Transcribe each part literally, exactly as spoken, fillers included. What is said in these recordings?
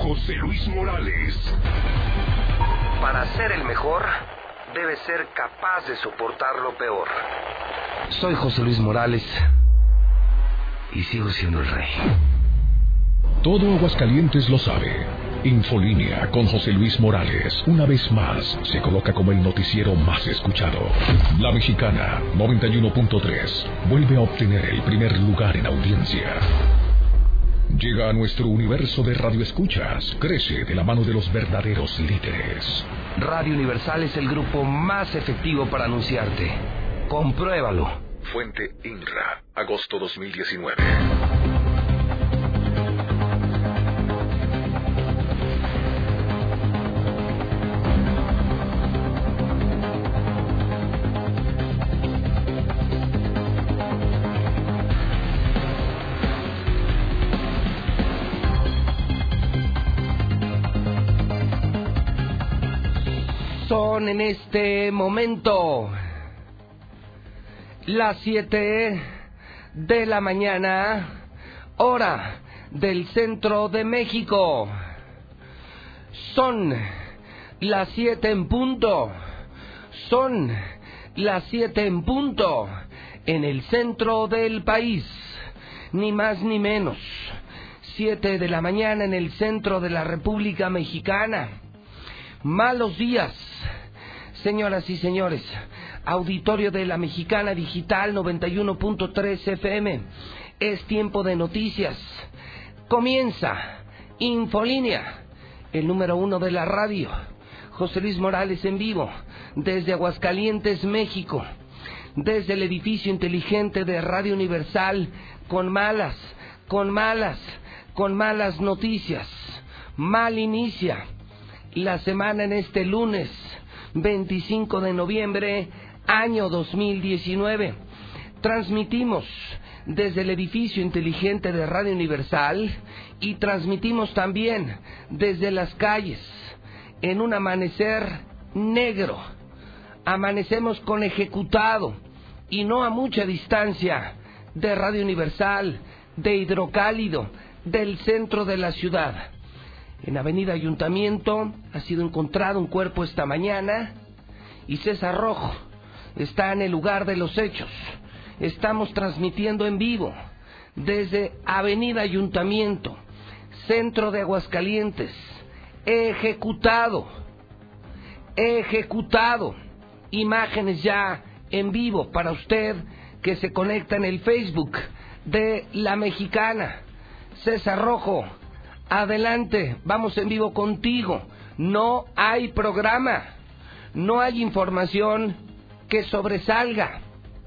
José Luis Morales. Para ser el mejor, debe ser capaz de soportar lo peor. Soy José Luis Morales y sigo siendo el rey. Todo Aguascalientes lo sabe. Infolínea con José Luis Morales, una vez más, se coloca como el noticiero más escuchado. La Mexicana, noventa y uno punto tres, vuelve a obtener el primer lugar en audiencia. Llega a nuestro universo de radioescuchas, crece de la mano de los verdaderos líderes. Radio Universal es el grupo más efectivo para anunciarte. Compruébalo. Fuente INRA, agosto dos mil diecinueve. Son en este momento las siete de la mañana, hora del centro de México. Son las siete en punto. Son las siete en punto en el centro del país. Ni más ni menos. Siete de la mañana en el centro de la República Mexicana. Malos días, señoras y señores. Auditorio de la Mexicana Digital noventa y uno punto tres F M. Es tiempo de noticias. Comienza Infolínea, el número uno de la radio. José Luis Morales en vivo, desde Aguascalientes, México. Desde el edificio inteligente de Radio Universal, con malas, con malas, con malas noticias. Mal inicia la semana en este lunes veinticinco de noviembre, año dos mil diecinueve. Transmitimos desde el edificio inteligente de Radio Universal y transmitimos también desde las calles en un amanecer negro. Amanecemos con Ejecutado y no a mucha distancia de Radio Universal, de Hidrocálido, del centro de la ciudad. En Avenida Ayuntamiento ha sido encontrado un cuerpo esta mañana y César Rojo está en el lugar de los hechos. Estamos transmitiendo en vivo desde Avenida Ayuntamiento, centro de Aguascalientes. Ejecutado, ejecutado. Imágenes ya en vivo para usted que se conecta en el Facebook de La Mexicana. César Rojo, adelante, vamos en vivo contigo. No hay programa, no hay información que sobresalga.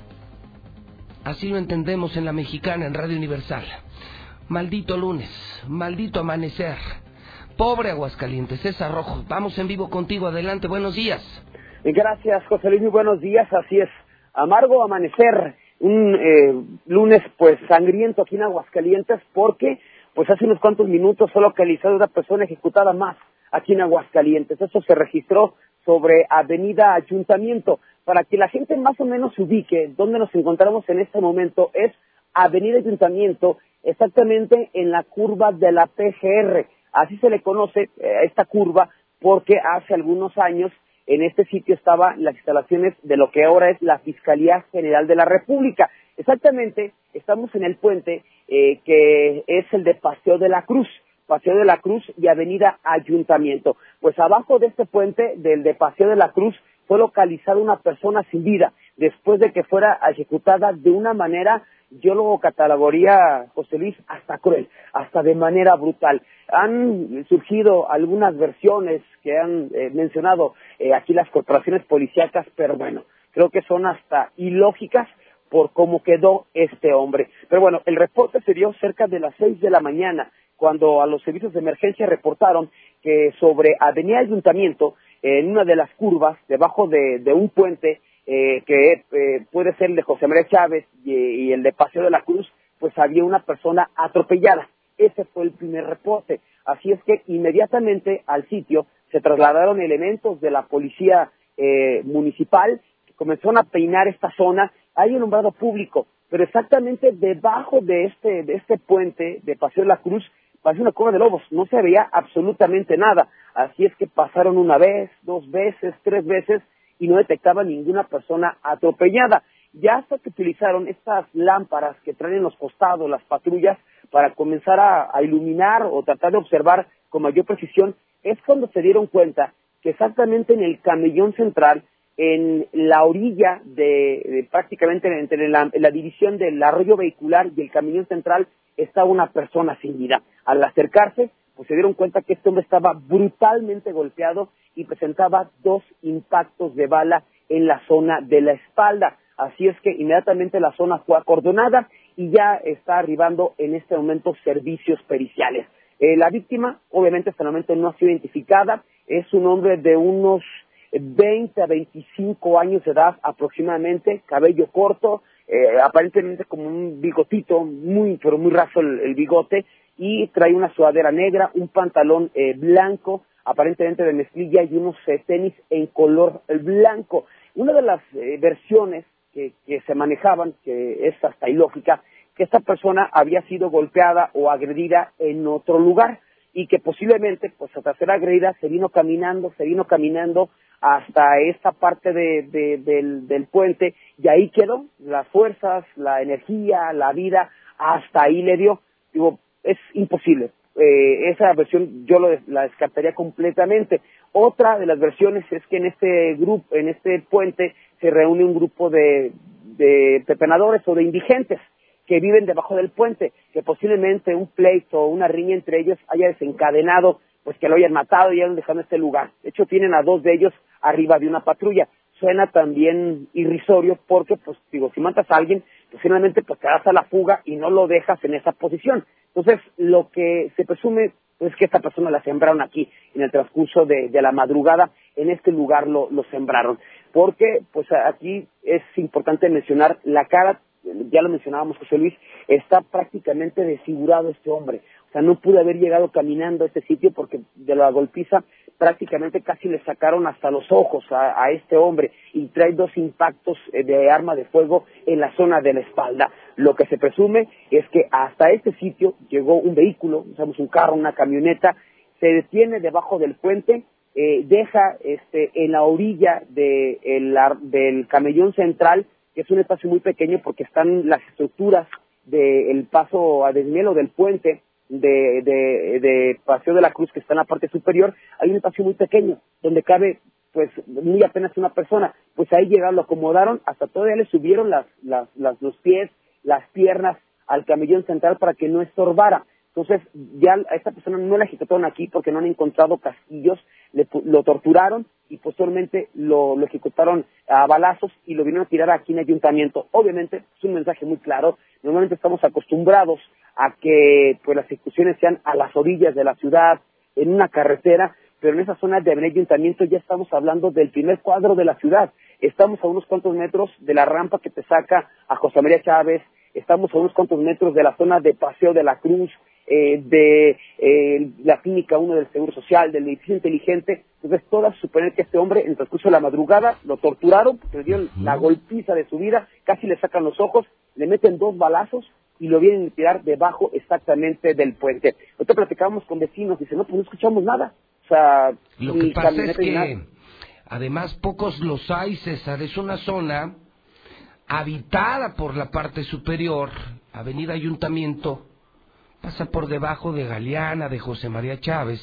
Así lo entendemos en La Mexicana, en Radio Universal. Maldito lunes, maldito amanecer. Pobre Aguascalientes. César Rojo, vamos en vivo contigo, adelante, buenos días. Gracias, José Luis, muy buenos días, así es. Amargo amanecer, un eh, lunes pues sangriento aquí en Aguascalientes, porque pues hace unos cuantos minutos fue localizada una persona ejecutada más aquí en Aguascalientes. Eso se registró sobre Avenida Ayuntamiento. Para que la gente más o menos se ubique donde nos encontramos en este momento, es Avenida Ayuntamiento, exactamente en la curva de la P G R. Así se le conoce eh, esta curva porque hace algunos años en este sitio estaban las instalaciones de lo que ahora es la Fiscalía General de la República. Exactamente, estamos en el puente eh, que es el de Paseo de la Cruz, Paseo de la Cruz y Avenida Ayuntamiento. Pues abajo de este puente, del de Paseo de la Cruz, fue localizada una persona sin vida, después de que fuera ejecutada de una manera, yo lo catalogaría, José Luis, hasta cruel, hasta de manera brutal. Han surgido algunas versiones que han eh, mencionado eh, aquí las corporaciones policíacas, pero bueno, creo que son hasta ilógicas por cómo quedó este hombre. Pero bueno, el reporte se dio cerca de las seis de la mañana, cuando a los servicios de emergencia reportaron que sobre Avenida Ayuntamiento, en una de las curvas, debajo de, de un puente, eh, que eh, puede ser el de José María Chávez y, y el de Paseo de la Cruz, pues había una persona atropellada. Ese fue el primer reporte. Así es que inmediatamente al sitio se trasladaron elementos de la policía eh, municipal, que comenzaron a peinar esta zona. Hay un alumbrado público, pero exactamente debajo de este, de este puente de Paseo de la Cruz, parecía una cueva de lobos, no se veía absolutamente nada. Así es que pasaron una vez, dos veces, tres veces y no detectaban ninguna persona atropellada. Ya hasta que utilizaron estas lámparas que traen en los costados las patrullas para comenzar a, a iluminar o tratar de observar con mayor precisión, es cuando se dieron cuenta que exactamente en el camellón central, en la orilla de, de prácticamente entre la, la división del arroyo vehicular y el camellón central, estaba una persona sin vida. Al acercarse, pues se dieron cuenta que este hombre estaba brutalmente golpeado y presentaba dos impactos de bala en la zona de la espalda. Así es que inmediatamente la zona fue acordonada y ya está arribando en este momento servicios periciales. Eh, la víctima, obviamente, hasta el momento no ha sido identificada. Es un hombre de unos veinte a veinticinco años de edad aproximadamente, cabello corto, eh, aparentemente como un bigotito, muy pero muy raso el, el bigote, y trae una sudadera negra, un pantalón eh, blanco, aparentemente de mezclilla, y unos eh, tenis en color blanco. Una de las eh, versiones que, que se manejaban, que es hasta ilógica, que esta persona había sido golpeada o agredida en otro lugar y que posiblemente, pues hasta ser agredida, se vino caminando, se vino caminando hasta esta parte de, de, del, del puente y ahí quedó. Las fuerzas, la energía, la vida, hasta ahí le dio. Digo, es imposible. Eh, esa versión yo lo, la descartaría completamente. Otra de las versiones es que en este grupo, en este puente, se reúne un grupo de, de pepenadores o de indigentes que viven debajo del puente, que posiblemente un pleito o una riña entre ellos haya desencadenado, pues que lo hayan matado y hayan dejado este lugar. De hecho, tienen a dos de ellos arriba de una patrulla. Suena también irrisorio porque, pues, digo, si matas a alguien, pues finalmente pues te das a la fuga y no lo dejas en esa posición. Entonces, lo que se presume es que esta persona la sembraron aquí, en el transcurso de, de la madrugada, en este lugar lo, lo sembraron. Porque, pues, aquí es importante mencionar la cara. Ya lo mencionábamos, José Luis, está prácticamente desfigurado este hombre. O sea, no pudo haber llegado caminando a este sitio porque de la golpiza prácticamente casi le sacaron hasta los ojos a, a este hombre y trae dos impactos de arma de fuego en la zona de la espalda. Lo que se presume es que hasta este sitio llegó un vehículo, usamos un carro, una camioneta, se detiene debajo del puente, eh, deja este, en la orilla de, el, del camellón central, que es un espacio muy pequeño porque están las estructuras del paso a desnivel o del puente de, de, de Paseo de la Cruz, que está en la parte superior. Hay un espacio muy pequeño donde cabe pues muy apenas una persona. Pues ahí llegaron, lo acomodaron, hasta todavía le subieron las, las, las, los pies, las piernas al camellón central para que no estorbara. Entonces ya a esta persona no la ejecutaron aquí porque no han encontrado casquillos, le, lo torturaron y posteriormente lo, lo ejecutaron a balazos y lo vinieron a tirar aquí en el ayuntamiento. Obviamente es un mensaje muy claro. Normalmente estamos acostumbrados a que pues las ejecuciones sean a las orillas de la ciudad, en una carretera, pero en esa zona de avenida ayuntamiento ya estamos hablando del primer cuadro de la ciudad. Estamos a unos cuantos metros de la rampa que te saca a José María Chávez, estamos a unos cuantos metros de la zona de Paseo de la Cruz, eh, de eh, la Clínica uno del Seguro Social, del edificio inteligente. Entonces todas suponen que este hombre en el transcurso de la madrugada lo torturaron, porque le dieron la golpiza de su vida, casi le sacan los ojos, le meten dos balazos y lo vienen a tirar debajo exactamente del puente. Nosotros platicábamos con vecinos y dicen, no, pues no escuchamos nada. O sea, lo que pasa es que además pocos los hay, César. Es una zona habitada por la parte superior, Avenida Ayuntamiento, pasa por debajo de Galeana, de José María Chávez,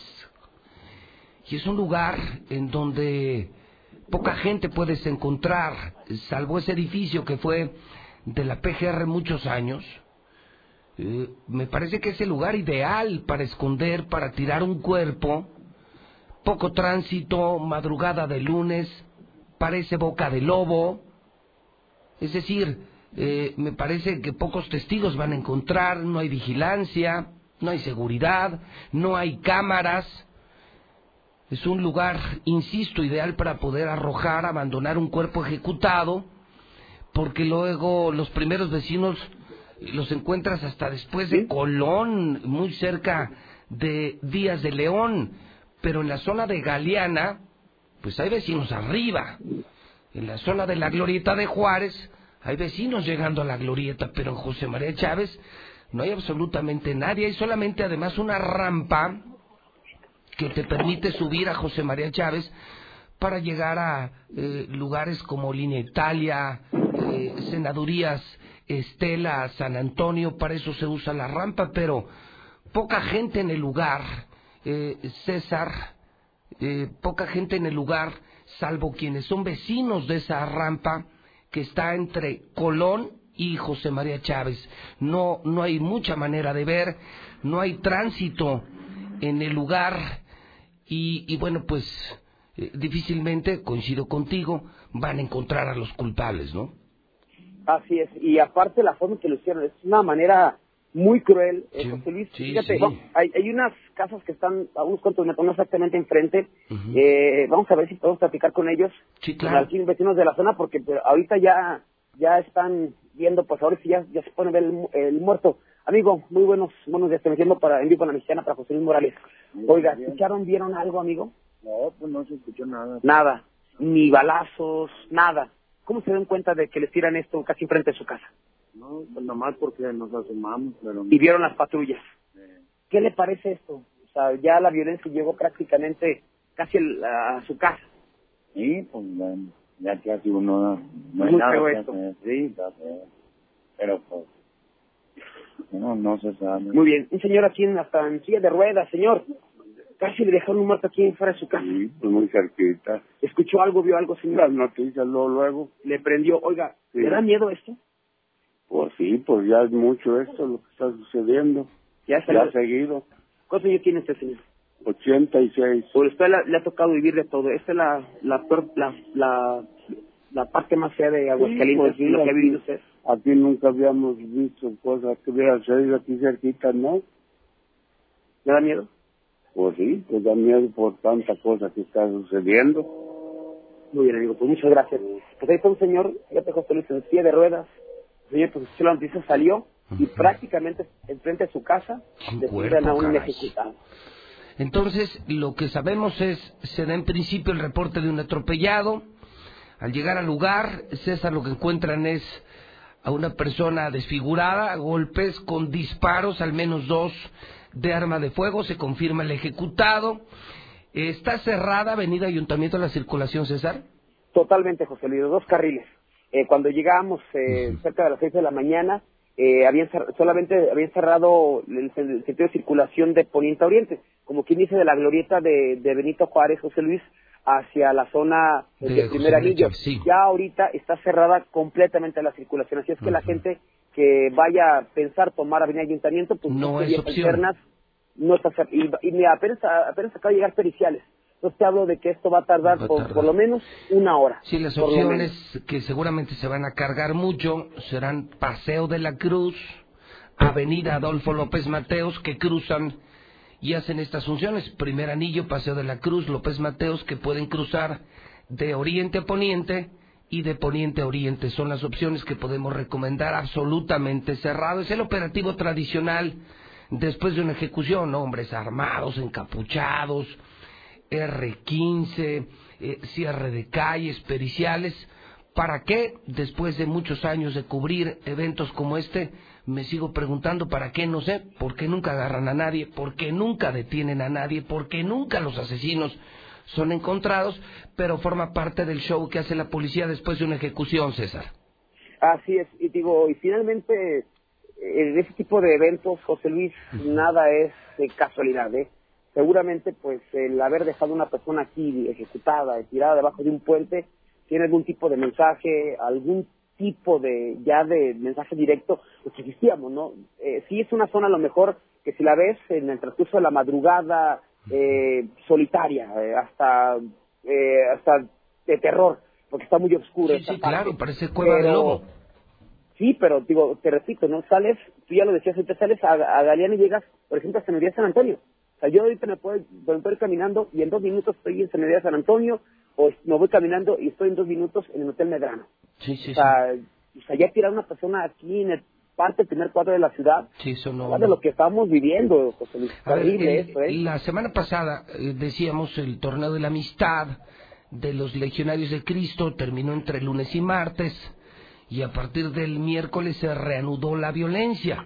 y es un lugar en donde poca gente puedes encontrar, salvo ese edificio que fue de la P G R muchos años. Eh, me parece que es el lugar ideal para esconder, para tirar un cuerpo. Poco tránsito, madrugada de lunes, parece boca de lobo. Es decir, eh, me parece que pocos testigos van a encontrar, no hay vigilancia, no hay seguridad, no hay cámaras. Es un lugar, insisto, ideal para poder arrojar, abandonar un cuerpo ejecutado, porque luego los primeros vecinos los encuentras hasta después de Colón, muy cerca de Díaz de León, pero en la zona de Galeana, pues hay vecinos arriba. En la zona de la Glorieta de Juárez hay vecinos llegando a la Glorieta, pero en José María Chávez no hay absolutamente nadie, hay solamente además una rampa que te permite subir a José María Chávez para llegar a eh, lugares como Línea Italia, eh, Senadurías Estela, San Antonio, para eso se usa la rampa, pero poca gente en el lugar, eh, César, eh, poca gente en el lugar, salvo quienes son vecinos de esa rampa que está entre Colón y José María Chávez. No, no hay mucha manera de ver, no hay tránsito en el lugar y, y bueno, pues eh, difícilmente, coincido contigo, van a encontrar a los culpables, ¿no? Así es, y aparte la forma en que lo hicieron, es una manera muy cruel, eh, sí, José Luis. Sí, Fíjate, sí. bueno, hay, hay unas casas que están a unos cuantos metros, no exactamente enfrente. Uh-huh. eh, vamos a ver si podemos platicar con ellos, Sí, con claro. los vecinos de la zona, porque pues, ahorita ya ya están viendo, pues ahora sí ya, ya se pone ver el, el muerto. Amigo, muy buenos buenos días, estoy metiendo para en vivo a la mexicana para José Luis Morales. Oiga, ¿escucharon, vieron algo, amigo? No, pues no se escuchó nada. Nada, ni balazos, nada. ¿Cómo se dan cuenta de que les tiran esto casi enfrente de su casa? No, pues nomás porque nos asomamos, pero... Y vieron las patrullas. Eh, ¿Qué le parece esto? O sea, ya la violencia llegó prácticamente casi el- a su casa. sí, pues bueno, ya casi uno no hay Muy nada feo que esto. hacer. Sí, está feo. Pero pues... No, no se sabe. Muy bien, un señor aquí en, hasta en silla de ruedas, señor. Casi le dejaron un muerto aquí fuera de su casa. Sí, pues muy cerquita. ¿Escuchó algo, vio algo, Las señor? noticias luego, luego. Le prendió. Oiga, Sí. ¿le da miedo esto? Pues sí, pues ya es mucho esto lo que está sucediendo. Ya Ya salió. ha seguido. ¿Cuántos años tiene usted, señor? ochenta y seis. Por usted la- le ha tocado vivir de todo. Esta es la la, peor- la, la, la parte más fea de Aguascalientes, pues sí, lo que ha aquí- vivido usted. Aquí nunca habíamos visto cosas que hubiera sucedido aquí cerquita, ¿no? ¿Le da miedo? Pues sí, pues da miedo por tanta cosa que está sucediendo. Muy bien, amigo, pues muchas gracias. Pues ahí está un señor, fíjate, José Luis, en silla de ruedas. El señor, pues escuchó la noticia, salió y Ujú. prácticamente enfrente de su casa Un descubren a cuerpo, un caray. ejecutado. Entonces, lo que sabemos es, se da en principio el reporte de un atropellado. Al llegar al lugar, César, lo que encuentran es a una persona desfigurada, a golpes con disparos, al menos dos de arma de fuego, se confirma el ejecutado. ¿Está cerrada Avenida Ayuntamiento la circulación, César? Totalmente, José Luis, dos carriles. Eh, cuando llegamos eh, Ujú. cerca de las seis de la mañana, eh, habían cer- solamente habían cerrado el, el sentido de circulación de poniente a oriente, como quien dice de la glorieta de, de Benito Juárez, José Luis, hacia la zona De del José primer María anillo. Chávez, sí. Ya ahorita está cerrada completamente la circulación, así es que la Ujú. gente que vaya a pensar tomar Avenida Ayuntamiento, pues No busque es vías opción. alternas, no está cer- y, y mira, apenas, apenas acaba de llegar periciales. Entonces te hablo de que esto va a tardar, Va a por, tardar. por lo menos una hora. Sí, las por lo menos. opciones que seguramente se van a cargar mucho serán Paseo de la Cruz, Avenida Adolfo López Mateos, que cruzan y hacen estas funciones. Primer anillo, Paseo de la Cruz, López Mateos, que pueden cruzar de oriente a poniente y de poniente a oriente. Son las opciones que podemos recomendar, absolutamente cerrado. Es el operativo tradicional después de una ejecución, ¿no? Hombres armados, encapuchados, erre quince, eh, cierre de calles, periciales. ¿Para qué? Después de muchos años de cubrir eventos como este, me sigo preguntando para qué, no sé, por qué nunca agarran a nadie, por qué nunca detienen a nadie, por qué nunca los asesinos son encontrados, pero forma parte del show que hace la policía después de una ejecución, César. Así es, y digo, y finalmente, en ese tipo de eventos, José Luis, nada es eh, casualidad, ¿eh? Seguramente, pues, el haber dejado una persona aquí ejecutada, tirada debajo de un puente, tiene algún tipo de mensaje, algún tipo de, ya de mensaje directo, pues que existíamos, ¿no? Eh, sí es una zona a lo mejor que si la ves en el transcurso de la madrugada, eh, solitaria, eh, hasta, eh, hasta de terror, porque está muy oscuro. Sí, esta sí, parte. claro, parece cueva de Pero- lobo. Sí, pero digo, te repito, ¿no? Sales, tú ya lo decías, ahorita sales a, a Galeana y llegas, por ejemplo, a Senaduría San Antonio. O sea, yo ahorita me puedo, me puedo ir caminando y en dos minutos estoy en Senaduría San Antonio, o me voy caminando y estoy en dos minutos en el Hotel Medrano. Sí, sí, O sí. sea, o sea, ya tirar una persona aquí en el parte del primer cuadro de la ciudad, Sí, eso no- habla de lo que estamos viviendo, José Luis. A ver, Terrible el- esto, ¿eh? la semana pasada eh, decíamos el torneo de la amistad de los legionarios de Cristo terminó entre lunes y martes y a partir del miércoles se reanudó la violencia.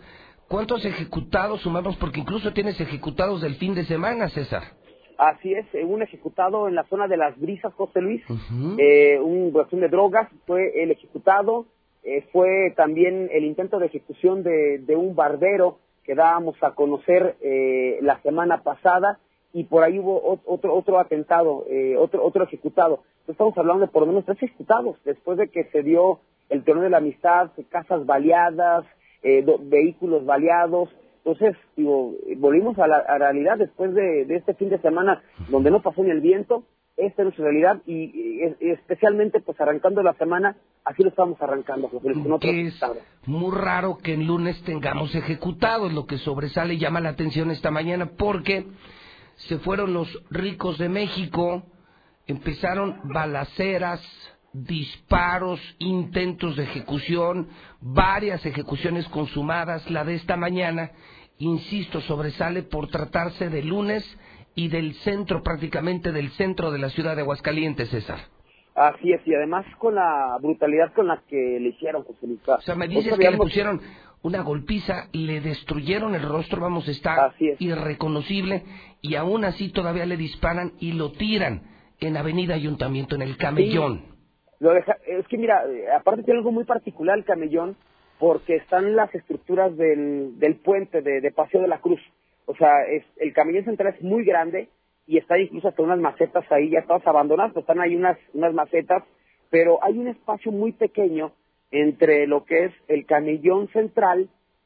¿Cuántos ejecutados sumamos? Porque incluso tienes ejecutados del fin de semana, César. Así es, eh, un ejecutado en la zona de Las Brisas, José Luis, Uh-huh. eh, un cuestión de drogas, fue el ejecutado, eh, fue también el intento de ejecución de, de un barbero que dábamos a conocer eh, la semana pasada, y por ahí hubo otro otro atentado, eh, otro otro ejecutado. Entonces estamos hablando de por lo menos tres ejecutados, después de que se dio el terreno de la amistad, casas baleadas, eh, do, vehículos baleados. Entonces, digo, volvimos a la, a la realidad después de, de este fin de semana donde no pasó ni el viento. Esta es nuestra realidad, y, y, y especialmente pues arrancando la semana, así lo estamos arrancando. Pues, con que es muy raro que el lunes tengamos ejecutados, lo que sobresale y llama la atención esta mañana, porque se fueron los ricos de México, empezaron balaceras, disparos, intentos de ejecución, varias ejecuciones consumadas. La de esta mañana, insisto, sobresale por tratarse de lunes y del centro, prácticamente del centro de la ciudad de Aguascalientes, César. Así es, y además con la brutalidad con la que le hicieron, José Luis. O sea, me dices que le pusieron una golpiza, le destruyeron el rostro, vamos, está irreconocible, y aún así todavía le disparan y lo tiran en Avenida Ayuntamiento, en el Camellón. Sí. Lo deja, es que mira, aparte tiene algo muy particular el Camellón, porque están las estructuras del, del puente de, de Paseo de la Cruz. O sea, es, el Camellón Central es muy grande, y está incluso hasta unas macetas ahí, ya todas abandonadas, pero están ahí unas, unas macetas, pero hay un espacio muy pequeño entre lo que es el Camellón Central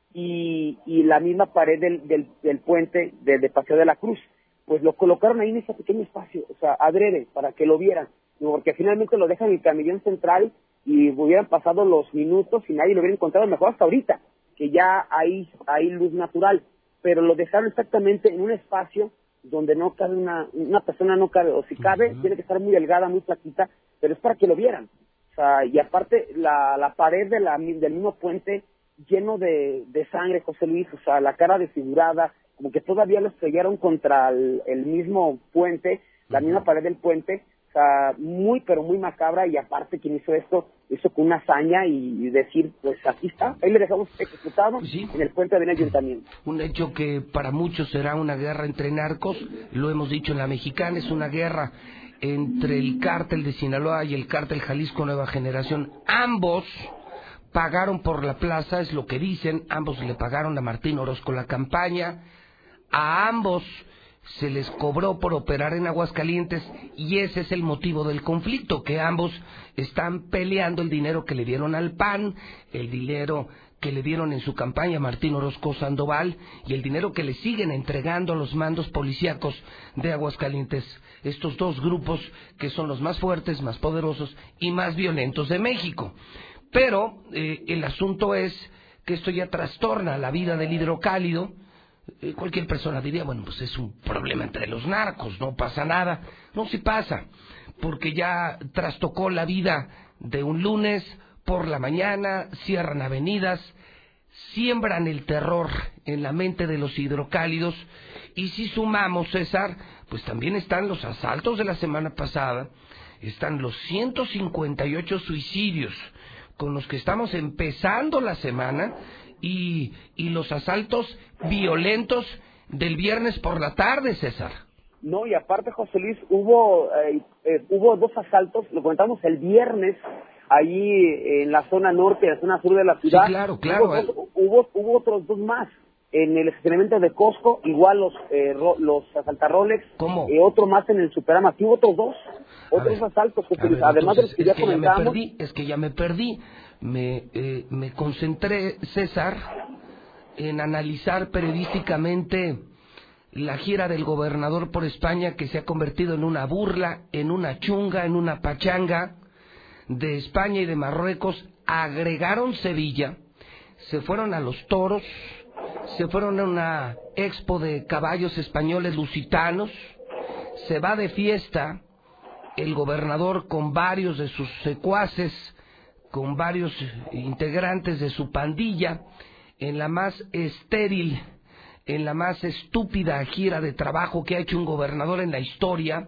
y, y la misma pared del, del, del puente de, de Paseo de la Cruz. Pues lo colocaron ahí en ese pequeño espacio, o sea, adrede, para que lo vieran, porque finalmente lo dejan en el Camellón Central y hubieran pasado los minutos y nadie lo hubiera encontrado, mejor hasta ahorita, que ya hay, hay luz natural, pero lo dejaron exactamente en un espacio donde no cabe una, una persona, no cabe, o si cabe, uh-huh. tiene que estar muy delgada, muy flaquita, pero es para que lo vieran. O sea, y aparte, la, la pared de la, del mismo puente lleno de, de sangre, José Luis, o sea, la cara desfigurada, como que todavía lo estrellaron contra el, el mismo puente, la misma pared del puente, o sea, muy, pero muy macabra, y aparte quien hizo esto, hizo con una hazaña y, y decir, pues aquí está, ahí le dejamos ejecutado pues sí. en el puente del Ayuntamiento. Un hecho que para muchos será una guerra entre narcos, lo hemos dicho en La Mexicana, es una guerra entre el cártel de Sinaloa y el cártel Jalisco Nueva Generación. Ambos pagaron por la plaza, es lo que dicen, ambos le pagaron a Martín Orozco la campaña, a ambos se les cobró por operar en Aguascalientes, y ese es el motivo del conflicto, que ambos están peleando el dinero que le dieron al P A N, el dinero que le dieron en su campaña a Martín Orozco Sandoval, y el dinero que le siguen entregando a los mandos policíacos de Aguascalientes, estos dos grupos que son los más fuertes, más poderosos y más violentos de México. Pero eh, el asunto es que esto ya trastorna la vida del hidrocálido. Eh, cualquier persona diría, bueno, pues es un problema entre los narcos, no pasa nada. No, sí pasa, porque ya trastocó la vida de un lunes por la mañana, cierran avenidas, siembran el terror en la mente de los hidrocálidos. Y si sumamos, César, pues también están los asaltos de la semana pasada, están los ciento cincuenta y ocho suicidios con los que estamos empezando la semana, y, y los asaltos violentos del viernes por la tarde, César. No, y aparte, José Luis, hubo eh, eh, hubo dos asaltos, lo comentamos el viernes, ahí en la zona norte, en la zona sur de la ciudad. Sí, claro, claro. Hubo, hubo, hubo, hubo otros dos más. En el estacionamiento de Costco, igual los eh, ro, los asaltarrolex. ¿Cómo? Eh, otro más en el Superama. Aquí hubo otros dos, otros ver, asaltos. Que ver, además entonces, de los que ya que comentamos. Ya me perdí, es que ya me perdí. Me, eh, me concentré, César, en analizar periodísticamente la gira del gobernador por España, que se ha convertido en una burla, en una chunga, en una pachanga. De España y de Marruecos agregaron Sevilla, se fueron a los toros, se fueron a una expo de caballos españoles lusitanos, se va de fiesta el gobernador con varios de sus secuaces, con varios integrantes de su pandilla, en la más estéril, en la más estúpida gira de trabajo que ha hecho un gobernador en la historia,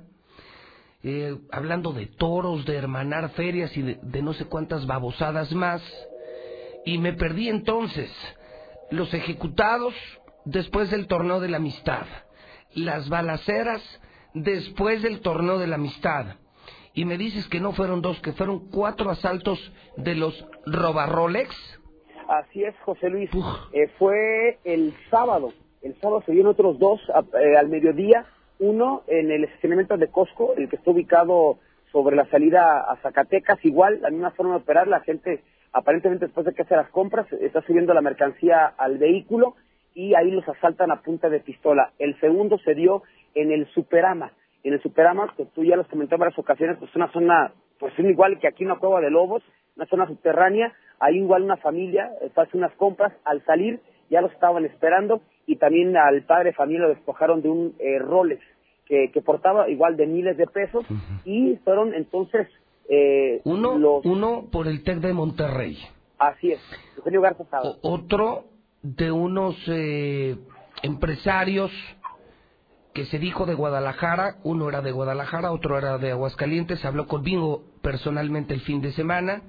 eh, hablando de toros, de hermanar ferias y de, de no sé cuántas babosadas más. Y me perdí entonces. los ejecutados después del torneo de la amistad, las balaceras después del torneo de la amistad, y me dices que no fueron dos, que fueron cuatro asaltos de los robarrolex. Así es, José Luis. Eh, fue el sábado. El sábado se dieron otros dos a, eh, al mediodía. Uno en el estacionamiento de Costco, el que está ubicado sobre la salida a Zacatecas. Igual, la misma forma de operar. La gente, aparentemente, después de que hace las compras, está subiendo la mercancía al vehículo y ahí los asaltan a punta de pistola. El segundo se dio en el Superama. En el Superama, que tú ya los comentaste en varias ocasiones, pues una zona, pues es igual que aquí una cueva de lobos, una zona subterránea. Ahí igual una familia hace unas compras, al salir ya los estaban esperando y también al padre de familia lo despojaron de un eh, Rolex que, que portaba igual de miles de pesos. Uh-huh. Y fueron entonces eh, uno, los... uno por el TEC de Monterrey. Así es, Eugenio Garza Sada. O, otro de unos eh, empresarios que se dijo de Guadalajara, uno era de Guadalajara, otro era de Aguascalientes, habló conmigo personalmente el fin de semana.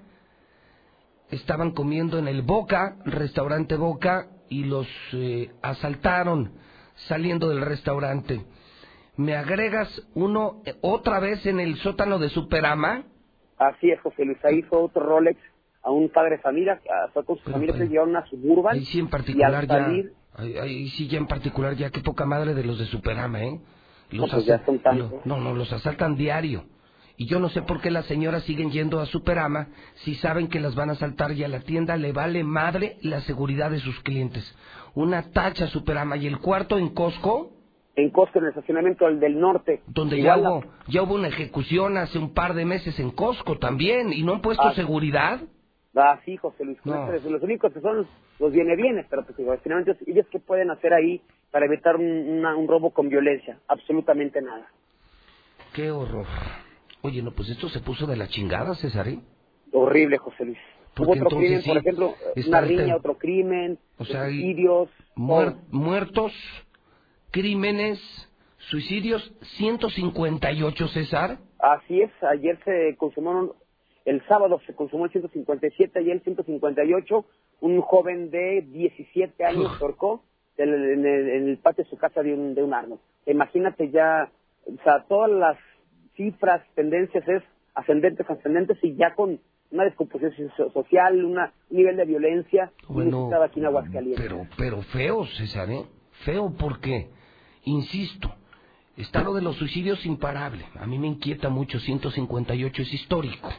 Estaban comiendo en el Boca, restaurante Boca, y los eh, asaltaron saliendo del restaurante. ¿Me agregas uno eh, otra vez en el sótano de Superama? Así es, José Luis. Ahí fue otro Rolex a un padre de familia, fue con su Pero, familia, se llevaron una Suburban. Ahí sí en particular y al salir, ya, ahí, ahí sí ya en particular ya, qué poca madre de los de Superama, ¿eh? Los no, pues ya son tantos. No, no, no, los asaltan diario. Y yo no sé por qué las señoras siguen yendo a Superama si saben que las van a asaltar y a la tienda le vale madre la seguridad de sus clientes. Una tacha Superama. ¿Y el cuarto en Costco? En Costco, en el estacionamiento del, del norte. Donde ya hubo, la... ya hubo una ejecución hace un par de meses en Costco también. ¿Y no han puesto ah, seguridad? Ah, sí, José Luis. No. Los únicos que son los viene bienes, pero pues finalmente ellos qué pueden hacer ahí para evitar un, una, un robo con violencia. Absolutamente nada. Qué horror. Oye, no, pues esto se puso de la chingada, César, ¿eh? Horrible, José Luis. Porque Hubo otro crimen, sí, por ejemplo, una riña, otro crimen, o sea, suicidios. Muer muertos, crímenes, suicidios, ciento cincuenta y ocho, César. Así es, ayer se consumaron, el sábado se consumó el ciento cincuenta y siete, ayer el ciento cincuenta y ocho, un joven de diecisiete años se ahorcó en el, en, el, en el patio de su casa de un, de un árbol. Imagínate ya, o sea, todas las cifras, tendencias es ascendentes, ascendentes y ya con una descomposición social, una, un nivel de violencia bueno, aquí en Aguascalientes. Pero, pero feo, César, ¿eh? Feo porque, insisto, está lo de los suicidios imparable. A mí me inquieta mucho, ciento cincuenta y ocho es histórico.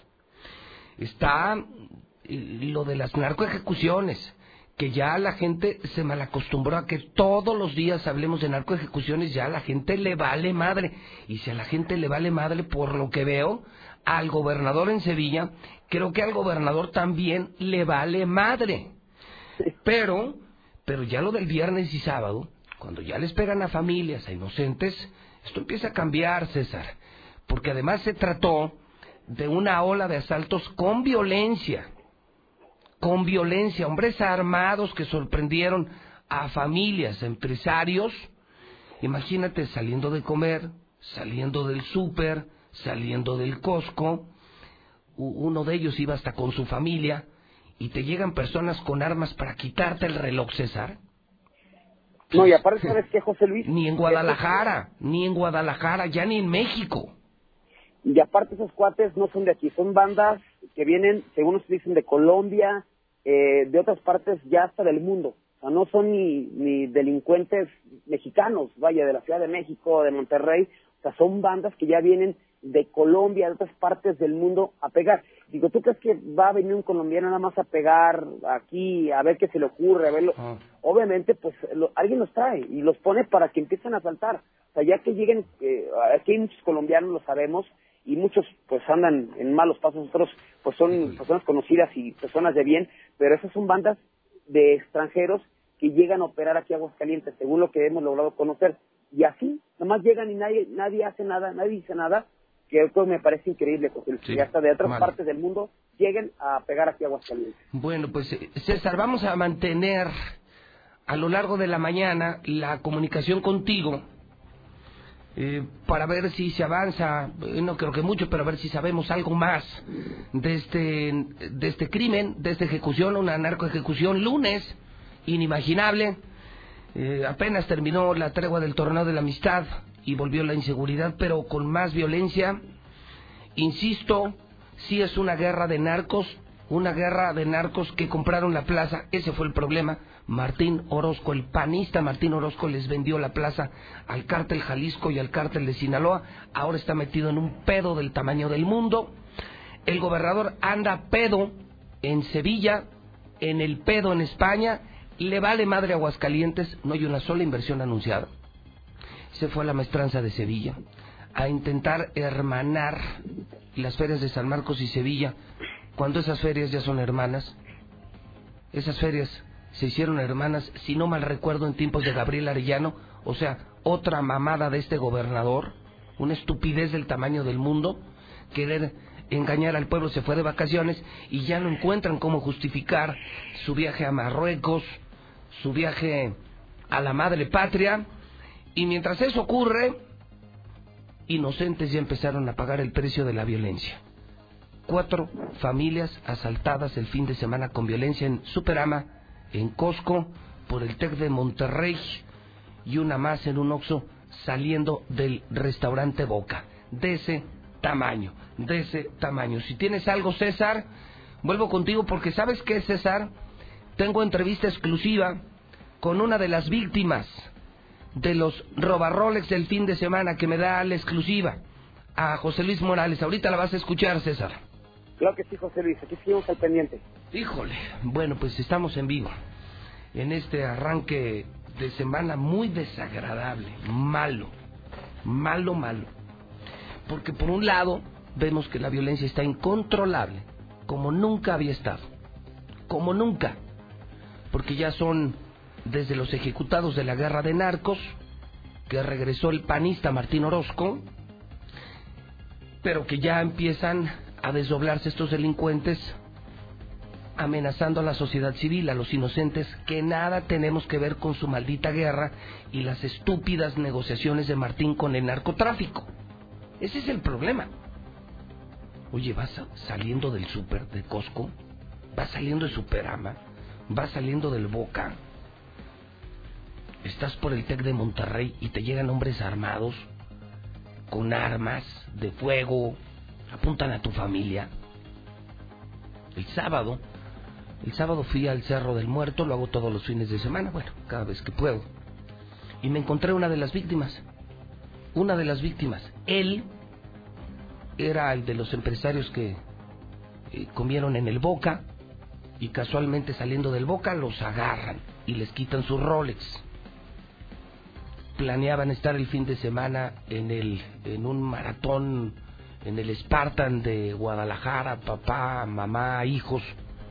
Está lo de las narcoejecuciones, que ya la gente se malacostumbró a que todos los días hablemos de narcoejecuciones, ya a la gente le vale madre. Y si a la gente le vale madre, por lo que veo, al gobernador en Sevilla, creo que al gobernador también le vale madre. Pero, pero ya lo del viernes y sábado, cuando ya les pegan a familias, a inocentes, esto empieza a cambiar, César. Porque además se trató de una ola de asaltos con violencia. Con violencia, hombres armados que sorprendieron a familias, empresarios. Imagínate saliendo de comer, saliendo del súper, saliendo del Costco. Uno de ellos iba hasta con su familia y te llegan personas con armas para quitarte el reloj, César. No, y aparte, ¿sabes qué, José Luis? Ni en Guadalajara, ni en Guadalajara, ya ni en México. Y aparte esos cuates no son de aquí, son bandas que vienen, según nos dicen, de Colombia, eh, de otras partes ya hasta del mundo. O sea, no son ni, ni delincuentes mexicanos, vaya, de la Ciudad de México, de Monterrey. O sea, son bandas que ya vienen de Colombia, de otras partes del mundo a pegar. Digo, ¿tú crees que va a venir un colombiano nada más a pegar aquí, a ver qué se le ocurre, a verlo? Ah. Obviamente, pues lo, alguien los trae y los pone para que empiecen a saltar. O sea, ya que lleguen, eh, aquí hay muchos colombianos, lo sabemos, y muchos pues andan en malos pasos, otros pues son personas conocidas y personas de bien, pero esas son bandas de extranjeros que llegan a operar aquí a Aguascalientes, según lo que hemos logrado conocer. Y así, nomás llegan y nadie nadie hace nada, nadie dice nada, que esto me parece increíble, porque sí, hasta de otras vale. partes del mundo lleguen a pegar aquí a Aguascalientes. Bueno, pues César, vamos a mantener a lo largo de la mañana la comunicación contigo, eh, para ver si se avanza, eh, no creo que mucho, pero a ver si sabemos algo más de este, de este crimen, de esta ejecución, una narcoejecución lunes, inimaginable. Eh, apenas terminó la tregua del torneo de la amistad y volvió la inseguridad, pero con más violencia. Insisto, sí es una guerra de narcos, una guerra de narcos que compraron la plaza. Ese fue el problema. Martín Orozco, el panista Martín Orozco, les vendió la plaza al cártel Jalisco y al cártel de Sinaloa. Ahora está metido en un pedo del tamaño del mundo. El gobernador anda pedo en Sevilla, en el pedo en España. Le vale madre a Aguascalientes, no hay una sola inversión anunciada. Se fue a la maestranza de Sevilla a intentar hermanar las ferias de San Marcos y Sevilla, cuando esas ferias ya son hermanas. Esas ferias se hicieron hermanas, si no mal recuerdo, en tiempos de Gabriel Arellano. O sea, otra mamada de este gobernador, una estupidez del tamaño del mundo, querer engañar al pueblo. Se fue de vacaciones y ya no encuentran cómo justificar su viaje a Marruecos, su viaje a la madre patria. Y mientras eso ocurre, inocentes ya empezaron a pagar el precio de la violencia. Cuatro familias asaltadas el fin de semana con violencia en Superama, en Costco, por el TEC de Monterrey, y una más en un Oxxo saliendo del restaurante Boca. De ese tamaño, de ese tamaño. Si tienes algo, César, vuelvo contigo, porque ¿sabes qué, César? Tengo entrevista exclusiva con una de las víctimas de los robarrolex del fin de semana, que me da la exclusiva, a José Luis Morales. Ahorita la vas a escuchar, César. Claro que sí, José Luis, aquí seguimos al pendiente. Híjole, bueno, pues estamos en vivo en este arranque de semana muy desagradable, malo, malo, malo. Porque por un lado vemos que la violencia está incontrolable, como nunca había estado, como nunca, porque ya son desde los ejecutados de la guerra de narcos, que regresó el panista Martín Orozco, pero que ya empiezan a desdoblarse estos delincuentes, amenazando a la sociedad civil, a los inocentes, que nada tenemos que ver con su maldita guerra y las estúpidas negociaciones de Martín con el narcotráfico. Ese es el problema. Oye, vas saliendo del súper de Costco, vas saliendo de Superama, vas saliendo del Boca, estás por el TEC de Monterrey y te llegan hombres armados con armas de fuego, apuntan a tu familia. El sábado, el sábado fui al Cerro del Muerto, lo hago todos los fines de semana, bueno, cada vez que puedo, y me encontré una de las víctimas, una de las víctimas. Él era el de los empresarios que eh, comieron en el Boca, y casualmente saliendo del Boca los agarran y les quitan sus Rolex. Planeaban estar el fin de semana en el en un maratón en el Spartan de Guadalajara, papá, mamá, hijos,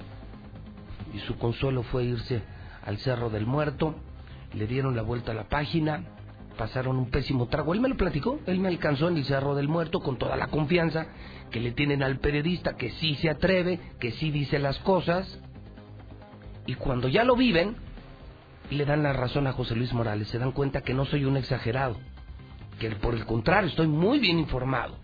y su consuelo fue irse al Cerro del Muerto. Le dieron la vuelta a la página, pasaron un pésimo trago. Él me lo platicó, él me alcanzó en el Cerro del Muerto con toda la confianza que le tienen al periodista, que sí se atreve, que sí dice las cosas, y cuando ya lo viven, le dan la razón a José Luis Morales. Se dan cuenta que no soy un exagerado, que por el contrario estoy muy bien informado.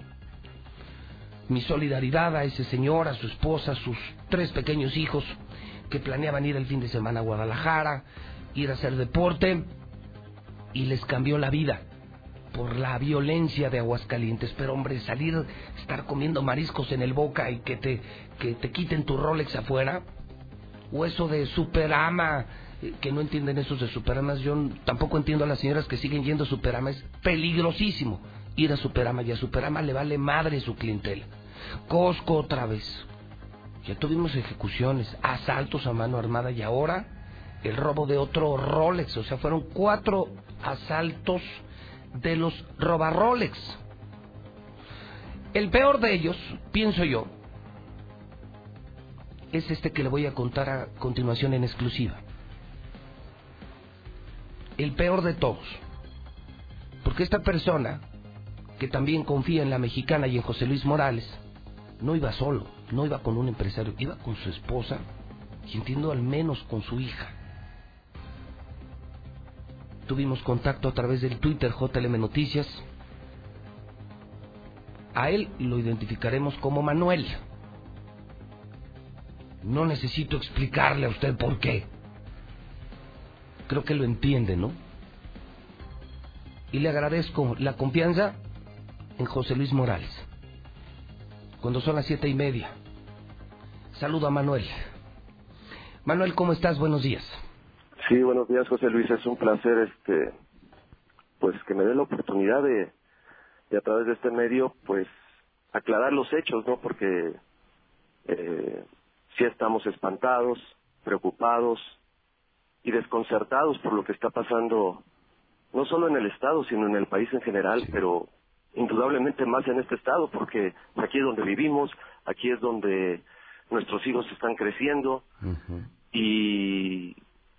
Mi solidaridad a ese señor, a su esposa, a sus tres pequeños hijos que planeaban ir el fin de semana a Guadalajara, ir a hacer deporte, y les cambió la vida por la violencia de Aguascalientes. Pero hombre, salir, estar comiendo mariscos en el Boca y que te, que te quiten tu Rolex afuera, o eso de Superama, que no entienden esos de Superamas. Yo tampoco entiendo a las señoras que siguen yendo a Superama. Es peligrosísimo ir a Superama, y a Superama le vale madre su clientela. Costco otra vez, ya tuvimos ejecuciones, asaltos a mano armada, y ahora el robo de otro Rolex. O sea, fueron cuatro asaltos de los robarrolex. El peor de ellos, pienso yo, es este que le voy a contar a continuación en exclusiva. El peor de todos, porque esta persona, que también confía en la Mexicana y en José Luis Morales, no iba solo, no iba con un empresario, iba con su esposa, y entiendo al menos con su hija. Tuvimos contacto a través del Twitter J L M Noticias. A él lo identificaremos como Manuel. No necesito explicarle a usted por qué. creo que lo entiende, ¿no? Y le agradezco la confianza en José Luis Morales. Cuando son las siete y media, saludo a Manuel. Manuel, ¿cómo estás? Buenos días. Sí, buenos días, José Luis. Es un placer, este, pues, que me dé la oportunidad de, de a través de este medio, pues, aclarar los hechos, ¿no? Porque eh, sí estamos espantados, preocupados y desconcertados por lo que está pasando, no solo en el estado, sino en el país en general, sí. Pero indudablemente más en este estado, porque aquí es donde vivimos, aquí es donde nuestros hijos están creciendo, uh-huh. Y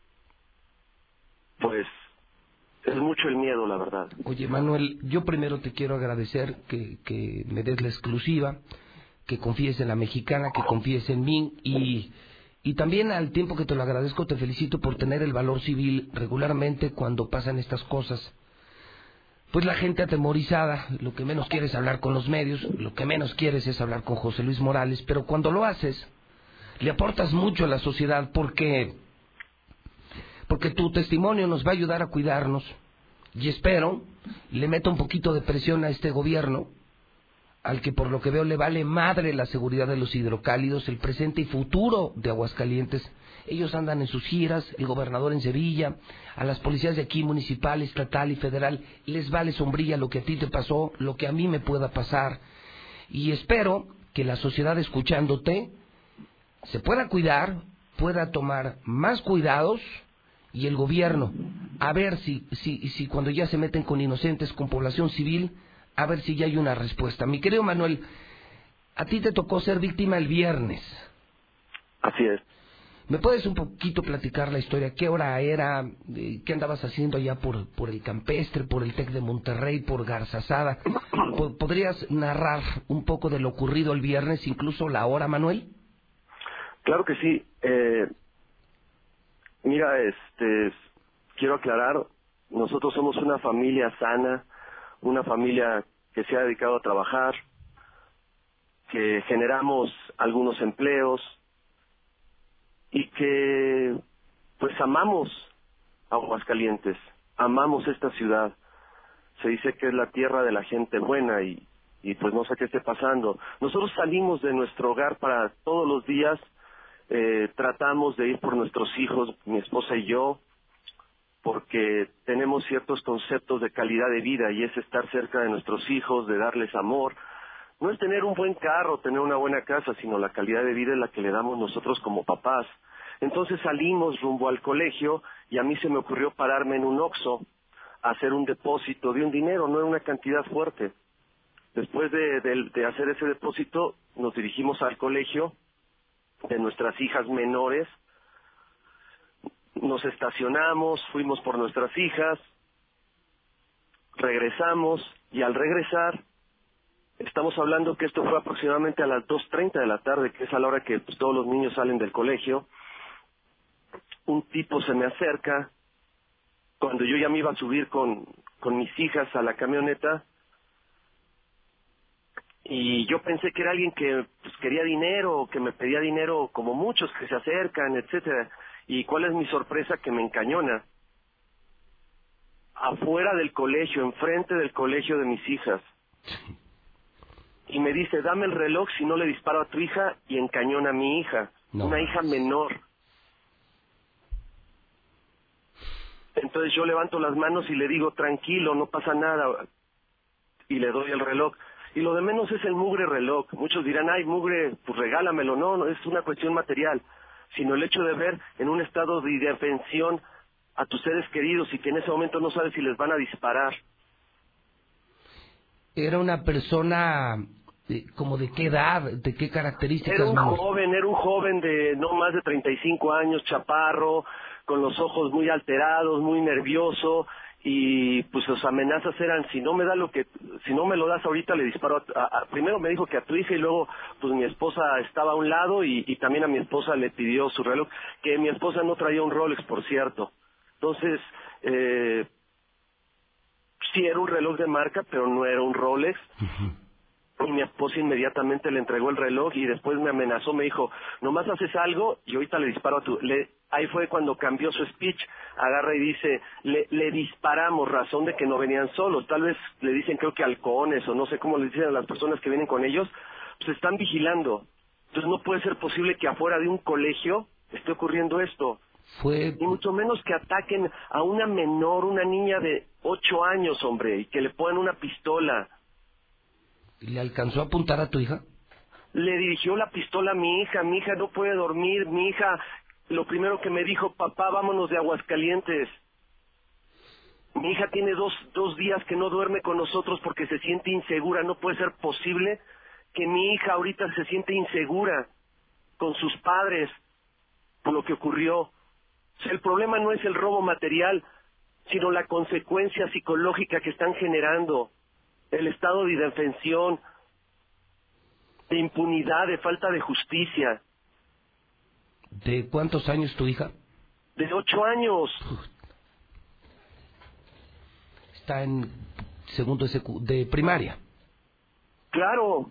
pues es mucho el miedo, la verdad. Oye, Manuel, yo primero te quiero agradecer que, que me des la exclusiva, que confíes en la Mexicana, que confíes en mí, y, y también al tiempo que te lo agradezco, te felicito por tener el valor civil. Regularmente cuando pasan estas cosas, pues la gente atemorizada, lo que menos quiere es hablar con los medios, lo que menos quieres es hablar con José Luis Morales, pero cuando lo haces, le aportas mucho a la sociedad, porque, porque tu testimonio nos va a ayudar a cuidarnos, y espero, le meto un poquito de presión a este gobierno, al que por lo que veo le vale madre la seguridad de los hidrocálidos, el presente y futuro de Aguascalientes. Ellos andan en sus giras, el gobernador en Sevilla, a las policías de aquí, municipal, estatal y federal, les vale sombrilla lo que a ti te pasó, lo que a mí me pueda pasar. Y espero que la sociedad, escuchándote, se pueda cuidar, pueda tomar más cuidados, y el gobierno, a ver si, si, si cuando ya se meten con inocentes, con población civil, a ver si ya hay una respuesta. Mi querido Manuel, a ti te tocó ser víctima el viernes. Así es. ¿Me puedes un poquito platicar la historia? ¿Qué hora era? ¿Qué andabas haciendo allá por, por el Campestre, por el Tec de Monterrey, por Garzazada? ¿Podrías narrar un poco de lo ocurrido el viernes, incluso la hora, Manuel? Claro que sí. Eh, mira, este, quiero aclarar, nosotros somos una familia sana, una familia que se ha dedicado a trabajar, que generamos algunos empleos y que pues amamos Aguascalientes, amamos esta ciudad. Se dice que es la tierra de la gente buena y, y pues no sé qué esté pasando. Nosotros salimos de nuestro hogar para todos los días, eh, tratamos de ir por nuestros hijos, mi esposa y yo, porque tenemos ciertos conceptos de calidad de vida y es estar cerca de nuestros hijos, de darles amor. No es tener un buen carro, tener una buena casa, sino la calidad de vida es la que le damos nosotros como papás. Entonces salimos rumbo al colegio y a mí se me ocurrió pararme en un Oxxo a hacer un depósito de un dinero, no era una cantidad fuerte. Después de, de, de hacer ese depósito, nos dirigimos al colegio de nuestras hijas menores, nos estacionamos, fuimos por nuestras hijas, regresamos y al regresar, estamos hablando que esto fue aproximadamente a las dos treinta de la tarde, que es a la hora que pues, todos los niños salen del colegio. Un tipo se me acerca, cuando yo ya me iba a subir con, con mis hijas a la camioneta, y yo pensé que era alguien que pues, quería dinero, o que me pedía dinero, como muchos que se acercan, etcétera. Y cuál es mi sorpresa, que me encañona. Afuera del colegio, enfrente del colegio de mis hijas. Y me dice, dame el reloj si no le disparo a tu hija, y encañona a mi hija, no. Una hija menor. Entonces yo levanto las manos y le digo, tranquilo, no pasa nada, y le doy el reloj. Y lo de menos es el mugre reloj. Muchos dirán, ay, mugre, pues regálamelo. No, no, es una cuestión material, sino el hecho de ver en un estado de indefensión a tus seres queridos y que en ese momento no sabes si les van a disparar. Era una persona, de, ¿como de qué edad, de qué características? Era un más? joven, era un joven de no más de treinta y cinco años, chaparro, con los ojos muy alterados, muy nervioso, y pues sus amenazas eran, si no me da lo que, si no me lo das ahorita le disparo a, a, a, primero me dijo que a tu hija y luego pues mi esposa estaba a un lado y, y también a mi esposa le pidió su reloj, que mi esposa no traía un Rolex, por cierto. Entonces, eh, sí era un reloj de marca, pero no era un Rolex. Uh-huh. Y mi esposa inmediatamente le entregó el reloj y después me amenazó, me dijo, nomás haces algo y ahorita le disparo a tu... Le, ahí fue cuando cambió su speech, agarra y dice, le, le disparamos, razón de que no venían solos, tal vez le dicen creo que halcones o no sé cómo le dicen a las personas que vienen con ellos, pues están vigilando. Entonces no puede ser posible que afuera de un colegio esté ocurriendo esto. Fue... Y mucho menos que ataquen a una menor, una niña de ocho años, hombre, y que le pongan una pistola. ¿Le alcanzó a apuntar a tu hija? Le dirigió la pistola a mi hija, mi hija no puede dormir, mi hija, lo primero que me dijo, papá, vámonos de Aguascalientes. Mi hija tiene dos, dos días que no duerme con nosotros porque se siente insegura, no puede ser posible que mi hija ahorita se siente insegura con sus padres por lo que ocurrió. O sea, el problema no es el robo material, sino la consecuencia psicológica que están generando, el estado de indefensión, de impunidad, de falta de justicia. ¿De cuántos años tu hija? De ocho años. Está en segundo de, secu- de primaria. Claro.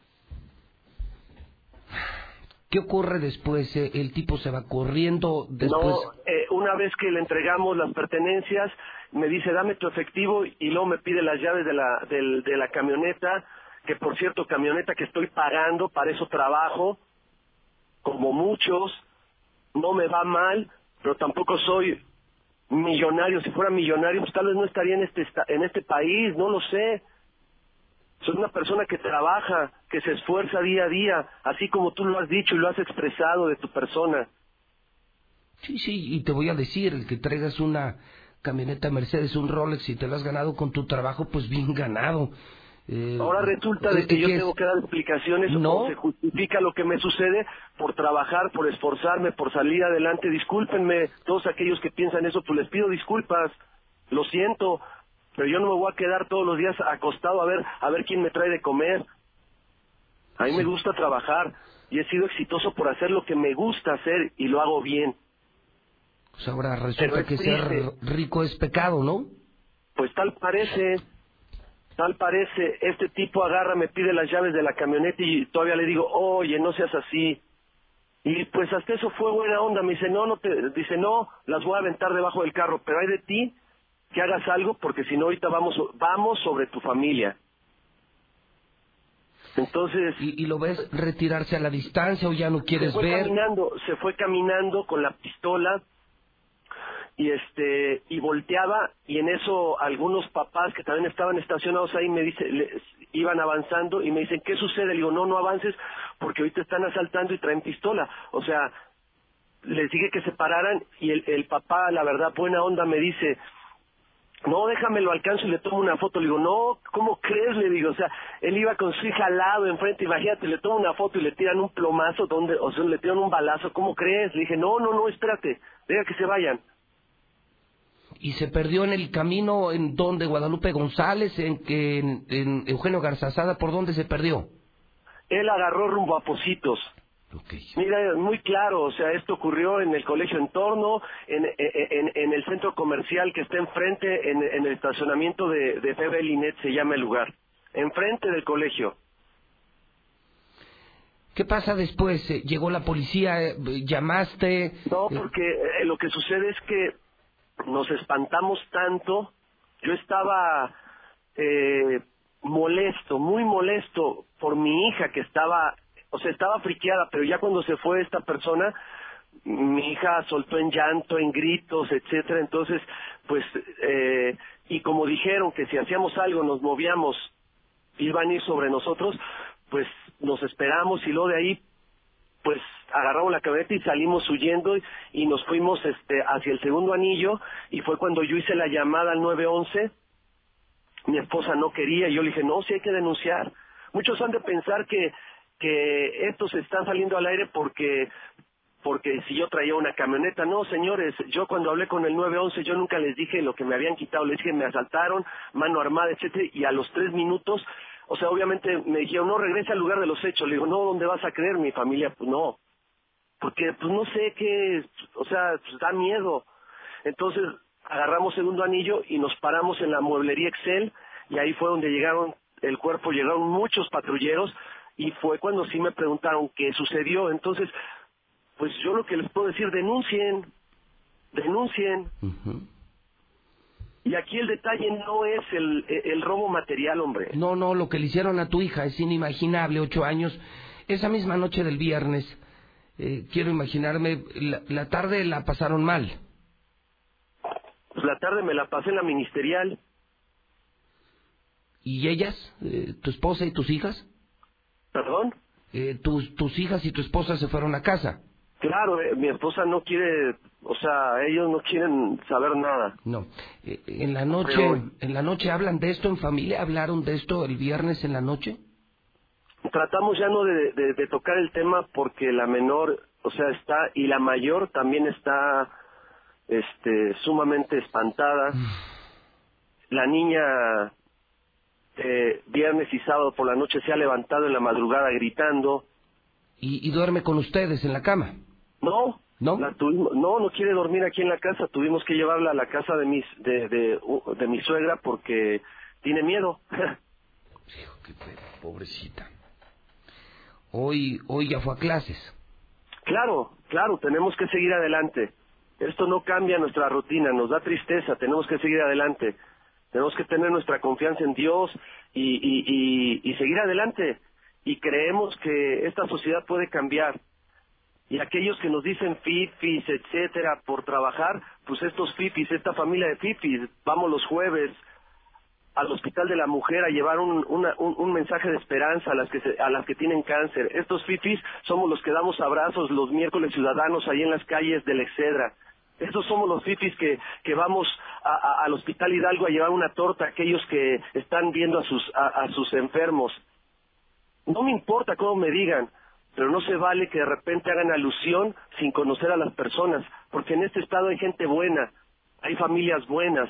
¿Qué ocurre después? Eh, ¿El tipo se va corriendo después? No, eh, una vez que le entregamos las pertenencias, me dice, dame tu efectivo, y luego me pide las llaves de la, del, de la camioneta, que por cierto, camioneta que estoy pagando, para eso trabajo, como muchos, no me va mal, pero tampoco soy millonario. Si fuera millonario, pues tal vez no estaría en este, esta- en este país, no lo sé. Soy una persona que trabaja, que se esfuerza día a día, así como tú lo has dicho y lo has expresado de tu persona. Sí, sí, y te voy a decir, el que traigas una camioneta Mercedes, un Rolex, y te lo has ganado con tu trabajo, pues bien ganado. Eh, Ahora resulta de que eh, yo que es- tengo que dar explicaciones, No. o se justifica lo que me sucede por trabajar, por esforzarme, por salir adelante. Discúlpenme, todos aquellos que piensan eso, pues les pido disculpas, lo siento, pero yo no me voy a quedar todos los días acostado a ver a ver quién me trae de comer. A mí Sí. me gusta trabajar y he sido exitoso por hacer lo que me gusta hacer y lo hago bien. Pues ahora Pero resulta es que triste. ser rico es pecado, ¿no? Pues tal parece, tal parece, este tipo agarra, me pide las llaves de la camioneta y todavía le digo, oye, no seas así. Y pues hasta eso fue buena onda, me dice, no, no te, dice, no, las voy a aventar debajo del carro, pero hay de ti que hagas algo porque si no ahorita vamos, vamos sobre tu familia. Entonces, Y, y lo ves retirarse a la distancia o ya no se quieres fue ver. caminando, se fue caminando con la pistola y este y volteaba, y en eso algunos papás que también estaban estacionados ahí me dice, le- iban avanzando y me dicen, ¿qué sucede? Le digo, no, no avances porque ahorita están asaltando y traen pistola. O sea, les dije que se pararan y el, el papá, la verdad, buena onda, me dice, no, déjame lo alcanzo y le tomo una foto. Le digo, no, ¿cómo crees? Le digo, o sea, él iba con su hija al lado, enfrente, imagínate, le tomo una foto y le tiran un plomazo, donde, o sea, le tiran un balazo, ¿cómo crees? Le dije, no, no, no, espérate, deja que se vayan. Y se perdió en el camino, ¿en dónde? Guadalupe González, en, que en, en Eugenio Garzazada, ¿por dónde se perdió? Él agarró rumbo a Pocitos. Okay. Mira, muy claro, o sea, esto ocurrió en el colegio Entorno, en, en, en el centro comercial que está enfrente, en, en el estacionamiento de, de P B Linet, se llama el lugar, enfrente del colegio. ¿Qué pasa después? Eh, ¿Llegó la policía? Eh, ¿Llamaste? No, Eh, porque eh, lo que sucede es que nos espantamos tanto, yo estaba eh, molesto, muy molesto por mi hija que estaba, o sea, estaba friqueada, pero ya cuando se fue esta persona, mi hija soltó en llanto, en gritos, etcétera. Entonces, pues, eh, y como dijeron que si hacíamos algo, nos movíamos, iban a ir sobre nosotros, pues nos esperamos y luego de ahí, pues agarramos la camioneta y salimos huyendo y, y nos fuimos este hacia el segundo anillo, y fue cuando yo hice la llamada al nueve once. Mi esposa no quería y yo le dije, no, sí hay que denunciar. Muchos han de pensar que que estos están saliendo al aire porque porque si yo traía una camioneta. No, señores, yo cuando hablé con el nueve once, yo nunca les dije lo que me habían quitado, les dije me asaltaron, mano armada, etcétera, y a los tres minutos, o sea, obviamente me dijeron, no, regresa al lugar de los hechos. Le digo, no, ¿dónde vas a creer? Mi familia, pues no, porque pues no sé qué, o sea, pues da miedo. Entonces agarramos segundo anillo y nos paramos en la mueblería Excel, y ahí fue donde llegaron el cuerpo, llegaron muchos patrulleros, y fue cuando sí me preguntaron qué sucedió. Entonces, pues yo lo que les puedo decir, denuncien, denuncien. Uh-huh. Y aquí el detalle no es el, el robo material, hombre. No, no, lo que le hicieron a tu hija es inimaginable, ocho años. Esa misma noche del viernes, eh, quiero imaginarme, la, la tarde la pasaron mal. Pues la tarde me la pasé en la ministerial. ¿Y ellas? Eh, ¿Tu esposa y tus hijas? ¿Perdón? Eh, tus, tus hijas y tu esposa se fueron a casa. Claro, eh, mi esposa no quiere, o sea, ellos no quieren saber nada. No, eh, en la noche, Pero, en la noche hablan de esto en familia, ¿hablaron de esto el viernes en la noche? tratamos ya no de, de, de tocar el tema porque la menor, o sea, está, y la mayor también está, este, sumamente espantada. La niña, eh, viernes y sábado por la noche se ha levantado en la madrugada gritando. ¿Y, y duerme con ustedes en la cama? No, ¿No? La tuvimos, no, no quiere dormir aquí en la casa. Tuvimos que llevarla a la casa de mis, de, de, uh, de mi suegra porque tiene miedo. Hijo, qué pobrecita. Hoy, hoy ya fue a clases. Claro, claro, tenemos que seguir adelante. Esto no cambia nuestra rutina, nos da tristeza, tenemos que seguir adelante. Tenemos que tener nuestra confianza en Dios y, y, y, y seguir adelante. Y creemos que esta sociedad puede cambiar. Y aquellos que nos dicen fifis, etcétera, por trabajar, pues estos fifis, esta familia de fifis, vamos los jueves al Hospital de la Mujer a llevar un, una, un, un mensaje de esperanza a las que se, a las que tienen cáncer. Estos fifis somos los que damos abrazos los miércoles ciudadanos ahí en las calles del Excedra. Estos somos los fifis que, que vamos a, a, al Hospital Hidalgo a llevar una torta a aquellos que están viendo a sus, a, a sus enfermos. No me importa cómo me digan, pero no se vale que de repente hagan alusión sin conocer a las personas, porque en este estado hay gente buena, hay familias buenas,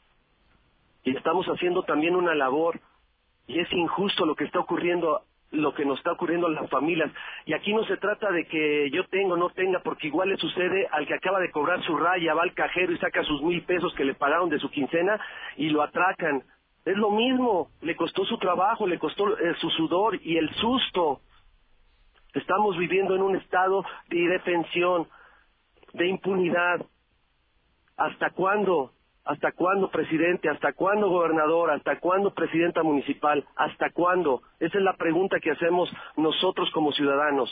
y estamos haciendo también una labor, y es injusto lo que está ocurriendo, lo que nos está ocurriendo a las familias, y aquí no se trata de que yo tenga o no tenga, porque igual le sucede al que acaba de cobrar su raya, va al cajero y saca sus mil pesos que le pagaron de su quincena, y lo atracan. Es lo mismo, le costó su trabajo, le costó eh, su sudor y el susto. Estamos viviendo en un estado de indefensión, de impunidad. ¿Hasta cuándo? ¿Hasta cuándo, presidente? ¿Hasta cuándo, gobernador? ¿Hasta cuándo, presidenta municipal? ¿Hasta cuándo? Esa es la pregunta que hacemos nosotros como ciudadanos.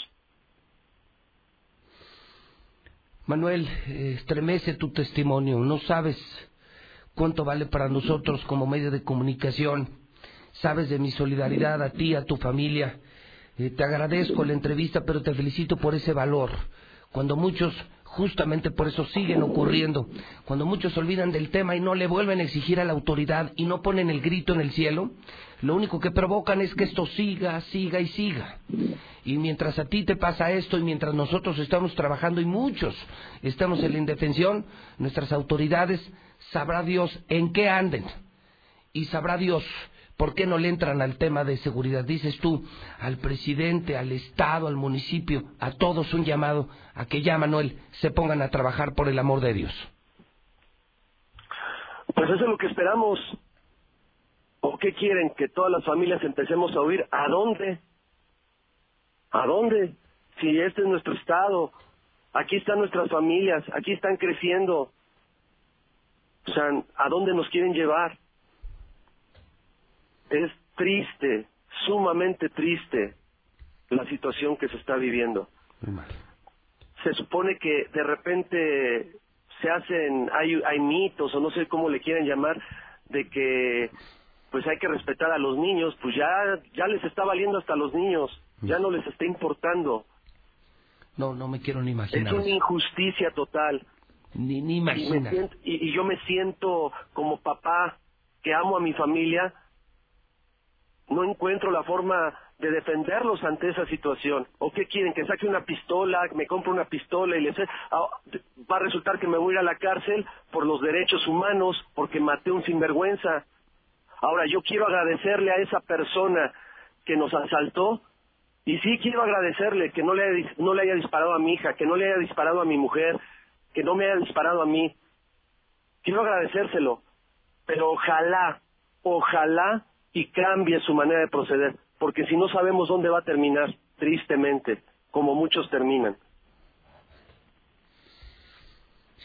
Manuel, eh, estremece tu testimonio. No sabes cuánto vale para nosotros como medio de comunicación. Sabes de mi solidaridad a ti, a tu familia. Eh, te agradezco la entrevista, pero te felicito por ese valor. Cuando muchos, justamente por eso siguen ocurriendo, cuando muchos olvidan del tema y no le vuelven a exigir a la autoridad y no ponen el grito en el cielo, lo único que provocan es que esto siga, siga y siga. Y mientras a ti te pasa esto y mientras nosotros estamos trabajando y muchos estamos en la indefensión, nuestras autoridades, sabrá Dios en qué anden y sabrá Dios ¿por qué no le entran al tema de seguridad? Dices tú, al presidente, al Estado, al municipio, a todos un llamado a que ya, Manuel, se pongan a trabajar por el amor de Dios. Pues eso es lo que esperamos. ¿O qué quieren? ¿Que todas las familias empecemos a huir? ¿A dónde? ¿A dónde? Si este es nuestro Estado, aquí están nuestras familias, aquí están creciendo. O sea, ¿a dónde nos quieren llevar? Es triste, sumamente triste la situación que se está viviendo. Muy mal. Se supone que de repente se hacen, hay, hay mitos o no sé cómo le quieren llamar, de que pues hay que respetar a los niños, pues ya, ya les está valiendo hasta a los niños, ya no les está importando. No, no me quiero ni imaginar. Es una injusticia total. Ni, ni Y, me imaginar. siento, y, y yo me siento como papá que amo a mi familia, no encuentro la forma de defenderlos ante esa situación. ¿O qué quieren? ¿Que saque una pistola, me compre una pistola y les... Ah, va a resultar que me voy a ir a la cárcel por los derechos humanos, porque maté un sinvergüenza. Ahora, yo quiero agradecerle a esa persona que nos asaltó, y sí quiero agradecerle que no le, haya, no le haya disparado a mi hija, que no le haya disparado a mi mujer, que no me haya disparado a mí. Quiero agradecérselo, pero ojalá, ojalá y cambie su manera de proceder, porque si no sabemos dónde va a terminar, tristemente, como muchos terminan.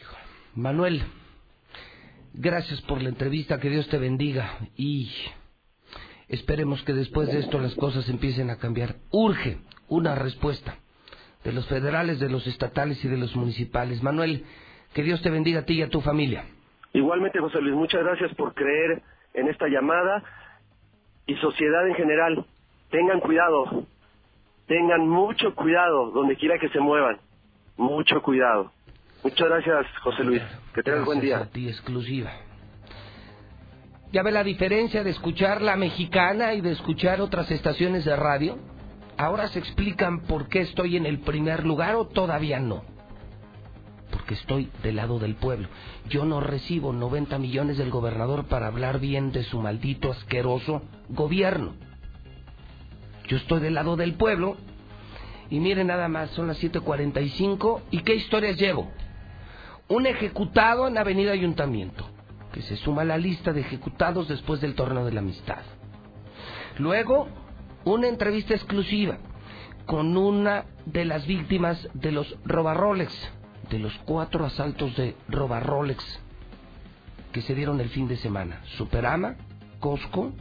Manuel, gracias por la entrevista, que Dios te bendiga y esperemos que después de esto las cosas empiecen a cambiar. Urge una respuesta de los federales, de los estatales y de los municipales. Manuel, que Dios te bendiga a ti y a tu familia. Igualmente, José Luis, muchas gracias por creer en esta llamada y sociedad en general. Tengan cuidado, tengan mucho cuidado donde quiera que se muevan, mucho cuidado. Muchas gracias, José Luis, que tengas buen día. Gracias a ti, exclusiva. ¿Ya ve la diferencia de escuchar La Mexicana y de escuchar otras estaciones de radio? Ahora se explican por qué estoy en el primer lugar o todavía no. Porque estoy del lado del pueblo. Yo no recibo noventa millones del gobernador para hablar bien de su maldito asqueroso gobierno. Yo estoy del lado del pueblo y miren nada más, son las siete cuarenta y cinco y ¿qué historias llevo? Un ejecutado en Avenida Ayuntamiento, que se suma a la lista de ejecutados después del torneo de la amistad. Luego, una entrevista exclusiva con una de las víctimas de los robarrolex, de los cuatro asaltos de robarrolex que se dieron el fin de semana. Superama, Costco,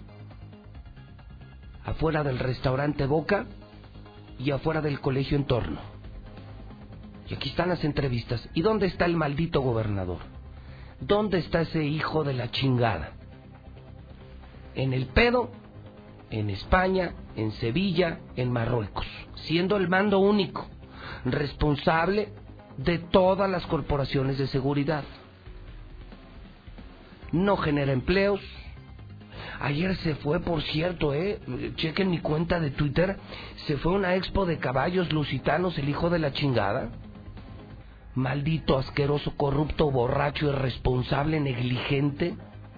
afuera del restaurante Boca y afuera del colegio Entorno. Y aquí están las entrevistas. ¿Y dónde está el maldito gobernador? ¿Dónde está ese hijo de la chingada? En el pedo, en España, en Sevilla, en Marruecos, siendo el mando único, responsable de todas las corporaciones de seguridad. No genera empleos. Ayer se fue, por cierto, eh, chequen mi cuenta de Twitter, se fue a una expo de caballos lusitanos el hijo de la chingada. Maldito, asqueroso, corrupto, borracho, irresponsable, negligente.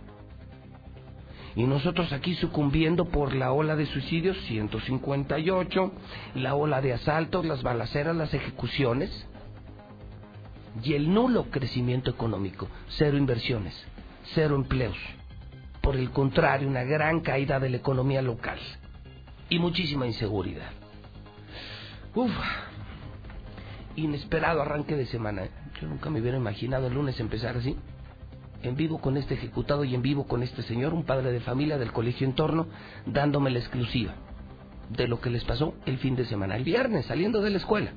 Y nosotros aquí sucumbiendo por la ola de suicidios, ciento cincuenta y ocho, la ola de asaltos, las balaceras, las ejecuciones y el nulo crecimiento económico, cero inversiones, cero empleos. Por el contrario, una gran caída de la economía local y muchísima inseguridad. Uf, inesperado arranque de semana. Yo nunca me hubiera imaginado el lunes empezar así, en vivo con este ejecutado y en vivo con este señor, un padre de familia del colegio Entorno, dándome la exclusiva de lo que les pasó el fin de semana, el viernes, saliendo de la escuela.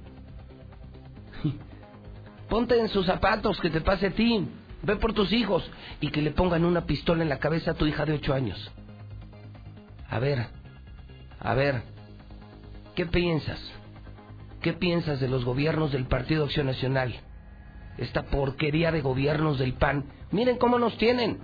Ponte en sus zapatos, que te pase a ti. Ve por tus hijos y que le pongan una pistola en la cabeza a tu hija de ocho años. A ver, a ver, ¿qué piensas? ¿Qué piensas de los gobiernos del Partido Acción Nacional? Esta porquería de gobiernos del P A N. Miren cómo nos tienen.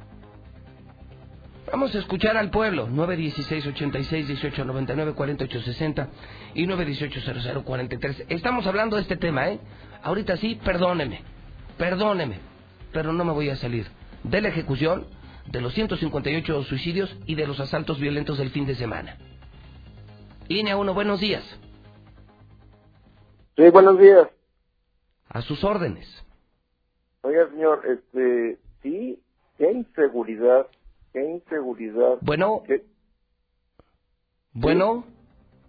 Vamos a escuchar al pueblo. nueve dieciséis, ochenta y seis, dieciocho noventa y nueve, cuarenta y ocho sesenta y nueve dieciocho, cero cero cuarenta y tres. Estamos hablando de este tema, ¿eh? Ahorita sí, perdóneme, perdóneme, pero no me voy a salir de la ejecución, de los ciento cincuenta y ocho suicidios y de los asaltos violentos del fin de semana. Línea uno, buenos días. Sí, buenos días. A sus órdenes. Oiga, señor, este, sí, qué inseguridad, qué inseguridad. Bueno. ¿Qué? Bueno. ¿Sí?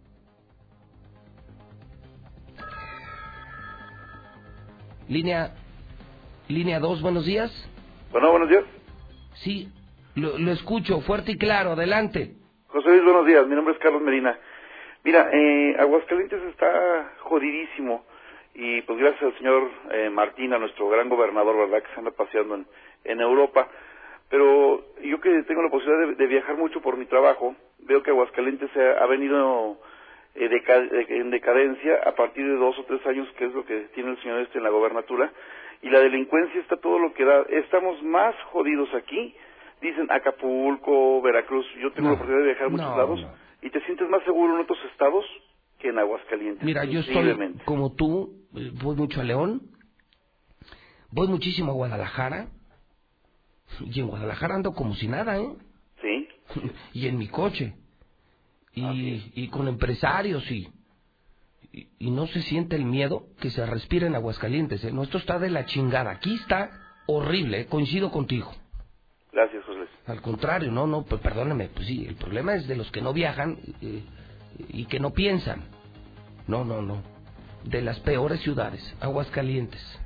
Línea, línea dos, buenos días. Bueno, buenos días. Sí, lo, lo escucho, fuerte y claro, adelante. José Luis, buenos días, mi nombre es Carlos Medina. Mira, eh, Aguascalientes está jodidísimo y pues gracias al señor eh, Martín, a nuestro gran gobernador, ¿verdad?, que se anda paseando en, en Europa. Pero yo que tengo la posibilidad de, de viajar mucho por mi trabajo, veo que Aguascalientes se ha, ha venido eh, deca, en decadencia a partir de dos o tres años, que es lo que tiene el señor este en la gobernatura, y la delincuencia está todo lo que da. Estamos más jodidos aquí, dicen Acapulco, Veracruz, yo tengo no, la oportunidad de viajar a muchos no, lados, no. y te sientes más seguro en otros estados que en Aguascalientes. Mira, yo estoy como tú, voy mucho a León, voy muchísimo a Guadalajara, y en Guadalajara ando como si nada, ¿eh? Sí. Y en mi coche, y, ah, sí. y con empresarios, y, y, y no se siente el miedo que se respira en Aguascalientes, ¿eh? No, esto está de la chingada, aquí está horrible, ¿eh? Coincido contigo. Gracias, José. Al contrario, no, no, pues perdóname, pues sí, el problema es de los que no viajan eh, y que no piensan. No, no, no. De las peores ciudades, Aguascalientes.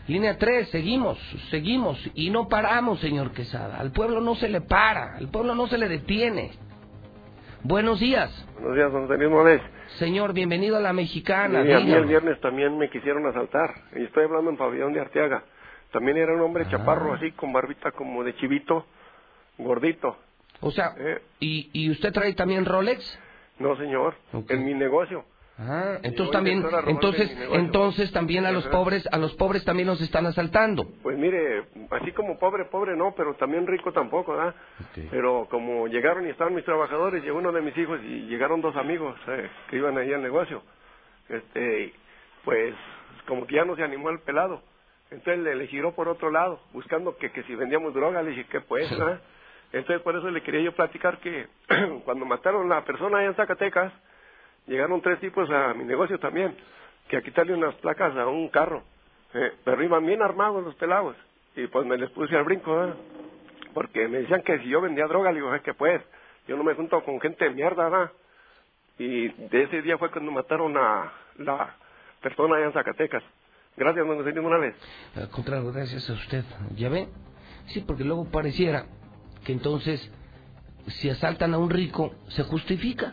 Línea tres, seguimos, seguimos y no paramos, señor Quesada. Al pueblo no se le para, al pueblo no se le detiene. Buenos días. Buenos días, don Denis Morales. Señor, bienvenido a La Mexicana. Sí, a mí dígame. el viernes también me quisieron asaltar. Y estoy hablando en Pabellón de Arteaga. También era un hombre ah. chaparro, así, con barbita como de chivito, gordito. O sea, eh. ¿y, ¿y usted trae también Rolex? No, señor, okay. En mi negocio. Ah, entonces también, entonces, entonces también a los Ajá. pobres, a los pobres también los están asaltando. Pues mire, así como pobre, pobre no, pero también rico tampoco, ¿verdad? Okay. Pero como llegaron y estaban mis trabajadores, llegó uno de mis hijos y llegaron dos amigos eh, que iban ahí al negocio. Este, pues como que ya no se animó el pelado. Entonces le, le giró por otro lado, buscando que, que si vendíamos droga, le dije, ¿qué pues? Sí. ¿verdad? Entonces por eso le quería yo platicar que cuando mataron a la persona allá en Zacatecas, llegaron tres tipos a mi negocio también, que a quitarle unas placas a un carro, eh, pero iban bien armados los pelados, y pues me les puse al brinco, ¿verdad? Porque me decían que si yo vendía droga, le digo, es que pues, yo no me junto con gente de mierda, ¿verdad? Y de ese día fue cuando mataron a la persona allá en Zacatecas. Gracias, don José Luis Morales. Al contrario, gracias a usted. ¿Ya ve? Sí, porque luego pareciera que entonces, si asaltan a un rico, se justifica.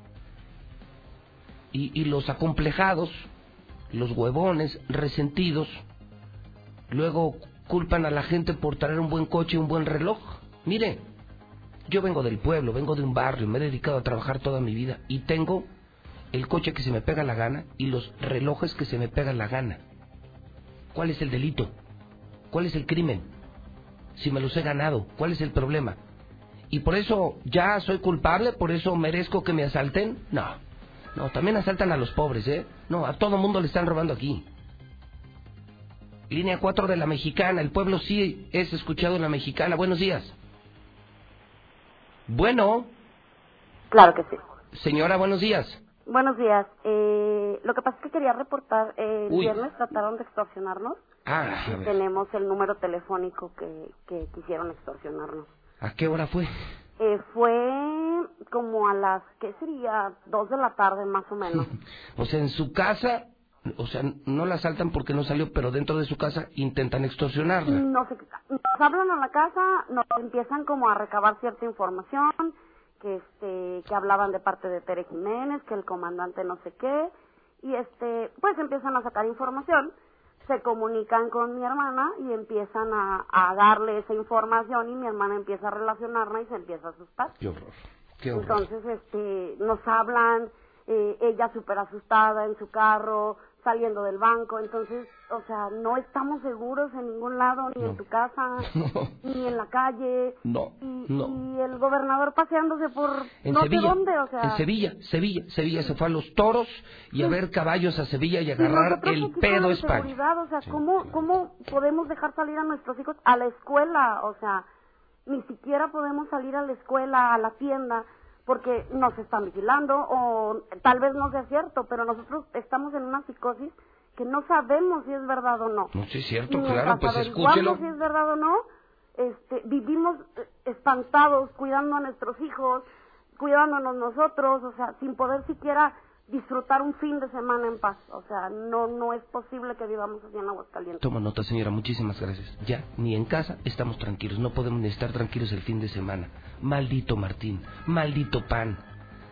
Y, y los acomplejados, los huevones, resentidos, luego culpan a la gente por traer un buen coche y un buen reloj. Mire, yo vengo del pueblo, vengo de un barrio, me he dedicado a trabajar toda mi vida y tengo el coche que se me pega la gana y los relojes que se me pegan la gana. ¿Cuál es el delito? ¿Cuál es el crimen? Si me los he ganado, ¿cuál es el problema? ¿Y por eso ya soy culpable? ¿Por eso merezco que me asalten? No. No, también asaltan a los pobres, ¿eh? No, a todo mundo le están robando aquí. Línea cuatro de La Mexicana, el pueblo sí es escuchado en La Mexicana. Buenos días. Bueno. Claro que sí. Señora, buenos días. Buenos días. Eh, lo que pasa es que quería reportar, eh, el Uy. viernes trataron de extorsionarnos. Ah, y tenemos el número telefónico que, que quisieron extorsionarnos. ¿A qué hora fue? Eh, fue como a las, ¿qué sería? Dos de la tarde más o menos. O sea, en su casa, o sea, no la asaltan porque no salió, pero dentro de su casa intentan extorsionarla. No sé, nos hablan a la casa, nos empiezan como a recabar cierta información, que este, que hablaban de parte de Tere Jiménez, que el comandante no sé qué, y este, pues empiezan a sacar información. Se comunican con mi hermana y empiezan a, a darle esa información y mi hermana empieza a relacionarla y se empieza a asustar. Qué horror, qué horror. Entonces, este, nos hablan, eh, ella súper asustada en su carro, saliendo del banco, entonces, o sea, no estamos seguros en ningún lado, ni no. en tu casa, no. ni en la calle. No, y, no. Y el gobernador paseándose por en no Sevilla, sé dónde, o sea. En Sevilla, Sevilla, Sevilla se fue a los toros y sí. a ver caballos a Sevilla y agarrar y el pedo a España. Seguridad, o sea, sí, ¿cómo, claro. ¿cómo podemos dejar salir a nuestros hijos a la escuela? O sea, ni siquiera podemos salir a la escuela, a la tienda, porque nos están vigilando, o tal vez no sea cierto, pero nosotros estamos en una psicosis que no sabemos si es verdad o no. No, sí es cierto, y claro, pues escúchelo. si es verdad o no, este, vivimos espantados, cuidando a nuestros hijos, cuidándonos nosotros, o sea, sin poder siquiera disfrutar un fin de semana en paz. O sea, no no es posible que vivamos así en Aguascalientes. Toma nota, señora, muchísimas gracias. Ya, ni en casa estamos tranquilos, no podemos ni estar tranquilos el fin de semana. Maldito Martín, maldito P A N.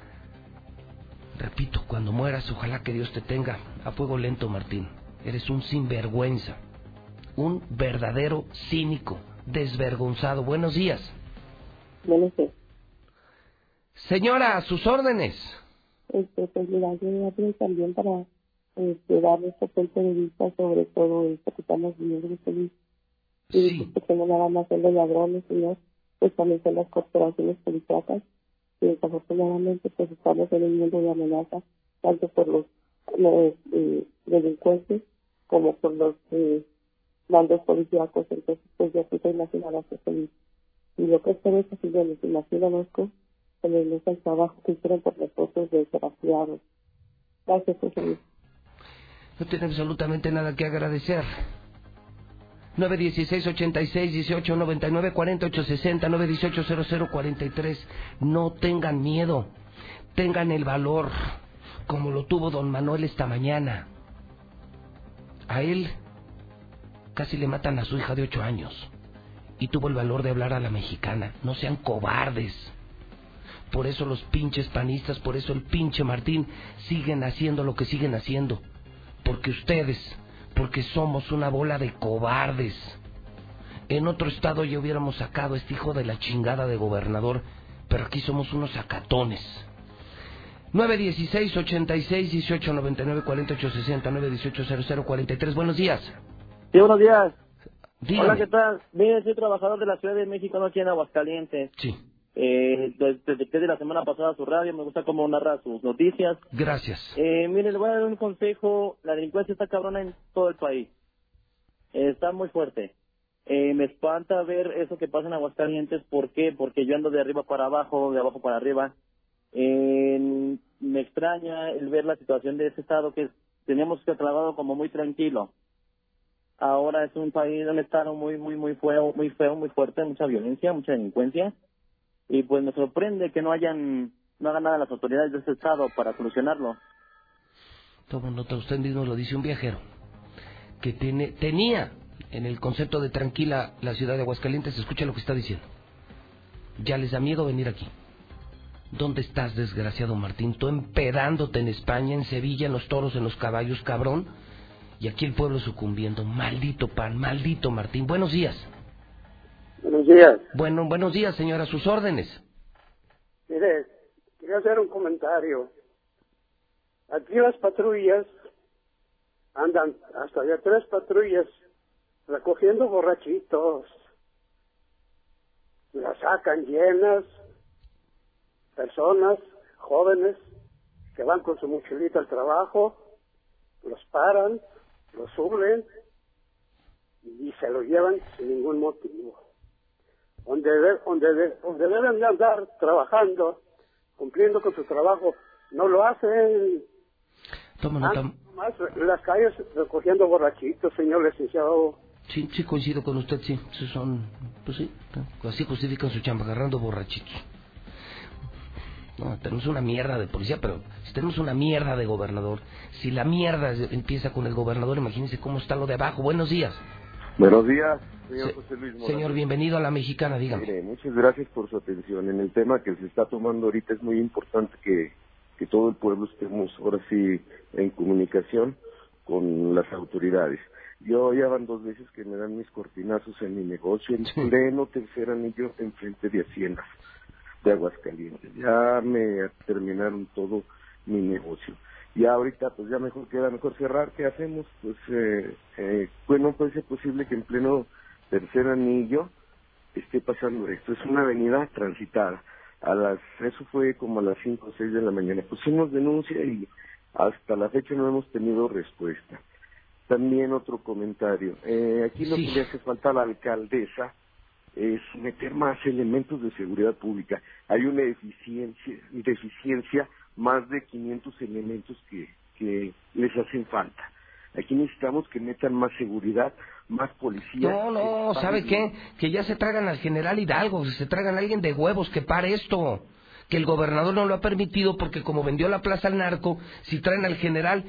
Repito, cuando mueras, ojalá que Dios te tenga a fuego lento, Martín. Eres un sinvergüenza, un verdadero cínico, desvergonzado. Buenos días. Buenos días. Señora, a sus órdenes. Este, pues mira, yo voy a pedir también para este, dar nuestro punto de vista sobre todo esto que estamos viviendo feliz. Y Sí. que no nada más son los ladrones, sino pues también son las corporaciones policíacas. Y desafortunadamente pues estamos en un mundo de amenaza, tanto por los, los eh, delincuentes como por los eh, mandos policíacos. Entonces pues ya tú te imaginarás que feliz. Y lo que espero es que si yo les imagino con el el trabajo que hicieron por nosotros de desgraciados. Gracias, José. No tiene absolutamente nada que agradecer. nueve dieciséis, ochenta y seis, dieciocho, noventa y nueve, cuarenta, ocho sesenta, nueve dieciocho, cero cero, cuarenta y tres. No tengan miedo, tengan el valor, como lo tuvo don Manuel esta mañana. A él casi le matan a su hija de ocho años. Y tuvo el valor de hablar a la mexicana. No sean cobardes. Por eso los pinches panistas, por eso el pinche Martín siguen haciendo lo que siguen haciendo. Porque ustedes, porque somos una bola de cobardes. En otro estado ya hubiéramos sacado a este hijo de la chingada de gobernador, pero aquí somos unos sacatones. nueve dieciséis, ochenta y seis, dieciocho noventa y nueve, cuarenta y ocho sesenta, nueve dieciocho, cero cero cuarenta y tres. Buenos días. Sí, buenos días. Dígame. Hola, ¿qué tal? Mire, soy trabajador de la Ciudad de México, no aquí en Aguascalientes. Sí. Eh, desde, desde la semana pasada su radio, me gusta cómo narra sus noticias. Gracias. Eh, mire, le voy a dar un consejo. La delincuencia está cabrona en todo el país. Eh, está muy fuerte. Eh, me espanta ver eso que pasa en Aguascalientes. ¿Por qué? Porque yo ando de arriba para abajo, de abajo para arriba. Eh, me extraña el ver la situación de ese estado que teníamos que trabajado como muy tranquilo. Ahora es un país, un estado muy, muy, muy feo, muy feo, muy fuerte, mucha violencia, mucha delincuencia. Y pues me sorprende que no hayan, no hagan nada las autoridades de ese estado para solucionarlo. Toma nota, usted mismo lo dice, un viajero que tiene, tenía en el concepto de tranquila la ciudad de Aguascalientes. Escucha lo que está diciendo. Ya les da miedo venir aquí. ¿Dónde estás, desgraciado Martín? Tú empedándote en España, en Sevilla, en los toros, en los caballos, cabrón. Y aquí el pueblo sucumbiendo. Maldito pan, maldito Martín. Buenos días. Buenos días. Bueno, buenos días, señora, a sus órdenes. Mire, quería hacer un comentario. Aquí las patrullas andan hasta ya tres patrullas recogiendo borrachitos. Las sacan llenas, personas jóvenes que van con su mochilita al trabajo, los paran, los suben y se lo llevan sin ningún motivo. Donde, de, donde, de, donde deben de andar trabajando, cumpliendo con su trabajo, no lo hacen. Toma nota. Ah, más las calles recogiendo borrachitos, señor licenciado. Sí, sí, coincido con usted, sí. Esos son, pues sí, así justifican su chamba, agarrando borrachitos. No, tenemos una mierda de policía, pero si tenemos una mierda de gobernador, si la mierda empieza con el gobernador, imagínense cómo está lo de abajo. Buenos días. Buenos días, señor Se, José Luis Morales. Señor, bienvenido a La Mexicana, dígame. Mire, muchas gracias por su atención. En el tema que se está tomando ahorita es muy importante que, que todo el pueblo estemos ahora sí en comunicación con las autoridades. Yo ya van dos veces que me dan mis cortinazos en mi negocio, en pleno tercer anillo, enfrente de Haciendas de Aguascalientes. Ya me terminaron todo mi negocio. Y ahorita pues ya mejor queda mejor cerrar. ¿Qué hacemos? Pues eh, eh, bueno, puede ser posible que en pleno tercer anillo esté pasando esto. Es una avenida transitada. A las eso fue como a las cinco o seis de la mañana. Pusimos denuncia y hasta la fecha no hemos tenido respuesta. También otro comentario. Eh, aquí lo sí. que le hace falta a la alcaldesa es meter más elementos de seguridad pública. Hay una deficiencia, deficiencia más de quinientos elementos que, que les hacen falta. Aquí necesitamos que metan más seguridad, más policía. No, no, ¿sabe qué? Que ya se tragan al general Hidalgo, se tragan a alguien de huevos que pare esto. Que el gobernador no lo ha permitido porque como vendió la plaza al narco, si traen al general,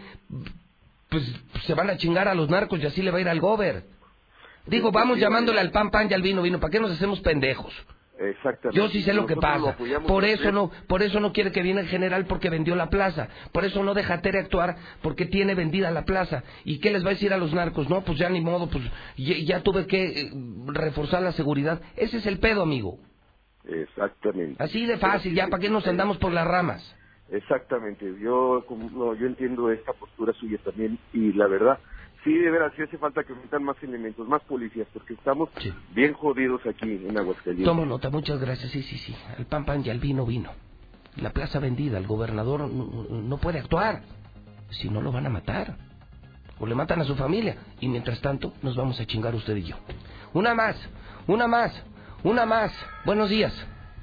pues se van a chingar a los narcos y así le va a ir al gober. Digo, vamos llamándole al pan, pan y al vino, vino. ¿Para qué nos hacemos pendejos? Exactamente. Yo sí sé lo que pasa. Por eso no, por eso no quiere que viene el general porque vendió la plaza. Por eso no deja a Tere actuar porque tiene vendida la plaza. ¿Y qué les va a decir a los narcos? No, pues ya ni modo, pues ya, ya tuve que reforzar la seguridad. Ese es el pedo, amigo. Exactamente. Así de fácil, ya, ¿para qué nos andamos por las ramas? Exactamente. Yo, como, no, yo entiendo esta postura suya también y la verdad... Sí, de veras, sí hace falta que metan más elementos, más policías, porque estamos sí. bien jodidos aquí en Aguascalientes. Tomo nota, muchas gracias, sí, sí, sí. Al pan, pan y al vino, vino. La plaza vendida, el gobernador no, no puede actuar, si no lo van a matar. O le matan a su familia, y mientras tanto nos vamos a chingar usted y yo. Una más, una más, una más. Buenos días.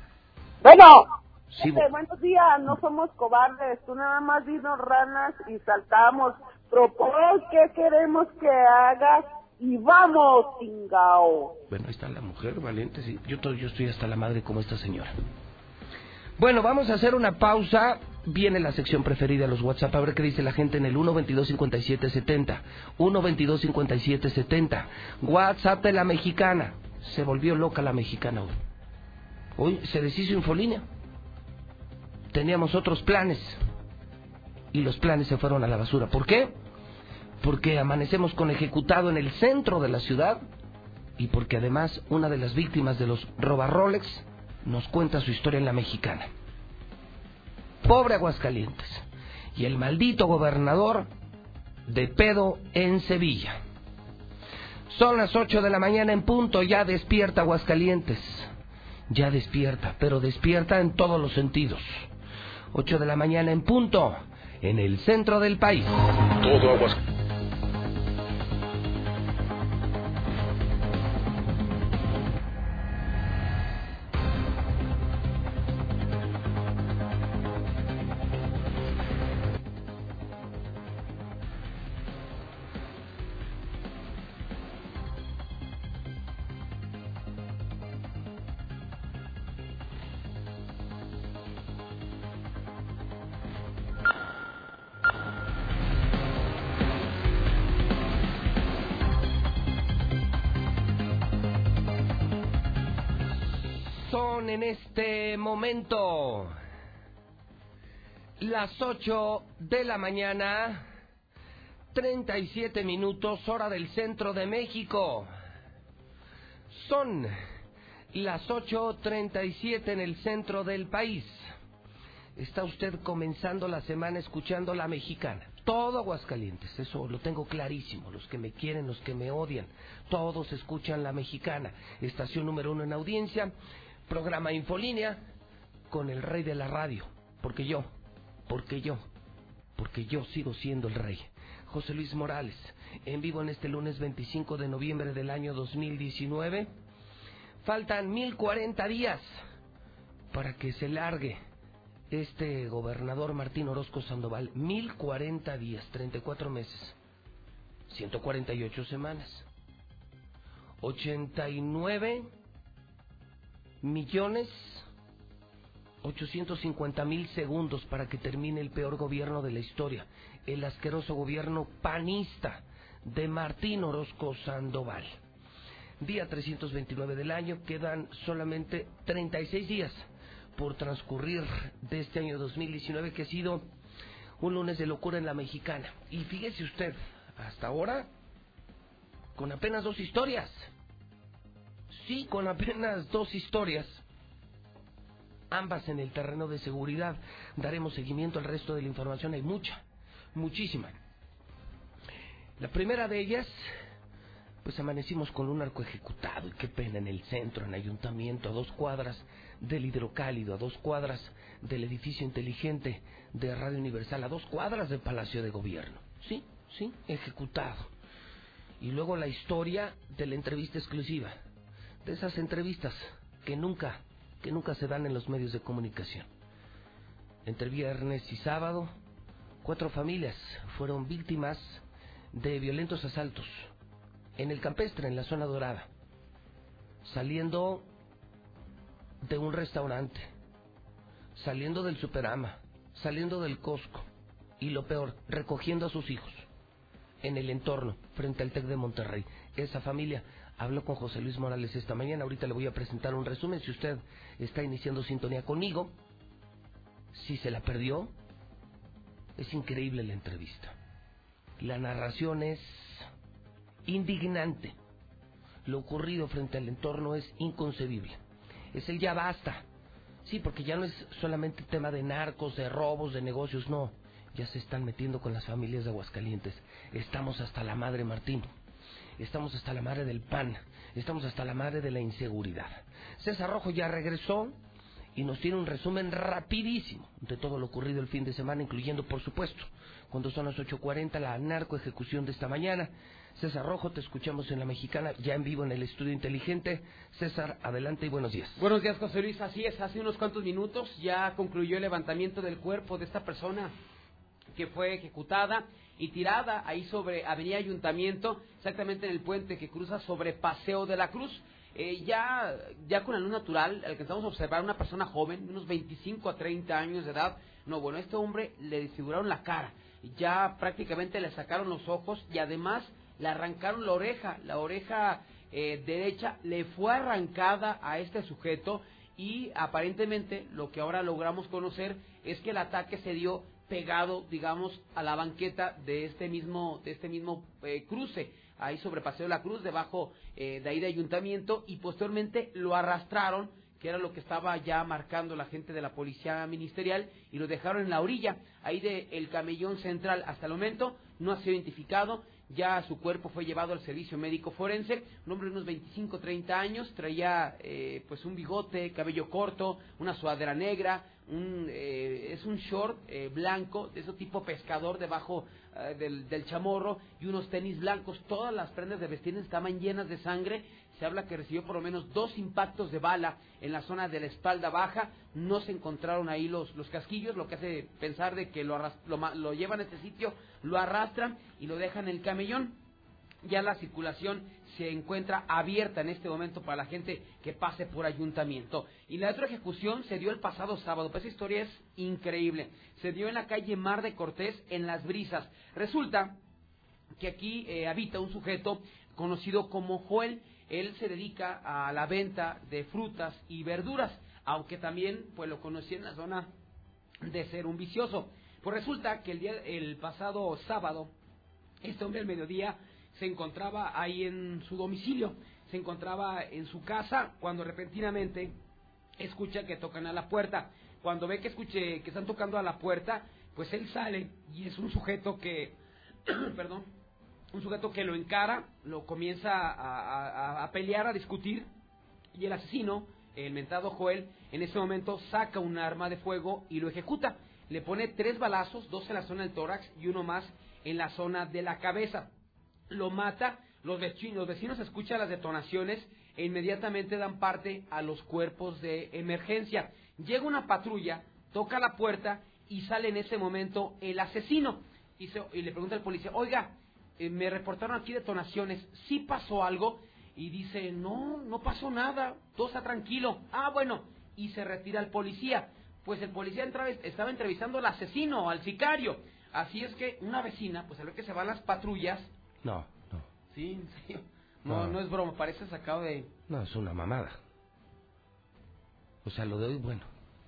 Bueno, sí, este, buenos días, no somos cobardes, tú nada más dinos ranas y saltamos. Propon qué queremos que hagas y vamos, chingao. Bueno, ahí está la mujer valiente, sí. Yo, yo estoy hasta la madre como esta señora. Bueno, vamos a hacer una pausa viene la sección preferida, los WhatsApp, a ver qué dice la gente en el uno veintidós cincuenta y siete setenta, uno veintidós cincuenta y siete setenta. WhatsApp de la Mexicana. Se volvió loca la Mexicana hoy. Hoy se deshizo Infolínea. Teníamos otros planes y los planes se fueron a la basura. ¿Por qué? Porque amanecemos con ejecutado en el centro de la ciudad y porque además una de las víctimas de los robarrolex nos cuenta su historia en la Mexicana. Pobre Aguascalientes. Y el maldito gobernador de pedo en Sevilla. Son las ocho de la mañana en punto. Ya despierta Aguascalientes. Ya despierta, pero despierta en todos los sentidos. Ocho de la mañana en punto. En el centro del país. Todo Aguascalientes. En este momento las ocho de la mañana, treinta y siete minutos, hora del centro de México. Son las ocho treinta y siete en el centro del país. Está usted comenzando la semana escuchando La Mexicana. Todo Aguascalientes, eso lo tengo clarísimo. Los que me quieren, los que me odian, todos escuchan La Mexicana. Estación número uno en audiencia. Programa Infolínea con el rey de la radio, porque yo, porque yo, porque yo sigo siendo el rey. José Luis Morales, en vivo en este lunes veinticinco de noviembre del año dos mil diecinueve. Faltan mil cuarenta días para que se largue este gobernador Martín Orozco Sandoval. Mil cuarenta días, treinta y cuatro meses, ciento cuarenta y ocho semanas, ochenta y nueve millones ochocientos cincuenta mil segundos para que termine el peor gobierno de la historia, el asqueroso gobierno panista de Martín Orozco Sandoval. Día trescientos veintinueve del año, quedan solamente treinta y seis días por transcurrir de este año dos mil diecinueve, que ha sido un lunes de locura en La Mexicana. Y fíjese usted, hasta ahora con apenas dos historias. Sí, con apenas dos historias, ambas en el terreno de seguridad. Daremos seguimiento al resto de la información, hay mucha, muchísima. La primera de ellas, pues amanecimos con un narco ejecutado, y qué pena, en el centro, en Ayuntamiento, a dos cuadras del Hidrocálido, a dos cuadras del edificio inteligente de Radio Universal, a dos cuadras del Palacio de Gobierno. Sí, sí, ejecutado. Y luego la historia de la entrevista exclusiva. De esas entrevistas que nunca, que nunca se dan en los medios de comunicación. Entre viernes y sábado, cuatro familias fueron víctimas de violentos asaltos en el Campestre, en la zona dorada, saliendo de un restaurante, saliendo del Superama, saliendo del Costco y lo peor, recogiendo a sus hijos en el entorno frente al TEC de Monterrey. Esa familia habló con José Luis Morales esta mañana. Ahorita le voy a presentar un resumen. Si usted está iniciando sintonía conmigo, si se la perdió, es increíble la entrevista. La narración es indignante. Lo ocurrido frente al entorno es inconcebible. Es el ya basta. Sí, porque ya no es solamente tema de narcos, de robos, de negocios, no. Ya se están metiendo con las familias de Aguascalientes. Estamos hasta la madre, Martín. Estamos hasta la madre del P A N. Estamos hasta la madre de la inseguridad. César Rojo ya regresó y nos tiene un resumen rapidísimo de todo lo ocurrido el fin de semana, incluyendo, por supuesto, cuando son las ocho cuarenta, la narco ejecución de esta mañana. César Rojo, te escuchamos en La Mexicana, ya en vivo en el Estudio Inteligente. César, adelante y buenos días. Buenos días, José Luis. Así es, hace unos cuantos minutos ya concluyó el levantamiento del cuerpo de esta persona que fue ejecutada y tirada ahí sobre Avenida Ayuntamiento, exactamente en el puente que cruza sobre Paseo de la Cruz. Eh, ya, ya con la luz natural alcanzamos a observar una persona joven, unos veinticinco a treinta años de edad, No, bueno, a este hombre le desfiguraron la cara, ya prácticamente le sacaron los ojos y además le arrancaron la oreja, la oreja eh, derecha le fue arrancada a este sujeto y aparentemente lo que ahora logramos conocer es que el ataque se dio pegado, digamos, a la banqueta de este mismo, de este mismo eh, cruce, ahí sobre Paseo de la Cruz, debajo eh, de ahí de Ayuntamiento, y posteriormente lo arrastraron, que era lo que estaba ya marcando la gente de la Policía Ministerial, y lo dejaron en la orilla, ahí de el Camellón Central. Hasta el momento no ha sido identificado, ya su cuerpo fue llevado al servicio médico forense, un hombre de unos veinticinco, treinta años, traía eh, pues un bigote, cabello corto, una sudadera negra, un, eh, es un short eh, blanco, de ese tipo pescador debajo eh, del, del chamorro, y unos tenis blancos. Todas las prendas de vestir estaban llenas de sangre. Se habla que recibió por lo menos dos impactos de bala en la zona de la espalda baja. No se encontraron ahí los, los casquillos, lo que hace pensar de que lo, lo, lo llevan a este sitio, lo arrastran y lo dejan en el camellón. Ya la circulación se encuentra abierta en este momento para la gente que pase por Ayuntamiento. Y la otra ejecución se dio el pasado sábado, pues esa historia es increíble. Se dio en la calle Mar de Cortés, en Las Brisas. Resulta que aquí eh, habita un sujeto conocido como Joel. Él se dedica a la venta de frutas y verduras, aunque también pues lo conocí en la zona de ser un vicioso. Pues resulta que el día, el pasado sábado, este hombre al mediodía se encontraba ahí en su domicilio, se encontraba en su casa cuando repentinamente escucha que tocan a la puerta. Cuando ve que escuche que están tocando a la puerta, pues él sale y es un sujeto que, perdón, un sujeto que lo encara, lo comienza a, a, a pelear, a discutir, y el asesino, el mentado Joel, en ese momento saca un arma de fuego y lo ejecuta. Le pone tres balazos, dos en la zona del tórax y uno más en la zona de la cabeza. Lo mata, los vecinos, los vecinos escuchan las detonaciones e inmediatamente dan parte a los cuerpos de emergencia. Llega una patrulla, toca la puerta y sale en ese momento el asesino. Y, se, y le pregunta al policía, oiga, eh, me reportaron aquí detonaciones, ¿sí pasó algo? Y dice, no, no pasó nada, todo está tranquilo. Ah, bueno, y se retira el policía. Pues el policía entra, estaba entrevistando al asesino, al sicario. Así es que una vecina, pues al ver que se van las patrullas... No, no. Sí, en serio. No, no, no es broma, parece sacado de... No, es una mamada. O sea, lo de hoy, bueno,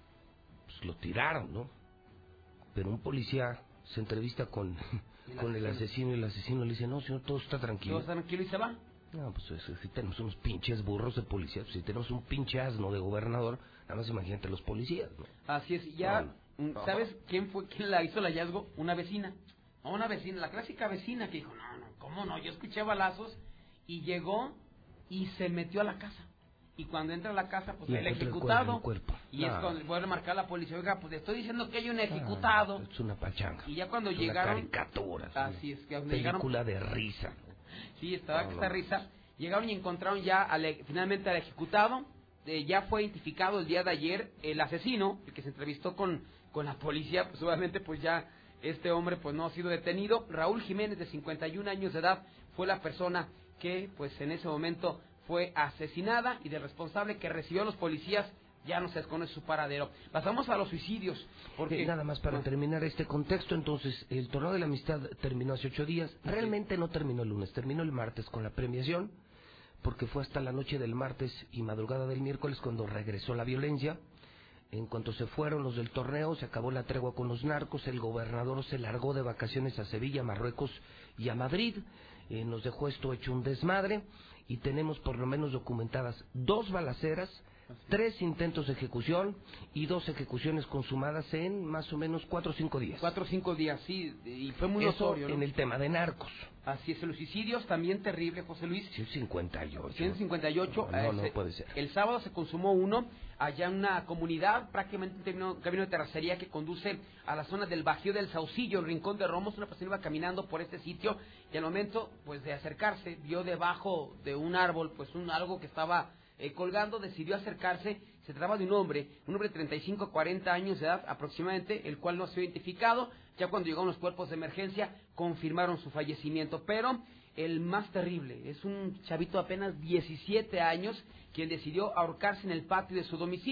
pues lo tiraron, ¿no? Pero un policía se entrevista con, con el asesino y el asesino le dice, no, señor, todo está tranquilo. Todo está tranquilo y se va. No, pues eso, si tenemos unos pinches burros de policía, pues, si tenemos un pinche asno de gobernador, nada más imagínate los policías, ¿no? Así es, ya, no, ¿sabes no. quién fue quien la hizo el hallazgo? Una vecina. Una vecina, la clásica vecina que dijo, no, no, ¿cómo no? Yo escuché balazos y llegó y se metió a la casa. Y cuando entra a la casa, pues el ejecutado. El cuerpo, el y no. es cuando vuelve a marcar a la policía, oiga, pues le estoy diciendo que hay un ejecutado. Ah, es una pachanga. Y ya cuando es llegaron... Una caricatura. Así es, que cuando película llegaron, de risa. Sí, estaba no, que esta no. risa. Llegaron y encontraron ya al, finalmente al ejecutado. Eh, ya fue identificado el día de ayer el asesino, el que se entrevistó con, con la policía, pues obviamente pues ya este hombre pues no ha sido detenido. Raúl Jiménez, de cincuenta y un años de edad, fue la persona que pues en ese momento fue asesinada, y del responsable que recibió a los policías ya no se desconoce su paradero. Pasamos a los suicidios. Porque eh, nada más para no. terminar este contexto, entonces el torneo de la amistad terminó hace ocho días. Realmente no terminó el lunes, terminó el martes con la premiación, porque fue hasta la noche del martes y madrugada del miércoles cuando regresó la violencia. En cuanto se fueron los del torneo, se acabó la tregua con los narcos, el gobernador se largó de vacaciones a Sevilla, Marruecos y a Madrid. Eh, nos dejó esto hecho un desmadre, y tenemos por lo menos documentadas dos balaceras, tres intentos de ejecución y dos ejecuciones consumadas en más o menos cuatro o cinco días. Cuatro o cinco días, sí, y fue muy Eso notorio, ¿no? En el tema de narcos. Así es, los suicidios también terrible, José Luis. ciento cincuenta y ocho. ciento cincuenta y ocho. No, no, no puede ser. El sábado se consumó uno allá en una comunidad, prácticamente en un camino de terracería que conduce a la zona del Bajío del Saucillo, el Rincón de Romos. Una persona iba caminando por este sitio y al momento pues de acercarse vio debajo de un árbol pues un algo que estaba eh, colgando, decidió acercarse. Se trataba de un hombre, un hombre de treinta y cinco a cuarenta años de edad aproximadamente, el cual no ha sido identificado. Ya cuando llegaron los cuerpos de emergencia confirmaron su fallecimiento, pero el más terrible es un chavito de apenas diecisiete años quien decidió ahorcarse en el patio de su domicilio.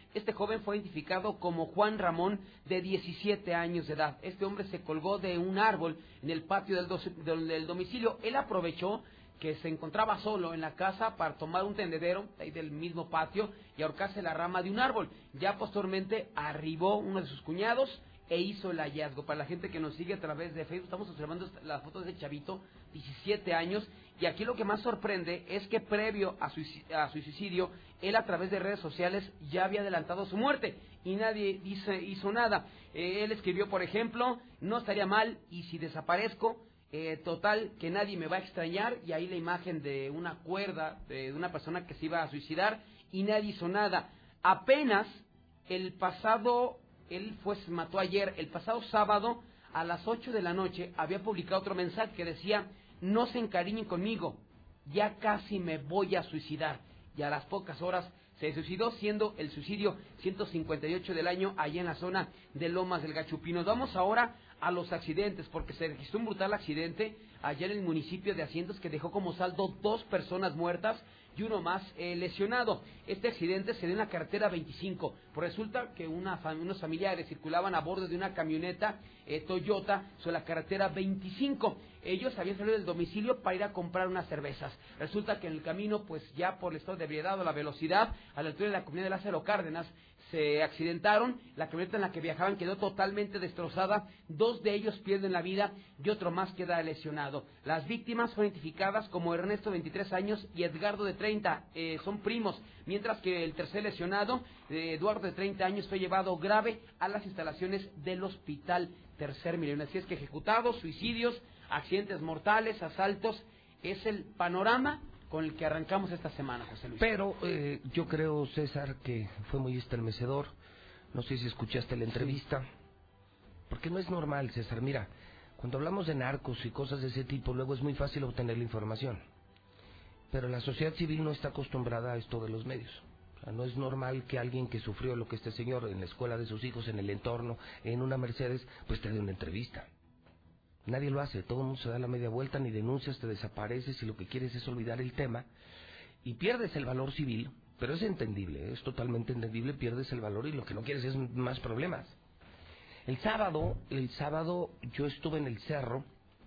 Este joven fue identificado como Juan Ramón, de diecisiete años de edad. Este hombre se colgó de un árbol en el patio del, do del domicilio. Él aprovechó que se encontraba solo en la casa para tomar un tendedero ahí del mismo patio y ahorcarse la rama de un árbol. Ya posteriormente arribó uno de sus cuñados e hizo el hallazgo. Para la gente que nos sigue a través de Facebook, estamos observando las fotos de chavito, diecisiete años, y aquí lo que más sorprende es que previo a su, a su suicidio, él a través de redes sociales ya había adelantado su muerte y nadie dice, hizo nada. Eh, él escribió, por ejemplo, no estaría mal y si desaparezco, eh, total que nadie me va a extrañar, y ahí la imagen de una cuerda de, de una persona que se iba a suicidar y nadie hizo nada. Apenas el pasado... Él fue, se mató ayer, el pasado sábado a las ocho de la noche había publicado otro mensaje que decía: no se encariñen conmigo, ya casi me voy a suicidar. Y a las pocas horas se suicidó, siendo el suicidio ciento cincuenta y ocho del año allá en la zona de Lomas del Gachupino. Vamos ahora a los accidentes, porque se registró un brutal accidente allá en el municipio de Haciendas que dejó como saldo dos personas muertas y uno más eh, lesionado. Este accidente se dio en la carretera veinticinco. Pues resulta que una, unos familiares circulaban a bordo de una camioneta eh, Toyota sobre la carretera veinticinco. Ellos habían salido del domicilio para ir a comprar unas cervezas. Resulta que en el camino, pues ya por el estado de ebriedad o la velocidad, a la altura de la comunidad de Lázaro Cárdenas, se accidentaron. La camioneta en la que viajaban quedó totalmente destrozada. Dos de ellos pierden la vida y otro más queda lesionado. Las víctimas fueron identificadas como Ernesto, veintitrés años, y Edgardo, de treinta. Eh, son primos. Mientras que el tercer lesionado, eh, Eduardo, de treinta años, fue llevado grave a las instalaciones del Hospital Tercer Milenio. Así es que ejecutados, suicidios, accidentes mortales, asaltos, es el panorama con el que arrancamos esta semana, José Luis. Pero eh, yo creo, César, que fue muy estremecedor. No sé si escuchaste la entrevista. Sí. Porque no es normal, César. Mira, cuando hablamos de narcos y cosas de ese tipo, luego es muy fácil obtener la información. Pero la sociedad civil no está acostumbrada a esto de los medios. O sea, no es normal que alguien que sufrió lo que este señor en la escuela de sus hijos, en el entorno, en una Mercedes, pues te dé una entrevista. Nadie lo hace, todo el mundo se da la media vuelta, ni denuncias, te desapareces y lo que quieres es olvidar el tema y pierdes el valor civil, pero es entendible, es totalmente entendible, pierdes el valor y lo que no quieres es más problemas. El sábado, el sábado yo estuve en el cerro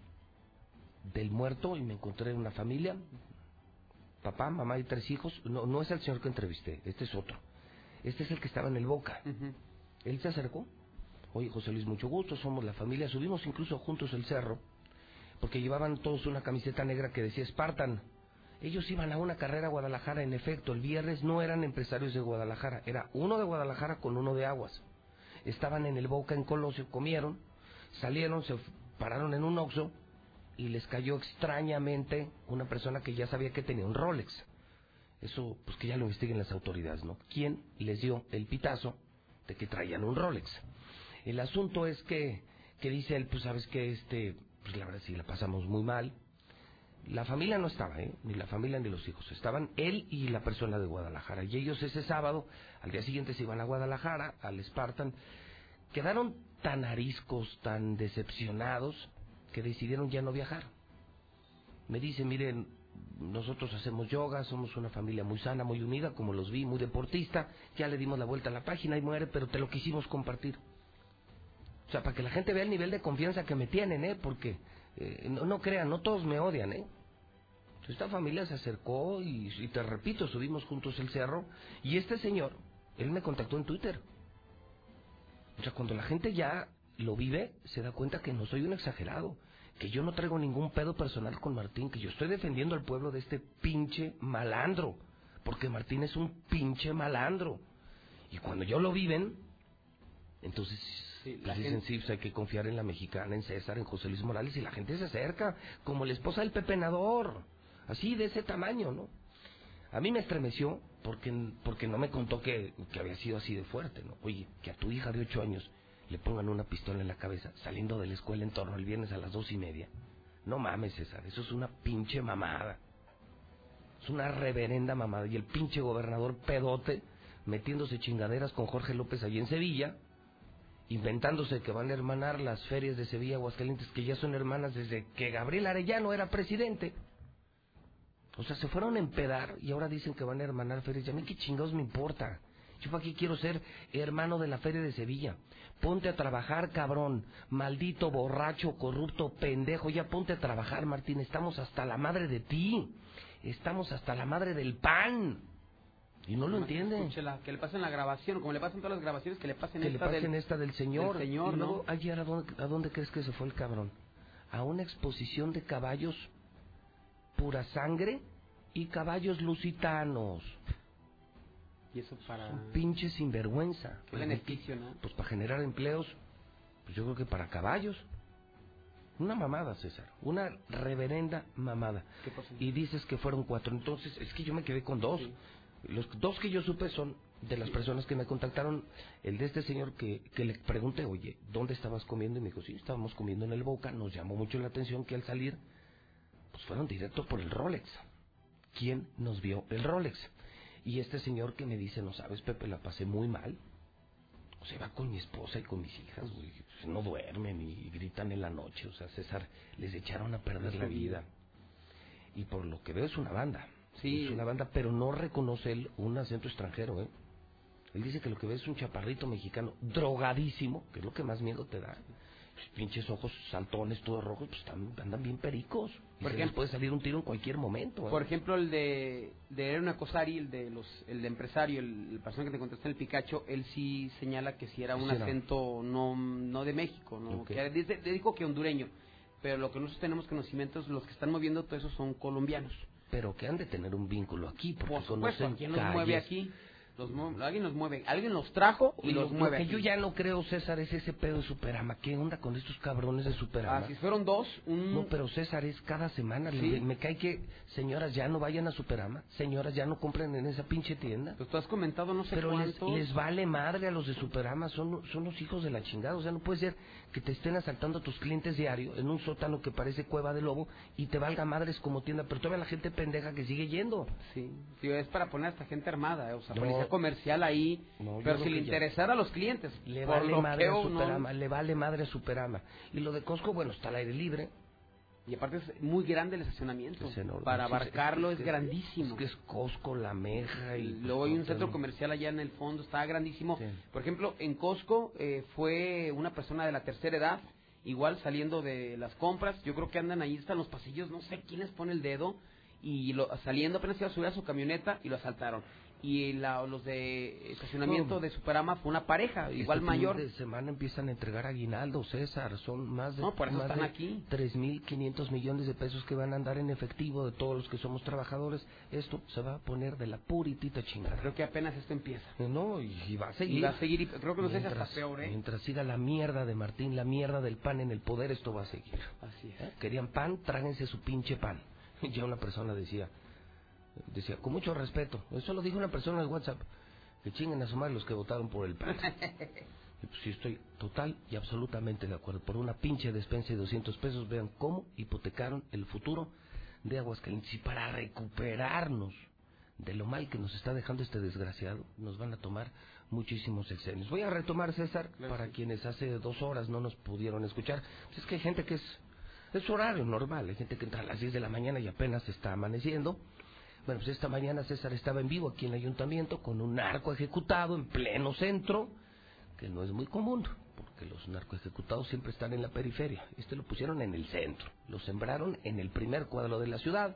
del Muerto y me encontré una familia, papá, mamá y tres hijos. No, no es el señor que entrevisté, este es otro, este es el que estaba en el Boca. Uh-huh. Él se acercó. Oye, José Luis, mucho gusto, somos la familia. Subimos incluso juntos el cerro, porque llevaban todos una camiseta negra que decía Spartan. Ellos iban a una carrera a Guadalajara, en efecto, el viernes. No eran empresarios de Guadalajara, era uno de Guadalajara con uno de Aguas. Estaban en el Boca, en Colosio, comieron, salieron, se pararon en un Oxxo, y les cayó extrañamente una persona que ya sabía que tenía un Rolex. Eso, pues que ya lo investiguen las autoridades, ¿no? ¿Quién les dio el pitazo de que traían un Rolex? El asunto es que, que dice él, pues sabes que este, pues la verdad sí la pasamos muy mal. La familia no estaba, ¿eh? Ni la familia ni los hijos. Estaban él y la persona de Guadalajara. Y ellos ese sábado, al día siguiente se iban a Guadalajara, al Spartan. Quedaron tan ariscos, tan decepcionados, que decidieron ya no viajar. Me dice, miren, nosotros hacemos yoga, somos una familia muy sana, muy unida, como los vi, muy deportista. Ya le dimos la vuelta a la página y muere, pero te lo quisimos compartir. O sea, para que la gente vea el nivel de confianza que me tienen, ¿eh? Porque, eh, no, no crean, no todos me odian, ¿eh? Esta familia se acercó y, y te repito, subimos juntos el cerro. Y este señor, él me contactó en Twitter. O sea, cuando la gente ya lo vive, se da cuenta que no soy un exagerado. Que yo no traigo ningún pedo personal con Martín. Que yo estoy defendiendo al pueblo de este pinche malandro. Porque Martín es un pinche malandro. Y cuando yo lo viven, entonces... Sí, la dicen, gente... sí, pues hay que confiar en la mexicana, en César, en José Luis Morales, y la gente se acerca, como la esposa del pepenador, así de ese tamaño, ¿no? A mí me estremeció porque porque no me contó que, que había sido así de fuerte, ¿no? Oye, que a tu hija de ocho años le pongan una pistola en la cabeza saliendo de la escuela en torno al viernes a las dos y media. No mames, César, eso es una pinche mamada. Es una reverenda mamada. Y el pinche gobernador pedote metiéndose chingaderas con Jorge López allí en Sevilla, inventándose que van a hermanar las ferias de Sevilla, Aguascalientes, que ya son hermanas desde que Gabriel Arellano era presidente. O sea, se fueron a empedar y ahora dicen que van a hermanar ferias. Y a mí qué chingados me importa. Yo para qué quiero ser hermano de la Feria de Sevilla. Ponte a trabajar, cabrón. Maldito borracho, corrupto, pendejo. Ya ponte a trabajar, Martín. Estamos hasta la madre de ti. Estamos hasta la madre del pan. Y no lo entiende. Escúchela, que le pasen la grabación, como le pasan todas las grabaciones, que le pasen que esta le pasen del, esta del señor. Del señor, y luego, ¿no? ayer, ¿a dónde, ¿a dónde crees que se fue el cabrón? A una exposición de caballos pura sangre y caballos lusitanos. Y eso para... Son pinches sinvergüenza. Qué beneficio, ¿no? Pues para generar empleos, pues yo creo que para caballos. Una mamada, César. Una reverenda mamada. ¿Qué pasó? Y dices que fueron cuatro. Entonces, es que yo me quedé con dos. Sí. Los dos que yo supe son de las sí. personas que me contactaron. El de este señor que, que le pregunté, oye, ¿dónde estabas comiendo? Y me dijo, sí, estábamos comiendo en el Boca. Nos llamó mucho la atención que al salir, pues fueron directo por el Rolex. ¿Quién nos vio el Rolex? Y este señor que me dice, no sabes, Pepe, la pasé muy mal. O sea, va con mi esposa y con mis hijas, güey. Pues no duermen y gritan en la noche. O sea, César, les echaron a perder la vida. Y por lo que veo es una banda. Sí. Es una banda, pero no reconoce él un acento extranjero, ¿eh? Él dice que lo que ve es un chaparrito mexicano drogadísimo, que es lo que más miedo te da. Los pinches ojos saltones, todos rojos, pues están, andan bien pericos. Y Por se ejemplo, les puede salir un tiro en cualquier momento, ¿eh? Por ejemplo, el de de Eruna Cosari, el de los el de empresario, el, el persona que te contestó en el Picacho, él sí señala que si era un Sí, no. acento no no de México, no, Okay. que dice, dijo que hondureño, pero lo que nosotros tenemos conocimientos, los que están moviendo todo eso son colombianos. Pero que han de tener un vínculo aquí, porque Por supuesto, conocen ¿quién los calles. mueve aquí? Los mueve, alguien los mueve, alguien los trajo y, Y lo, los lo mueve que aquí. yo ya no creo, César, es ese pedo de Superama. ¿Qué onda con estos cabrones de Superama? Ah, si fueron dos, un... No, pero César, es cada semana. ¿Sí? Le- me cae que señoras ya no vayan a Superama, señoras ya no compren en esa pinche tienda. Pues tú has comentado no sé Pero les, cuántos... les vale madre a los de Superama, son, son los hijos de la chingada. O sea, no puede ser que te estén asaltando a tus clientes diario en un sótano que parece cueva de lobo y te valga madres como tienda, pero todavía la gente pendeja que sigue yendo. Sí, sí, es para poner a esta gente armada, eh, o sea, No. policía comercial ahí, No, yo pero creo si le que ya- interesara a los clientes, Le por vale lo madre que a uno- Superama, le vale madre a Superama. Y lo de Costco, bueno, está al aire libre. Y aparte es muy grande el estacionamiento, Es enorme. para Sí, abarcarlo es es, que- grandísimo. Es que es Costco, La Meja y... Y luego hay un pues, centro no, comercial allá en el fondo, está grandísimo. Sí. Por ejemplo, en Costco eh, fue una persona de la tercera edad, igual saliendo de las compras, yo creo que andan ahí, están los pasillos, no sé quién les pone el dedo, y lo, saliendo apenas iba a subir a su camioneta y lo asaltaron. Y la, los de estacionamiento No. de Superama fue una pareja, igual este mayor. fin de semana empiezan a entregar aguinaldo, César. Son más de, No, por eso más están de aquí. tres mil quinientos millones de pesos que van a andar en efectivo de todos los que somos trabajadores. Esto se va a poner de la puritita chingada. Creo que apenas esto empieza. No, y, y va a seguir. Y va a seguir, y creo que no sé si Mientras- hasta peor, ¿eh? Mientras siga la mierda de Martín, la mierda del pan en el poder, esto va a seguir. Así es. ¿Eh? Querían pan, tráguense su pinche pan. Ya una persona decía, decía, con mucho respeto, eso lo dijo una persona en el WhatsApp, que chinguen a su madre los que votaron por el pan. Y pues sí, estoy total y absolutamente de acuerdo. Por una pinche despensa de doscientos pesos, vean cómo hipotecaron el futuro de Aguascalientes. Y para recuperarnos de lo mal que nos está dejando este desgraciado, nos van a tomar muchísimos sexenios. Voy a retomar, César, Claro, para sí. quienes hace dos horas no nos pudieron escuchar. Pues es que hay gente que es, es su horario normal, hay gente que entra a las diez de la mañana y apenas está amaneciendo. Bueno, pues esta mañana César estaba en vivo aquí en el ayuntamiento con un narco ejecutado en pleno centro, que no es muy común, porque los narco ejecutados siempre están en la periferia. Este lo pusieron en el centro, lo sembraron en el primer cuadro de la ciudad.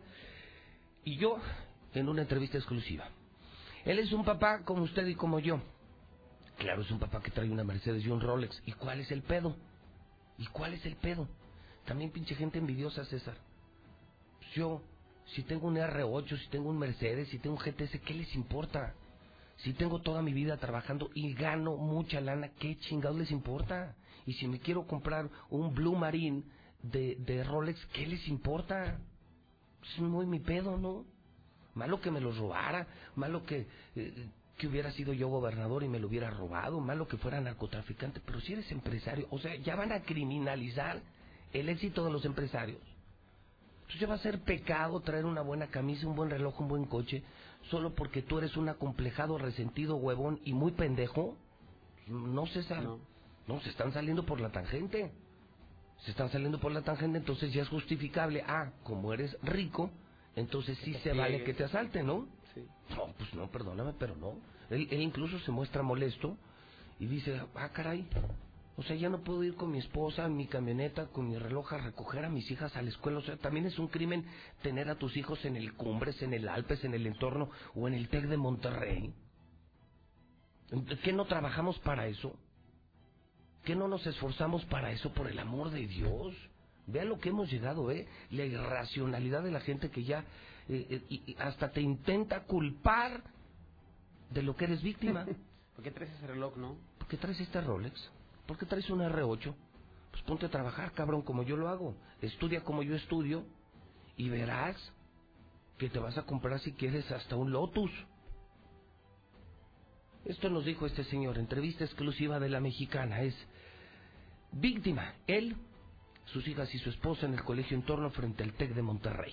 Y yo, en una entrevista exclusiva, él es un papá como usted y como yo. Claro, es un papá que trae una Mercedes y un Rolex. ¿Y cuál es el pedo? ¿Y cuál es el pedo? También pinche gente envidiosa, César. Yo... Si tengo un erre ocho, si tengo un Mercedes, si tengo un ge te ese, ¿qué les importa? Si tengo toda mi vida trabajando y gano mucha lana, ¿qué chingados les importa? Y si me quiero comprar un Blue Marine de, de Rolex, ¿qué les importa? Es muy mi pedo, ¿no? Malo que me los robara, malo que, eh, que hubiera sido yo gobernador y me lo hubiera robado, malo que fuera narcotraficante, pero si eres empresario, o sea, ya van a criminalizar el éxito de los empresarios. Entonces ya va a ser pecado traer una buena camisa, un buen reloj, un buen coche, solo porque tú eres un acomplejado, resentido, huevón y muy pendejo. No, César. No. no, se están saliendo por la tangente. Se están saliendo por la tangente, entonces ya es justificable. Ah, como eres rico, entonces sí se vale que te asalten, ¿no? Sí. No, pues no, perdóname, pero no. Él, él incluso se muestra molesto y dice, ah, caray, o sea, ya no puedo ir con mi esposa en mi camioneta, con mi reloj a recoger a mis hijas a la escuela. O sea, también es un crimen tener a tus hijos en el Cumbres, en el Alpes, en el entorno o en el TEC de Monterrey. ¿Qué no trabajamos para eso? ¿Qué no nos esforzamos para eso, por el amor de Dios? Vean lo que hemos llegado, ¿eh? La irracionalidad de la gente que ya eh, eh, y hasta te intenta culpar de lo que eres víctima. ¿Por qué traes ese reloj, no? ¿Por qué traes este Rolex? ¿Por qué traes un erre ocho? Pues ponte a trabajar, cabrón, como yo lo hago. Estudia como yo estudio y verás que te vas a comprar, si quieres, hasta un Lotus. Esto nos dijo este señor, entrevista exclusiva de La Mexicana. Es víctima, él, sus hijas y su esposa en el colegio Entorno frente al TEC de Monterrey.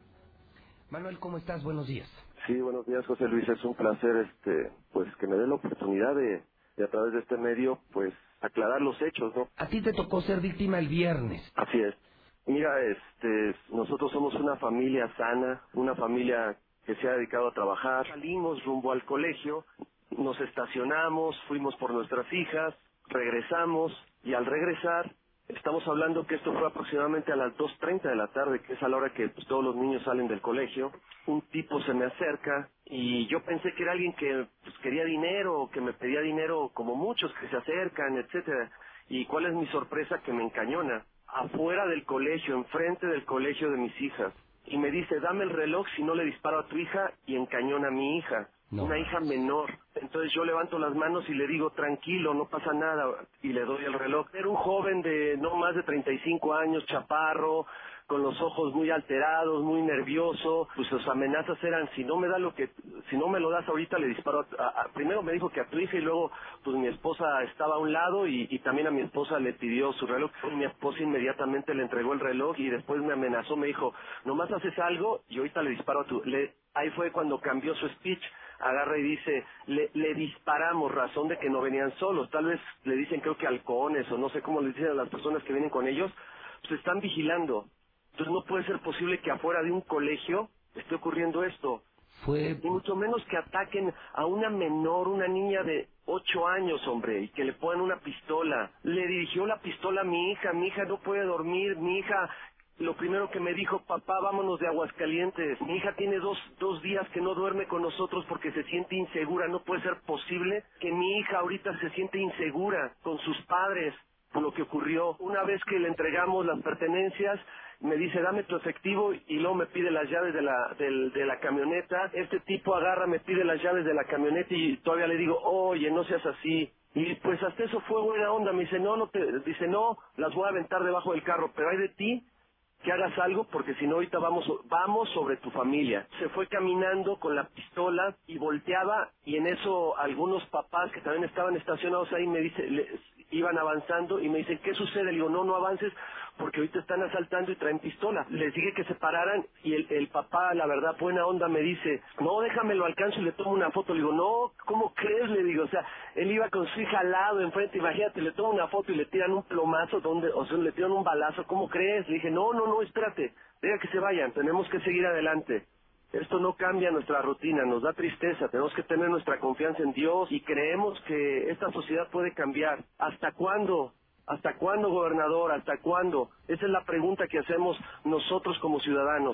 Manuel, ¿cómo estás? Buenos días. Sí, buenos días, José Luis. Es un placer, este, pues, que me dé la oportunidad de, de a través de este medio, pues, aclarar los hechos, ¿no? A ti te tocó ser víctima el viernes. Así es. Mira, este, nosotros somos una familia sana, una familia que se ha dedicado a trabajar. Salimos rumbo al colegio, nos estacionamos, fuimos por nuestras hijas, regresamos y al regresar, estamos hablando que esto fue aproximadamente a las dos treinta de la tarde, que es a la hora que pues, todos los niños salen del colegio. Un tipo se me acerca y yo pensé que era alguien que pues, quería dinero, que me pedía dinero como muchos que se acercan, etcétera. Y cuál es mi sorpresa, que me encañona afuera del colegio, enfrente del colegio de mis hijas, y me dice, dame el reloj si no le disparo a tu hija, y encañona a mi hija. No. Una hija menor. Entonces yo levanto las manos y le digo, tranquilo, no pasa nada, y le doy el reloj. Era un joven de no más de treinta y cinco años, chaparro, con los ojos muy alterados, muy nervioso. Pues sus amenazas eran, si no me da lo que, si no me lo das ahorita, le disparo a, a, a, primero me dijo que a tu hija, y luego pues mi esposa estaba a un lado y, y también a mi esposa le pidió su reloj. Y mi esposa inmediatamente le entregó el reloj y después me amenazó, me dijo, nomás haces algo y ahorita le disparo a tu... Le, ahí fue cuando cambió su speech. Agarra y dice, le, le disparamos, razón de que no venían solos. Tal vez le dicen, creo que halcones, o no sé cómo le dicen a las personas que vienen con ellos, pues están vigilando. Entonces no puede ser posible que afuera de un colegio esté ocurriendo esto. Fue... Y mucho menos que ataquen a una menor, una niña de ocho años, hombre, y que le pongan una pistola. Le dirigió la pistola a mi hija, mi hija no puede dormir, mi hija... Lo primero que me dijo, papá, vámonos de Aguascalientes. Mi hija tiene dos, dos días que no duerme con nosotros porque se siente insegura. No puede ser posible que mi hija ahorita se siente insegura con sus padres por lo que ocurrió. Una vez que le entregamos las pertenencias, me dice, dame tu efectivo, y luego me pide las llaves de la, de, de la camioneta. Este tipo agarra, me pide las llaves de la camioneta y todavía le digo, oye, no seas así. Y pues hasta eso fue buena onda. Me dice, no, no te, dice, no, las voy a aventar debajo del carro, pero hay de ti que hagas algo, porque si no ahorita vamos vamos sobre tu familia. Se fue caminando con la pistola y volteaba, y en eso algunos papás que también estaban estacionados ahí me dice, le, iban avanzando y me dicen, ¿qué sucede? Le digo, no, no avances porque ahorita están asaltando y traen pistola. Les dije que se pararan y el, el papá, la verdad, buena onda, me dice, no, déjame lo alcanzo y le tomo una foto. Le digo, no, ¿cómo crees? Le digo, o sea, él iba con su hija al lado, enfrente, imagínate, le tomo una foto y le tiran un plomazo, donde, o sea, le tiran un balazo, ¿cómo crees? Le dije, no, no, no, espérate, deja que se vayan, tenemos que seguir adelante. Esto no cambia nuestra rutina, nos da tristeza, tenemos que tener nuestra confianza en Dios y creemos que esta sociedad puede cambiar. ¿Hasta cuándo? ¿Hasta cuándo, gobernador? ¿Hasta cuándo? Esa es la pregunta que hacemos nosotros como ciudadanos.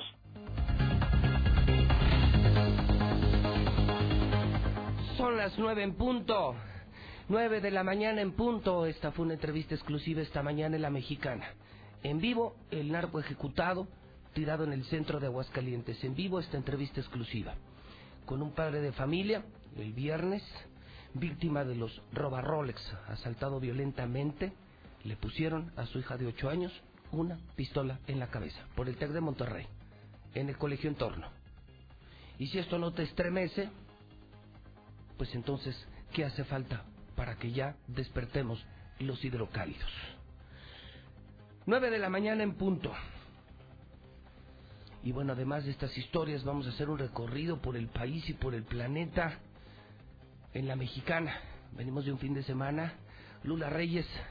Son las nueve en punto. Nueve de la mañana en punto. Esta fue una entrevista exclusiva esta mañana en La Mexicana. En vivo, el narco ejecutado, tirado en el centro de Aguascalientes. En vivo, esta entrevista exclusiva. Con un padre de familia, el viernes, víctima de los roba Rolex, asaltado violentamente. Le pusieron a su hija de ocho años una pistola en la cabeza por el TEC de Monterrey, en el colegio Entorno. Y si esto no te estremece, pues entonces, ¿qué hace falta para que ya despertemos los hidrocálidos? Nueve de la mañana en punto. Y bueno, además de estas historias, vamos a hacer un recorrido por el país y por el planeta en La Mexicana. Venimos de un fin de semana. Lula Reyes,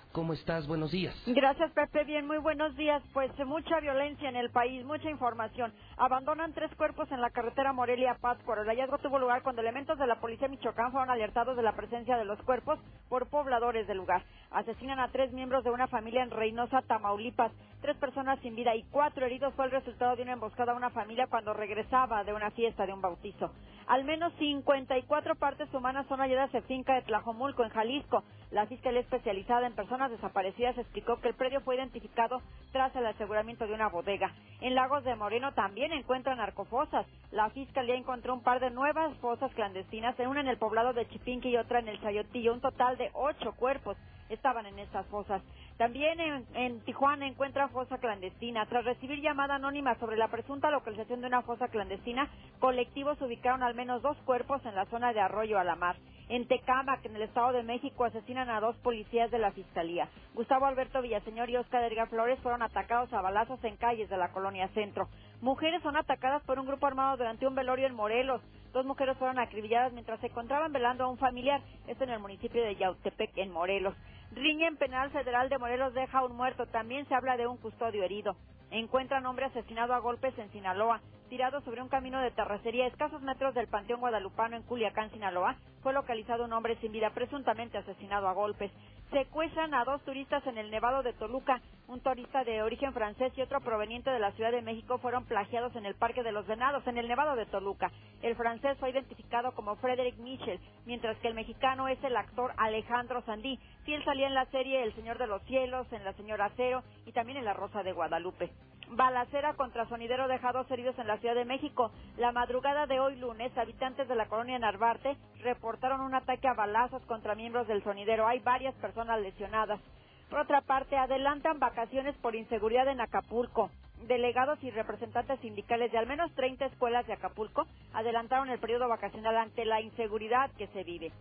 ¿Cómo estás? Buenos días. Gracias, Pepe. Bien, muy buenos días. Pues mucha violencia en el país, mucha información. Abandonan tres cuerpos en la carretera Morelia-Pátzcuaro. El hallazgo tuvo lugar cuando elementos de la policía de Michoacán fueron alertados de la presencia de los cuerpos por pobladores del lugar. Asesinan a tres miembros de una familia en Reynosa, Tamaulipas. Tres personas sin vida y cuatro heridos fue el resultado de una emboscada a una familia cuando regresaba de una fiesta de un bautizo. Al menos cincuenta y cuatro partes humanas son halladas en finca de Tlajomulco, en Jalisco. La Fiscalía Especializada en Personas Desaparecidas explicó que el predio fue identificado tras el aseguramiento de una bodega. En Lagos de Moreno también encuentran narcofosas. La Fiscalía encontró un par de nuevas fosas clandestinas, una en el poblado de Chipinque y otra en el Chayotillo. Un total de ocho cuerpos estaban en estas fosas. También en, en Tijuana encuentra fosa clandestina. Tras recibir llamada anónima sobre la presunta localización de una fosa clandestina, colectivos ubicaron al menos dos cuerpos en la zona de Arroyo a la Mar. En Tecámac, en el Estado de México, asesinan a dos policías de la Fiscalía. Gustavo Alberto Villaseñor y Óscar Edgar Flores fueron atacados a balazos en calles de la Colonia Centro. Mujeres son atacadas por un grupo armado durante un velorio en Morelos. Dos mujeres fueron acribilladas mientras se encontraban velando a un familiar, esto en el municipio de Yautepec, en Morelos. Riña en Penal Federal de Morelos deja un muerto, también se habla de un custodio herido. Encuentran hombre asesinado a golpes en Sinaloa, tirado sobre un camino de terracería a escasos metros del Panteón Guadalupano en Culiacán, Sinaloa. Fue localizado un hombre sin vida, presuntamente asesinado a golpes. Secuestran a dos turistas en el Nevado de Toluca. Un turista de origen francés y otro proveniente de la Ciudad de México fueron plagiados en el Parque de los Venados, en el Nevado de Toluca. El francés fue identificado como Frédéric Michel, mientras que el mexicano es el actor Alejandro Sandí. Sí, él salía en la serie El Señor de los Cielos, en La Señora Cero y también en La Rosa de Guadalupe. Balacera contra sonidero deja dos heridos en la Ciudad de México. La madrugada de hoy lunes, habitantes de la colonia Narvarte reportaron un ataque a balazos contra miembros del sonidero. Hay varias personas lesionadas. Por otra parte, adelantan vacaciones por inseguridad en Acapulco. Delegados y representantes sindicales de al menos treinta escuelas de Acapulco adelantaron el periodo vacacional ante la inseguridad que se vive.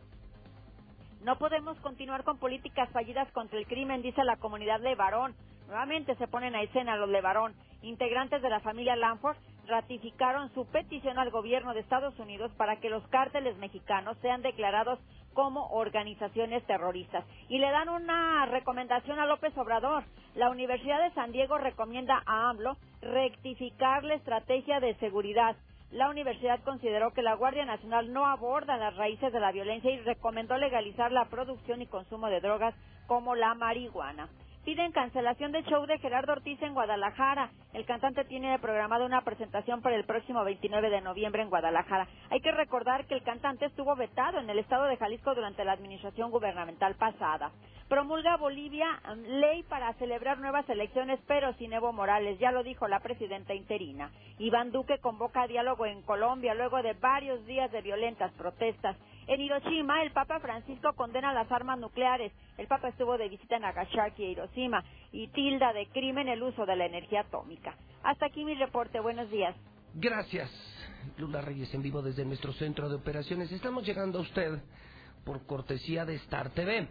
No podemos continuar con políticas fallidas contra el crimen, dice la comunidad Levarón. Nuevamente se ponen a escena los Levarón. Integrantes de la familia Lanford ratificaron su petición al gobierno de Estados Unidos para que los cárteles mexicanos sean declarados como organizaciones terroristas. Y le dan una recomendación a López Obrador. La Universidad de San Diego recomienda a AMLO rectificar la estrategia de seguridad. La universidad consideró que la Guardia Nacional no aborda las raíces de la violencia y recomendó legalizar la producción y consumo de drogas como la marihuana. Piden cancelación del show de Gerardo Ortiz en Guadalajara. El cantante tiene programada una presentación para el próximo veintinueve de noviembre en Guadalajara. Hay que recordar que el cantante estuvo vetado en el estado de Jalisco durante la administración gubernamental pasada. Promulga Bolivia ley para celebrar nuevas elecciones, pero sin Evo Morales, ya lo dijo la presidenta interina. Iván Duque convoca diálogo en Colombia luego de varios días de violentas protestas. En Hiroshima, el Papa Francisco condena las armas nucleares. El Papa estuvo de visita en Nagasaki e Hiroshima y tilda de crimen el uso de la energía atómica. Hasta aquí mi reporte. Buenos días. Gracias, Lula Reyes, en vivo desde nuestro centro de operaciones. Estamos llegando a usted por cortesía de Star T V,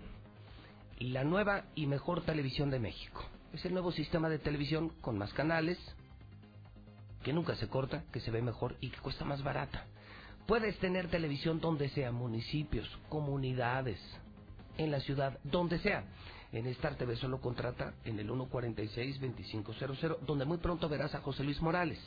la nueva y mejor televisión de México. Es el nuevo sistema de televisión con más canales, que nunca se corta, que se ve mejor y que cuesta más barata. Puedes tener televisión donde sea, municipios, comunidades, en la ciudad, donde sea. En Star T V solo contrata en el uno cuarenta y seis, veinticinco cero cero, donde muy pronto verás a José Luis Morales.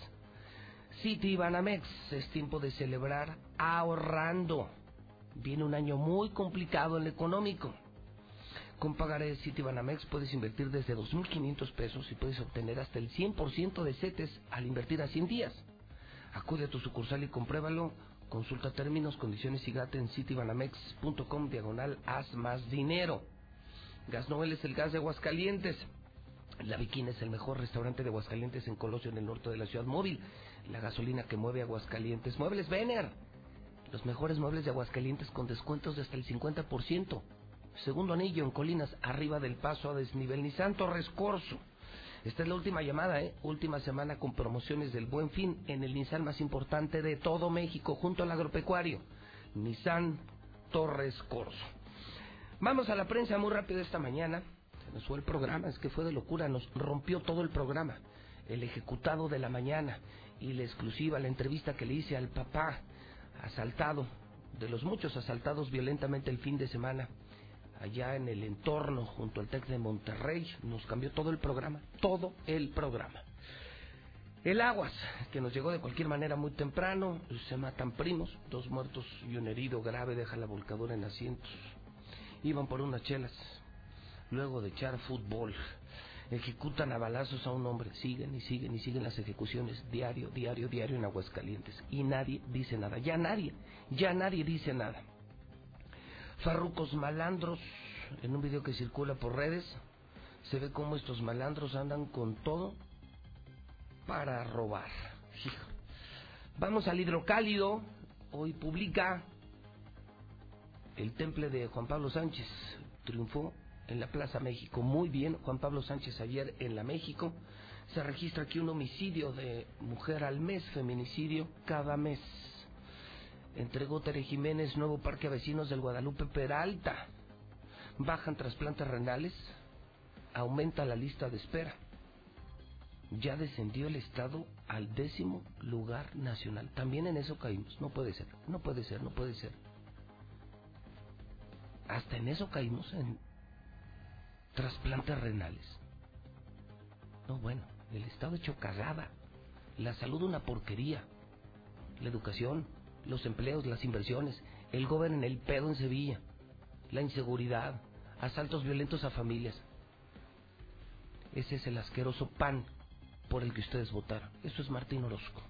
City Banamex, es tiempo de celebrar ahorrando. Viene un año muy complicado en lo económico. Con pagaré City Banamex puedes invertir desde dos mil quinientos pesos y puedes obtener hasta el cien por ciento de CETES al invertir a cien días. Acude a tu sucursal y compruébalo. Consulta términos, condiciones y gate en citybanamex punto com diagonal haz más dinero. Gas Noel es el gas de Aguascalientes. La Viquina es el mejor restaurante de Aguascalientes en Colosio, en el norte de la ciudad móvil. La gasolina que mueve Aguascalientes. Muebles Vener, los mejores muebles de Aguascalientes con descuentos de hasta el cincuenta por ciento. Segundo anillo en Colinas, arriba del paso a desnivel. Nissan Torres Corso. Esta es la última llamada, ¿eh? Última semana con promociones del Buen Fin en el Nissan más importante de todo México, junto al agropecuario. Nissan Torres Corso. Vamos a la prensa muy rápido esta mañana. Se nos fue el programa, es que fue de locura, nos rompió todo el programa. El ejecutado de la mañana y la exclusiva, la entrevista que le hice al papá asaltado, de los muchos asaltados violentamente el fin de semana, allá en el entorno, junto al Tec de Monterrey. Nos cambió todo el programa, todo el programa. El Aguas, que nos llegó de cualquier manera muy temprano. Se matan primos, dos muertos y un herido grave, deja la volcadura en asientos. Iban por unas chelas, luego de echar fútbol. Ejecutan a balazos a un hombre. Siguen y siguen y siguen las ejecuciones diario, diario, diario en Aguascalientes. Y nadie dice nada. Ya nadie, ya nadie dice nada. Farrucos malandros. En un video que circula por redes, se ve cómo estos malandros andan con todo para robar. Vamos al Hidrocálido. Hoy publica: el temple de Juan Pablo Sánchez triunfó en la Plaza México. Muy bien, Juan Pablo Sánchez ayer en la México. Se registra aquí un homicidio de mujer al mes, feminicidio cada mes. Entregó Tere Jiménez nuevo parque a vecinos del Guadalupe Peralta. Bajan trasplantes renales. Aumenta la lista de espera. Ya descendió el estado al décimo lugar nacional. También en eso caímos. No puede ser, no puede ser, no puede ser. Hasta en eso caímos, en trasplantes renales. No, bueno, el estado hecho cagada. La salud una porquería. La educación, los empleos, las inversiones, el gobierno en el pedo en Sevilla, la inseguridad, asaltos violentos a familias. Ese es el asqueroso pan por el que ustedes votaron. Eso es Martín Orozco.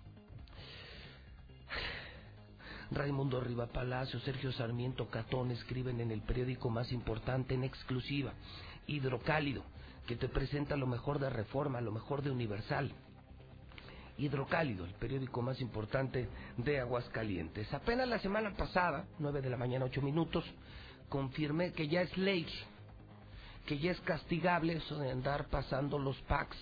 Raimundo Riva Palacio, Sergio Sarmiento Catón escriben en el periódico más importante en exclusiva, Hidrocálido, que te presenta lo mejor de Reforma, lo mejor de Universal. Hidrocálido, el periódico más importante de Aguascalientes. Apenas la semana pasada, nueve de la mañana, ocho minutos, confirmé que ya es ley, que ya es castigable eso de andar pasando los packs.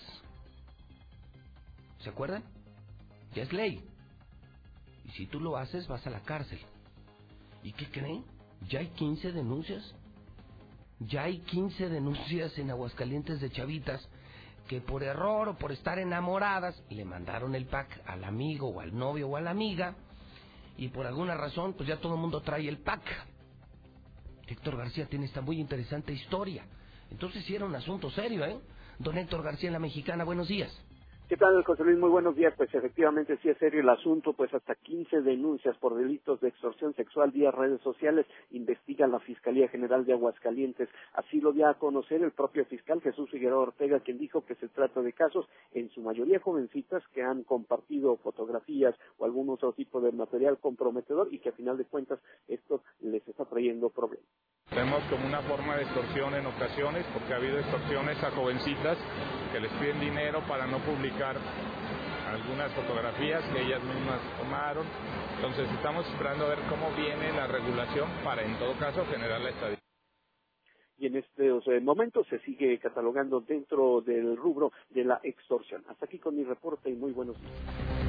¿Se acuerdan? Ya es ley. Y si tú lo haces, vas a la cárcel. ¿Y qué creen? Ya hay quince denuncias. Ya hay quince denuncias en Aguascalientes de chavitas que por error o por estar enamoradas le mandaron el pack al amigo o al novio o a la amiga, y por alguna razón pues ya todo el mundo trae el pack. Héctor García tiene esta muy interesante historia. Entonces sí era un asunto serio, ¿eh? Don Héctor García en La Mexicana, buenos días. ¿Qué tal, José Luis? Muy buenos días. Pues efectivamente sí es serio el asunto, pues hasta quince denuncias por delitos de extorsión sexual vía redes sociales investiga la Fiscalía General de Aguascalientes. Así lo dio a conocer el propio fiscal Jesús Figueroa Ortega, quien dijo que se trata de casos, en su mayoría jovencitas, que han compartido fotografías o algún otro tipo de material comprometedor y que a final de cuentas esto les está trayendo problemas. Vemos como una forma de extorsión en ocasiones, porque ha habido extorsiones a jovencitas que les piden dinero para no publicar algunas fotografías que ellas mismas tomaron. Entonces estamos esperando a ver cómo viene la regulación para en todo caso generar la estadística. Y en estos eh, momentos se sigue catalogando dentro del rubro de la extorsión. Hasta aquí con mi reporte y muy buenos días.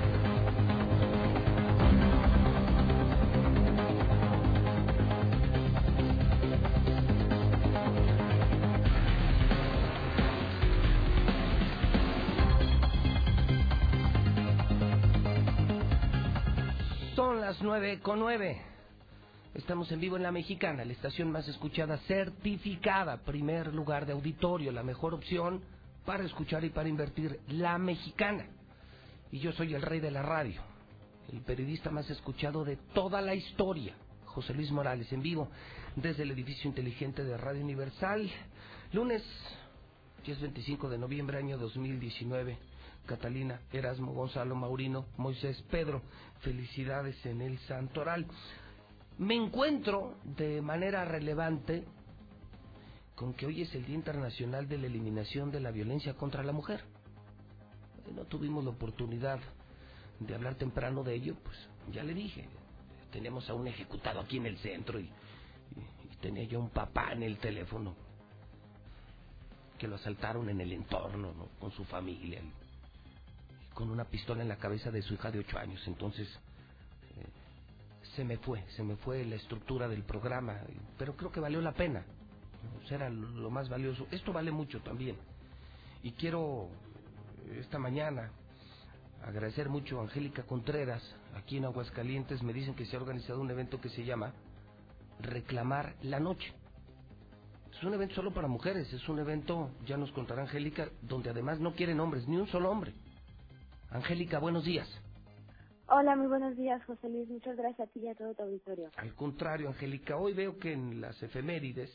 Son las nueve con nueve. Estamos en vivo en La Mexicana, la estación más escuchada, certificada, primer lugar de auditorio, la mejor opción para escuchar y para invertir, La Mexicana. Y yo soy el rey de la radio, el periodista más escuchado de toda la historia, José Luis Morales, en vivo desde el edificio inteligente de Radio Universal, lunes diez veinticinco de noviembre, año dos mil diecinueve. Catalina, Erasmo, Gonzalo, Maurino, Moisés, Pedro, felicidades en el Santoral. Me encuentro de manera relevante con que hoy es el Día Internacional de la Eliminación de la Violencia contra la Mujer. No tuvimos la oportunidad de hablar temprano de ello, pues ya le dije, teníamos a un ejecutado aquí en el centro y, y, y tenía yo un papá en el teléfono que lo asaltaron en el entorno, ¿no? Con su familia, y, con una pistola en la cabeza de su hija de ocho años. Entonces eh, se me fue, se me fue la estructura del programa, pero creo que valió la pena. Pues era lo más valioso. Esto vale mucho también. Y quiero esta mañana agradecer mucho a Angélica Contreras, aquí en Aguascalientes. Me dicen que se ha organizado un evento que se llama Reclamar la Noche. Es un evento solo para mujeres, es un evento, ya nos contará Angélica, donde además no quieren hombres, ni un solo hombre. Angélica, buenos días. Hola, muy buenos días, José Luis. Muchas gracias a ti y a todo tu auditorio. Al contrario, Angélica, hoy veo que en las efemérides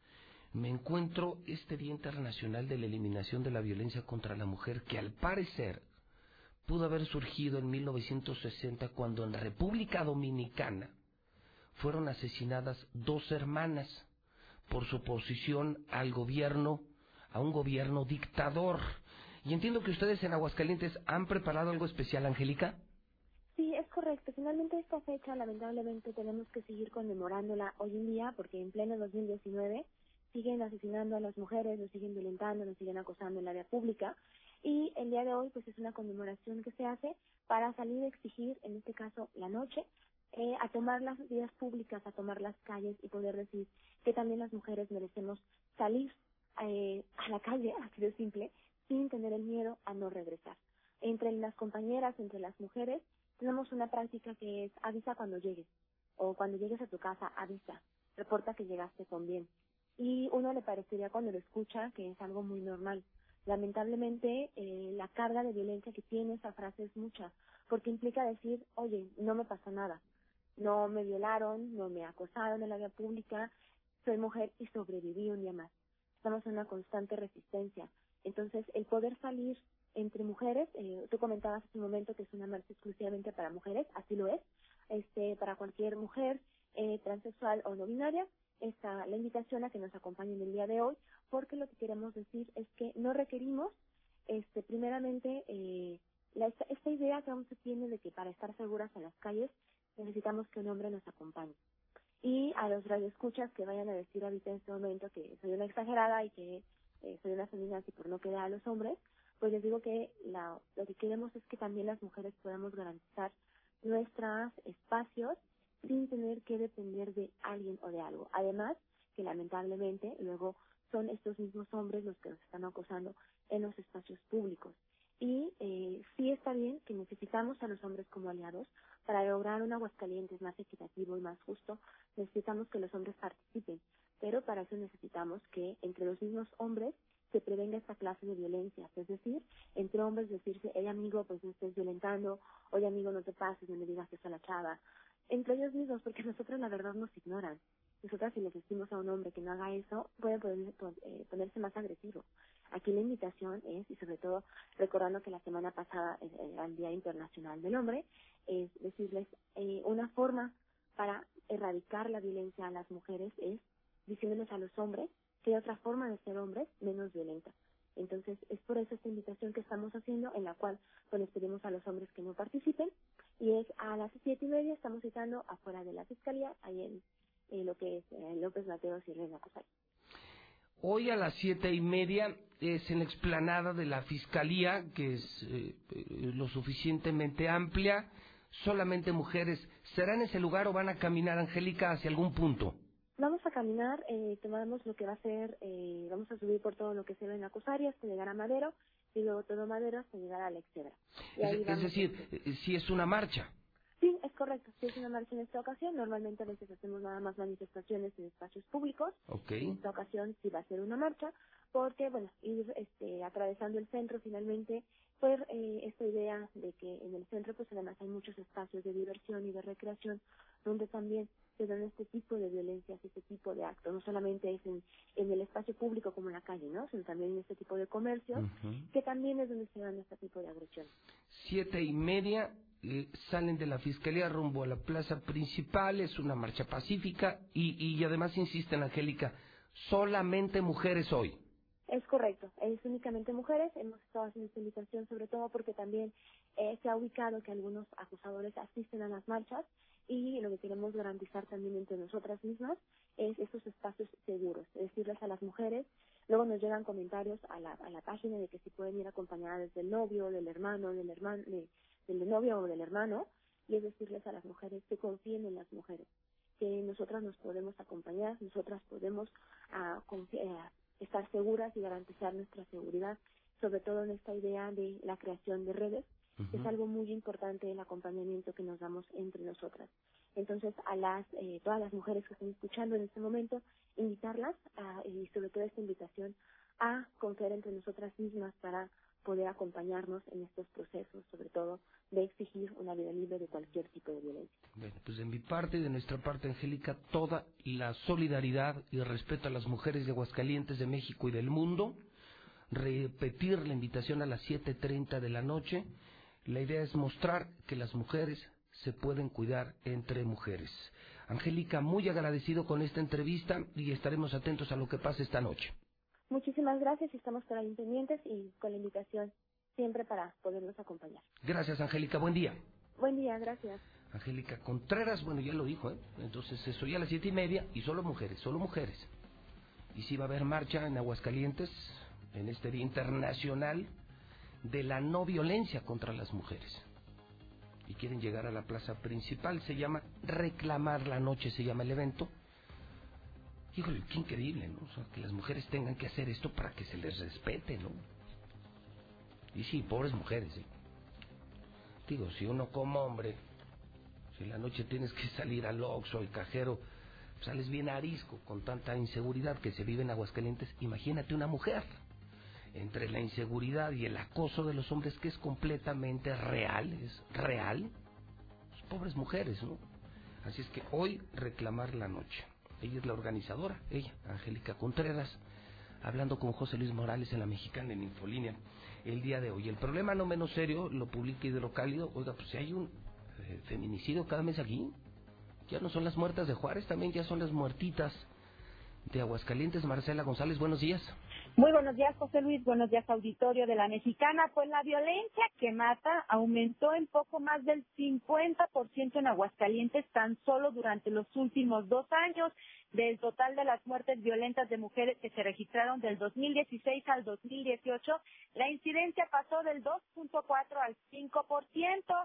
me encuentro este Día Internacional de la Eliminación de la Violencia contra la Mujer, que al parecer pudo haber surgido en mil novecientos sesenta, cuando en República Dominicana fueron asesinadas dos hermanas por su oposición al gobierno, a un gobierno dictador. Y entiendo que ustedes en Aguascalientes han preparado algo especial, Angélica. Sí, es correcto. Finalmente esta fecha, lamentablemente, tenemos que seguir conmemorándola hoy en día, porque en pleno dos mil diecinueve siguen asesinando a las mujeres, nos siguen violentando, nos siguen acosando en la vía pública. Y el día de hoy, pues es una conmemoración que se hace para salir a exigir, en este caso, la noche, eh, a tomar las vías públicas, a tomar las calles y poder decir que también las mujeres merecemos salir eh, a la calle, así de simple, sin tener el miedo a no regresar. Entre las compañeras, entre las mujeres, tenemos una práctica que es avisa cuando llegues, o cuando llegues a tu casa, avisa, reporta que llegaste con bien. Y uno le parecería cuando lo escucha que es algo muy normal. Lamentablemente, eh, la carga de violencia que tiene esa frase es mucha, porque implica decir, oye, no me pasó nada, no me violaron, no me acosaron en la vía pública, soy mujer y sobreviví un día más. Estamos en una constante resistencia. Entonces, el poder salir entre mujeres, eh, tú comentabas hace un momento que es una marcha exclusivamente para mujeres, así lo es, este, para cualquier mujer eh, transexual o no binaria, está la invitación a que nos acompañen el día de hoy, porque lo que queremos decir es que no requerimos, este, primeramente, eh, la, esta, esta idea que aún se tiene de que para estar seguras en las calles necesitamos que un hombre nos acompañe. Y a los radioescuchas que vayan a decir ahorita en este momento que soy una exagerada y que eh, soy una feminazi por no quedar a los hombres, pues les digo que la, lo que queremos es que también las mujeres podamos garantizar nuestros espacios sin tener que depender de alguien o de algo. Además, que lamentablemente luego son estos mismos hombres los que nos están acosando en los espacios públicos. Y eh, sí está bien que necesitamos a los hombres como aliados para lograr un Aguascalientes más equitativo y más justo. Necesitamos que los hombres participen, pero para eso necesitamos que entre los mismos hombres se prevenga esta clase de violencia, es decir, entre hombres decirse, hey amigo, pues no estés violentando, oye amigo, no te pases, no le digas eso a la chava, entre ellos mismos, porque nosotros la verdad nos ignoran. Nosotras si le decimos a un hombre que no haga eso, puede poner, eh, ponerse más agresivo. Aquí la invitación es, y sobre todo recordando que la semana pasada era el Día Internacional del Hombre, es decirles eh, una forma para erradicar la violencia a las mujeres es diciéndoles a los hombres que hay otra forma de ser hombres menos violenta. Entonces, es por eso esta invitación que estamos haciendo, en la cual pues les pedimos a los hombres que no participen, y es a las siete y media, estamos citando afuera de la Fiscalía, ahí en, en lo que es eh, López Mateos y Reina Cosal. Hoy a las siete y media es en la explanada de la Fiscalía, que es eh, lo suficientemente amplia, solamente mujeres. ¿Será en ese lugar o van a caminar, Angélica, hacia algún punto? Vamos a caminar, eh, tomamos lo que va a ser, eh, vamos a subir por todo lo que se ve en la Cosaria hasta llegar a Madero, y luego todo Madero hasta llegar a la Excedra. Es, es decir, a... si es una marcha. Sí, es correcto, sí es una marcha en esta ocasión. Normalmente a veces hacemos nada más manifestaciones en espacios públicos. Okay. En esta ocasión sí va a ser una marcha, porque, bueno, ir este, atravesando el centro finalmente, pues eh, esta idea de que en el centro pues además hay muchos espacios de diversión y de recreación, donde también se dan este tipo de violencias, este tipo de actos. No solamente es en, en el espacio público como en la calle, ¿no? Sino también en este tipo de comercios, uh-huh. que también es donde se dan este tipo de agresiones. Siete y media eh, salen de la Fiscalía rumbo a la plaza principal, es una marcha pacífica y, y además insisten, Angélica, solamente mujeres hoy. Es correcto, es únicamente mujeres. Hemos estado haciendo esta invitación sobre todo porque también eh, se ha ubicado que algunos acusadores asisten a las marchas, y lo que queremos garantizar también entre nosotras mismas es estos espacios seguros, decirles a las mujeres. Luego nos llegan comentarios a la, a la página de que si pueden ir acompañadas del novio, del hermano, del hermano, de, del novio o del hermano, y es decirles a las mujeres que confíen en las mujeres, que nosotras nos podemos acompañar, nosotras podemos uh, confi- uh, estar seguras y garantizar nuestra seguridad, sobre todo en esta idea de la creación de redes Uh-huh. Es algo muy importante el acompañamiento que nos damos entre nosotras. Entonces, a las eh, todas las mujeres que están escuchando en este momento, invitarlas, a, y sobre todo esta invitación, a confiar entre nosotras mismas para poder acompañarnos en estos procesos, sobre todo de exigir una vida libre de cualquier tipo de violencia. Bueno, pues de mi parte y de nuestra parte, Angélica, toda la solidaridad y respeto a las mujeres de Aguascalientes, de México y del mundo. Repetir la invitación a las siete treinta de la noche. La idea es mostrar que las mujeres se pueden cuidar entre mujeres. Angélica, muy agradecido con esta entrevista y estaremos atentos a lo que pase esta noche. Muchísimas gracias y estamos por ahí pendientes y con la invitación siempre para podernos acompañar. Gracias, Angélica. Buen día. Buen día, gracias. Angélica Contreras, bueno, ya lo dijo, ¿eh? Entonces, eso ya a las siete y media y solo mujeres, solo mujeres. Y sí va a haber marcha en Aguascalientes en este Día Internacional de la No Violencia contra las Mujeres. Y quieren llegar a la plaza principal, se llama Reclamar la Noche, se llama el evento. Híjole, qué increíble, ¿no? O sea, que las mujeres tengan que hacer esto para que se les respete, ¿no? Y sí, pobres mujeres, ¿eh? Digo, si uno como hombre, si en la noche tienes que salir al Oxxo, al cajero, sales bien arisco con tanta inseguridad que se vive en Aguascalientes, imagínate una mujer. Entre la inseguridad y el acoso de los hombres, que es completamente real, es real, pues, pobres mujeres, ¿no? Así es que hoy Reclamar la Noche. Ella es la organizadora, ella, Angélica Contreras, hablando con José Luis Morales en La Mexicana, en Infolínea, el día de hoy. El problema no menos serio, lo publica Hidrocálido. Oiga, pues si hay un eh, feminicidio cada mes aquí, ya no son las muertas de Juárez, también ya son las muertitas de Aguascalientes. Marcela González, buenos días. Muy buenos días, José Luis. Buenos días, auditorio de La Mexicana. Pues la violencia que mata aumentó en poco más del cincuenta por ciento en Aguascalientes tan solo durante los últimos dos años. Del total de las muertes violentas de mujeres que se registraron del dos mil dieciséis al dos mil dieciocho, la incidencia pasó del dos punto cuatro al cinco por ciento.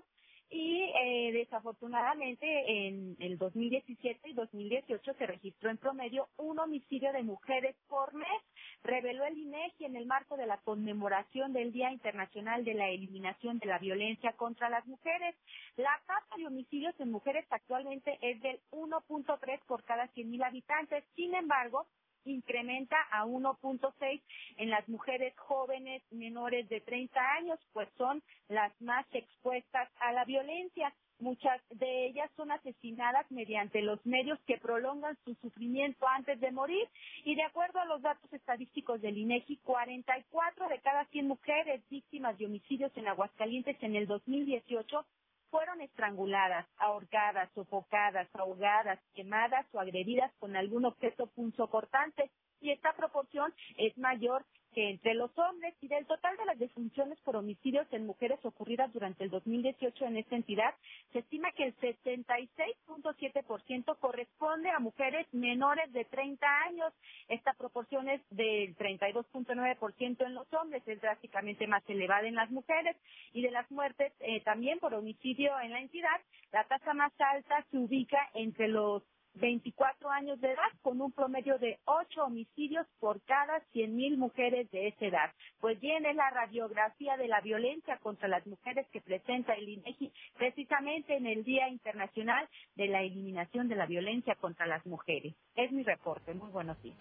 Y eh, desafortunadamente en el dos mil diecisiete y dos mil dieciocho se registró en promedio un homicidio de mujeres por mes, reveló el INEGI en el marco de la conmemoración del Día Internacional de la Eliminación de la Violencia contra las Mujeres. La tasa de homicidios en mujeres actualmente es del uno punto tres por cada cien mil habitantes. Sin embargo, incrementa a uno punto seis en las mujeres jóvenes menores de treinta años, pues son las más expuestas a la violencia. Muchas de ellas son asesinadas mediante los medios que prolongan su sufrimiento antes de morir, y de acuerdo a los datos estadísticos del INEGI, cuarenta y cuatro de cada cien mujeres víctimas de homicidios en Aguascalientes en el dos mil dieciocho fueron estranguladas, ahorcadas, sofocadas, ahogadas, quemadas o agredidas con algún objeto punzocortante, y esta proporción es mayor que entre los hombres. Y del total de las defunciones por homicidios en mujeres ocurridas durante el dos mil dieciocho en esta entidad, se estima que el setenta y seis punto siete por ciento corresponde a mujeres menores de treinta años. Esta proporción es del treinta y dos punto nueve por ciento en los hombres, es drásticamente más elevada en las mujeres. Y de las muertes eh, también por homicidio en la entidad, la tasa más alta se ubica entre los veinticuatro años de edad, con un promedio de ocho homicidios por cada cien mil mujeres de esa edad. Pues bien, es la radiografía de la violencia contra las mujeres que presenta el INEGI precisamente en el Día Internacional de la Eliminación de la Violencia contra las Mujeres. Es mi reporte. Muy buenos días.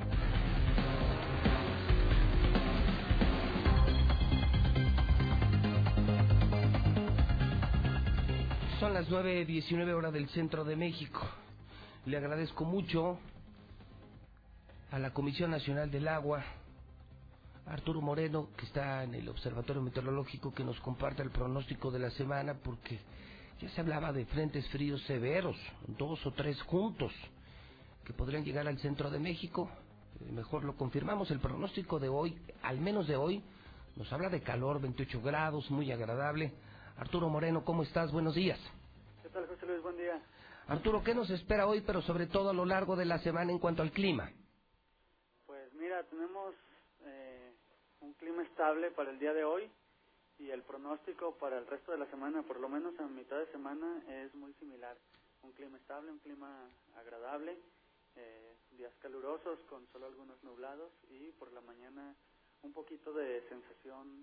Son las nueve diecinueve horas del centro de México. Le agradezco mucho a la Comisión Nacional del Agua, a Arturo Moreno, que está en el Observatorio Meteorológico, que nos comparte el pronóstico de la semana, porque ya se hablaba de frentes fríos severos, dos o tres juntos, que podrían llegar al centro de México. Eh, mejor lo confirmamos. El pronóstico de hoy, al menos de hoy, nos habla de calor, veintiocho grados, muy agradable. Arturo Moreno, ¿cómo estás? Buenos días. ¿Qué tal, José Luis? Buen día. Arturo, ¿qué nos espera hoy, pero sobre todo a lo largo de la semana en cuanto al clima? Pues mira, tenemos eh, un clima estable para el día de hoy, y el pronóstico para el resto de la semana, por lo menos a mitad de semana, es muy similar. Un clima estable, un clima agradable, eh, días calurosos con solo algunos nublados, y por la mañana un poquito de sensación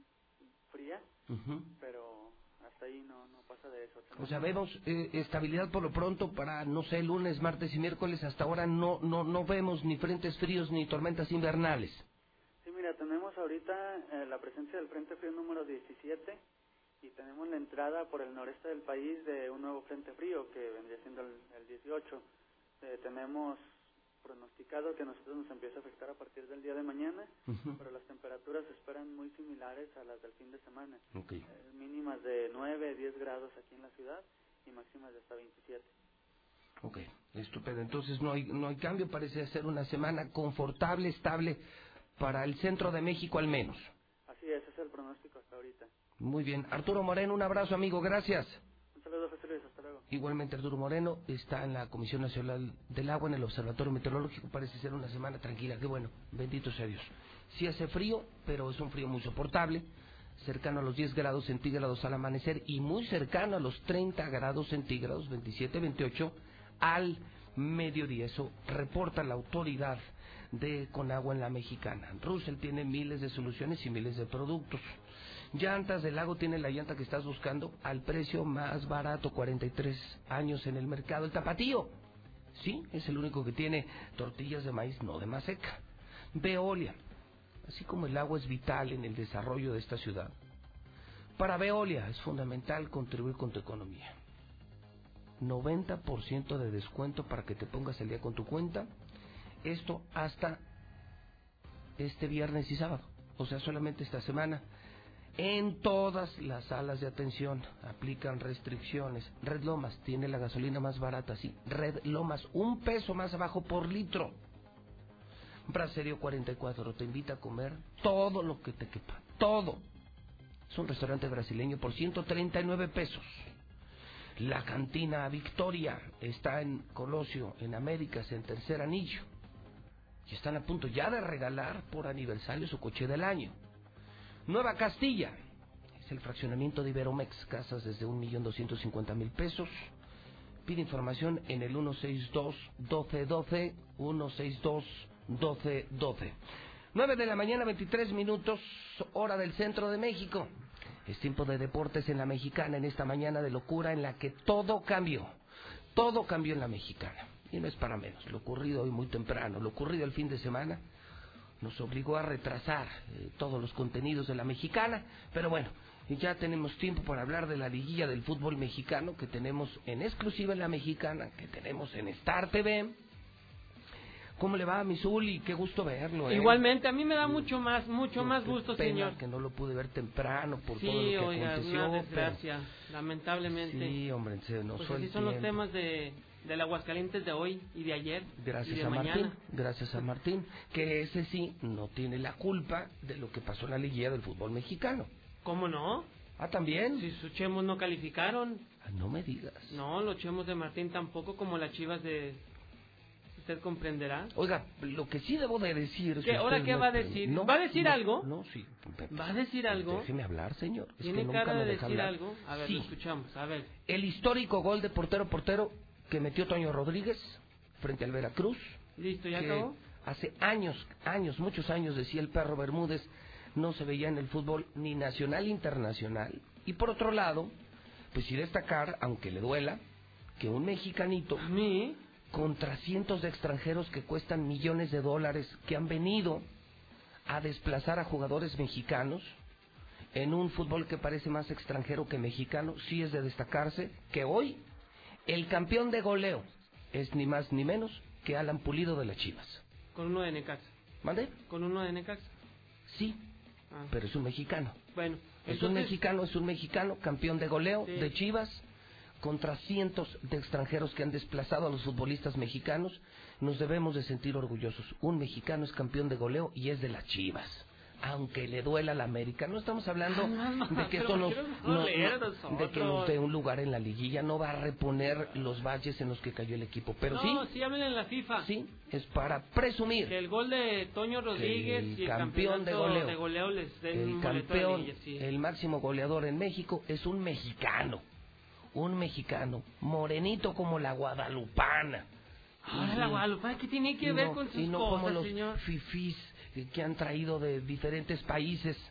fría, uh-huh. pero hasta ahí no, no pasa de eso. O sea, vemos eh, estabilidad por lo pronto para, no sé, lunes, martes y miércoles. Hasta ahora no no no vemos ni frentes fríos ni tormentas invernales. Sí, mira, tenemos ahorita eh, la presencia del Frente Frío número diecisiete y tenemos la entrada por el noreste del país de un nuevo Frente Frío que vendría siendo el, el dieciocho. Eh, tenemos pronosticado que a nosotros nos empieza a afectar a partir del día de mañana, uh-huh. pero las temperaturas se esperan muy similares a las del fin de semana. Okay. Eh, mínimas de nueve, diez grados aquí en la ciudad y máximas de hasta veintisiete. Ok, estupendo. Entonces no hay, no hay cambio, parece ser una semana confortable, estable para el centro de México al menos. Así es, ese es el pronóstico hasta ahorita. Muy bien. Arturo Moreno, un abrazo, amigo, gracias. Un saludo, José Luis, hasta luego. Igualmente Arturo Moreno está en la Comisión Nacional del Agua, en el Observatorio Meteorológico. Parece ser una semana tranquila, qué bueno, bendito sea Dios. Sí hace frío, pero es un frío muy soportable, cercano a los diez grados centígrados al amanecer y muy cercano a los treinta grados centígrados, veintisiete, veintiocho, al mediodía. Eso reporta la autoridad de Conagua en la Mexicana. Russell tiene miles de soluciones y miles de productos. Llantas del Lago tiene la llanta que estás buscando al precio más barato, cuarenta y tres años en el mercado. El Tapatío, sí, es el único que tiene tortillas de maíz, no de maseca. Veolia, así como el agua es vital en el desarrollo de esta ciudad, para Veolia es fundamental contribuir con tu economía. noventa por ciento de descuento para que te pongas el día con tu cuenta. Esto hasta este viernes y sábado, o sea, solamente esta semana. En todas las salas de atención aplican restricciones. Red Lomas tiene la gasolina más barata, sí. Red Lomas, un peso más abajo por litro. Braserio cuarenta y cuatro te invita a comer todo lo que te quepa, todo. Es un restaurante brasileño por ciento treinta y nueve pesos. La Cantina Victoria está en Colosio, en Américas, en Tercer Anillo. Y están a punto ya de regalar por aniversario su coche del año. Nueva Castilla, es el fraccionamiento de Iberomex, casas desde un millón doscientos cincuenta mil pesos. Pide información en el uno seis dos, doce doce, uno seis dos, doce doce. nueve de la mañana, veintitrés minutos, hora del centro de México. Es tiempo de deportes en la Mexicana, en esta mañana de locura en la que todo cambió. Todo cambió en la Mexicana. Y no es para menos. Lo ocurrido hoy muy temprano, lo ocurrido el fin de semana, nos obligó a retrasar eh, todos los contenidos de la Mexicana, pero bueno, ya tenemos tiempo para hablar de la liguilla del fútbol mexicano que tenemos en exclusiva en la Mexicana, que tenemos en Star T V. ¿Cómo le va a mi Zuli? Qué gusto verlo, ¿eh? Igualmente, a mí me da mucho más, mucho Yo, más gusto, pena señor. Que no lo pude ver temprano por sí, todo lo que oiga, aconteció. una desgracia, pero... lamentablemente. Sí, hombre, se nos pues fue así el son tiempo. los temas de del Aguascalientes de hoy y de ayer. Gracias y de a mañana. Martín, gracias a Martín, que ese sí no tiene la culpa de lo que pasó en la liguilla del fútbol mexicano. ¿Cómo no? Ah, ¿también? Si sus Chemos no calificaron. Ah, no me digas. No, los Chemos de Martín tampoco, como las Chivas de... ¿Usted comprenderá? Oiga, lo que sí debo de decir... ¿Qué, si ¿Ahora qué no, va a decir? No, ¿Va a decir no, algo? No, sí. ¿Va a decir algo? Déjeme hablar, señor. Es ¿Tiene que cara nunca me de deja decir hablar. algo? A ver, sí. lo escuchamos, a ver. El histórico gol de portero-portero que metió Toño Rodríguez frente al Veracruz. Listo, ¿ya que acabó? Hace años, años, muchos años, decía el Perro Bermúdez, no se veía en el fútbol ni nacional ni internacional. Y por otro lado, pues sí destacar, aunque le duela, que un mexicanito... ¿A mí? Contra cientos de extranjeros que cuestan millones de dólares, que han venido a desplazar a jugadores mexicanos en un fútbol que parece más extranjero que mexicano, sí es de destacarse que hoy el campeón de goleo es ni más ni menos que Alan Pulido de las Chivas. Con uno de Necaxa. ¿Mande? Con uno de Necaxa. Sí, ah. pero es un mexicano. Bueno, es entonces... un mexicano, es un mexicano, campeón de goleo sí. de Chivas, contra cientos de extranjeros que han desplazado a los futbolistas mexicanos. Nos debemos de sentir orgullosos. Un mexicano es campeón de goleo y es de las Chivas, aunque le duela a la América. No estamos hablando de que esto nos, no, no, de que nos dé un lugar en la liguilla, no va a reponer los baches en los que cayó el equipo, pero no, sí, no, sí hablen en la FIFA. Sí, es para presumir que el gol de Toño Rodríguez el y el campeón de goleo, de goleo les den el un campeón, liguilla, sí. El máximo goleador en México es un mexicano. Un mexicano, morenito como la guadalupana. Ahora la guadalupana, ¿qué tiene que ver no, con sus y no cosas, como los señor? fifís que han traído de diferentes países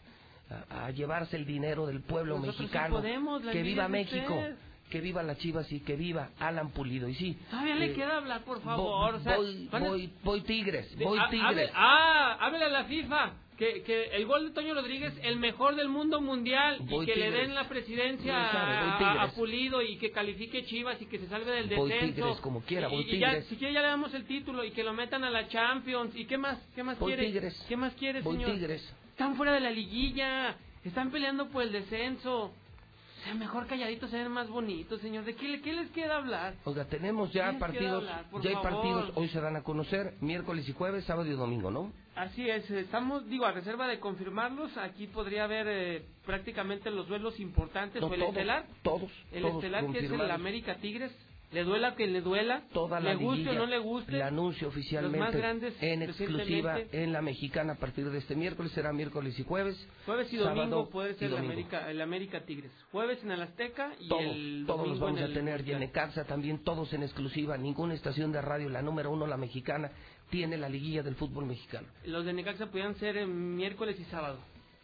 a, a llevarse el dinero del pueblo Nosotros mexicano. Sí podemos, que viva México. Usted. Que viva las Chivas y que viva Alan Pulido. Y sí. Todavía eh, le queda hablar, por favor. Voy, o sea, voy, a... voy, voy Tigres, voy ah, Tigres. Hable, ah, háblale a la FIFA. Que, que el gol de Toño Rodríguez, el mejor del mundo mundial, voy y que Tigres. le den la presidencia sabe, a, a Pulido y que califique Chivas y que se salve del voy descenso. Tigres, como quiera, voy y, y ya, Tigres. si quiere ya le damos el título y que lo metan a la Champions. ¿Y qué más? ¿Qué más voy quiere? Tigres. ¿Qué más quiere, voy señor? Tigres. Están fuera de la liguilla, están peleando por el descenso. O sea, mejor calladitos se ven más bonitos, señor. ¿De qué, qué les queda hablar? Oiga, tenemos ya partidos, hablar, ya hay favor. partidos, hoy se dan a conocer, miércoles y jueves, sábado y domingo, ¿no? Así es, estamos, digo, a reserva de confirmarlos, aquí podría haber eh, prácticamente los duelos importantes, No, o el todos, estelar, todos, el todos estelar que es el confirmados. América Tigres, le duela que le duela, Toda la le guste liguilla, o no le guste, la anuncio los más oficialmente grandes en exclusiva recientemente. en la Mexicana a partir de este miércoles, será miércoles y jueves. Jueves y sábado domingo puede ser y el domingo. América, el América Tigres. Jueves en el Azteca y Todo, el todos domingo los vamos en a el tener, y en Mundial. Necaxa también, todos en exclusiva. Ninguna estación de radio, la número uno, la Mexicana, tiene la liguilla del fútbol mexicano. Los de Necaxa podían ser en miércoles y sábado.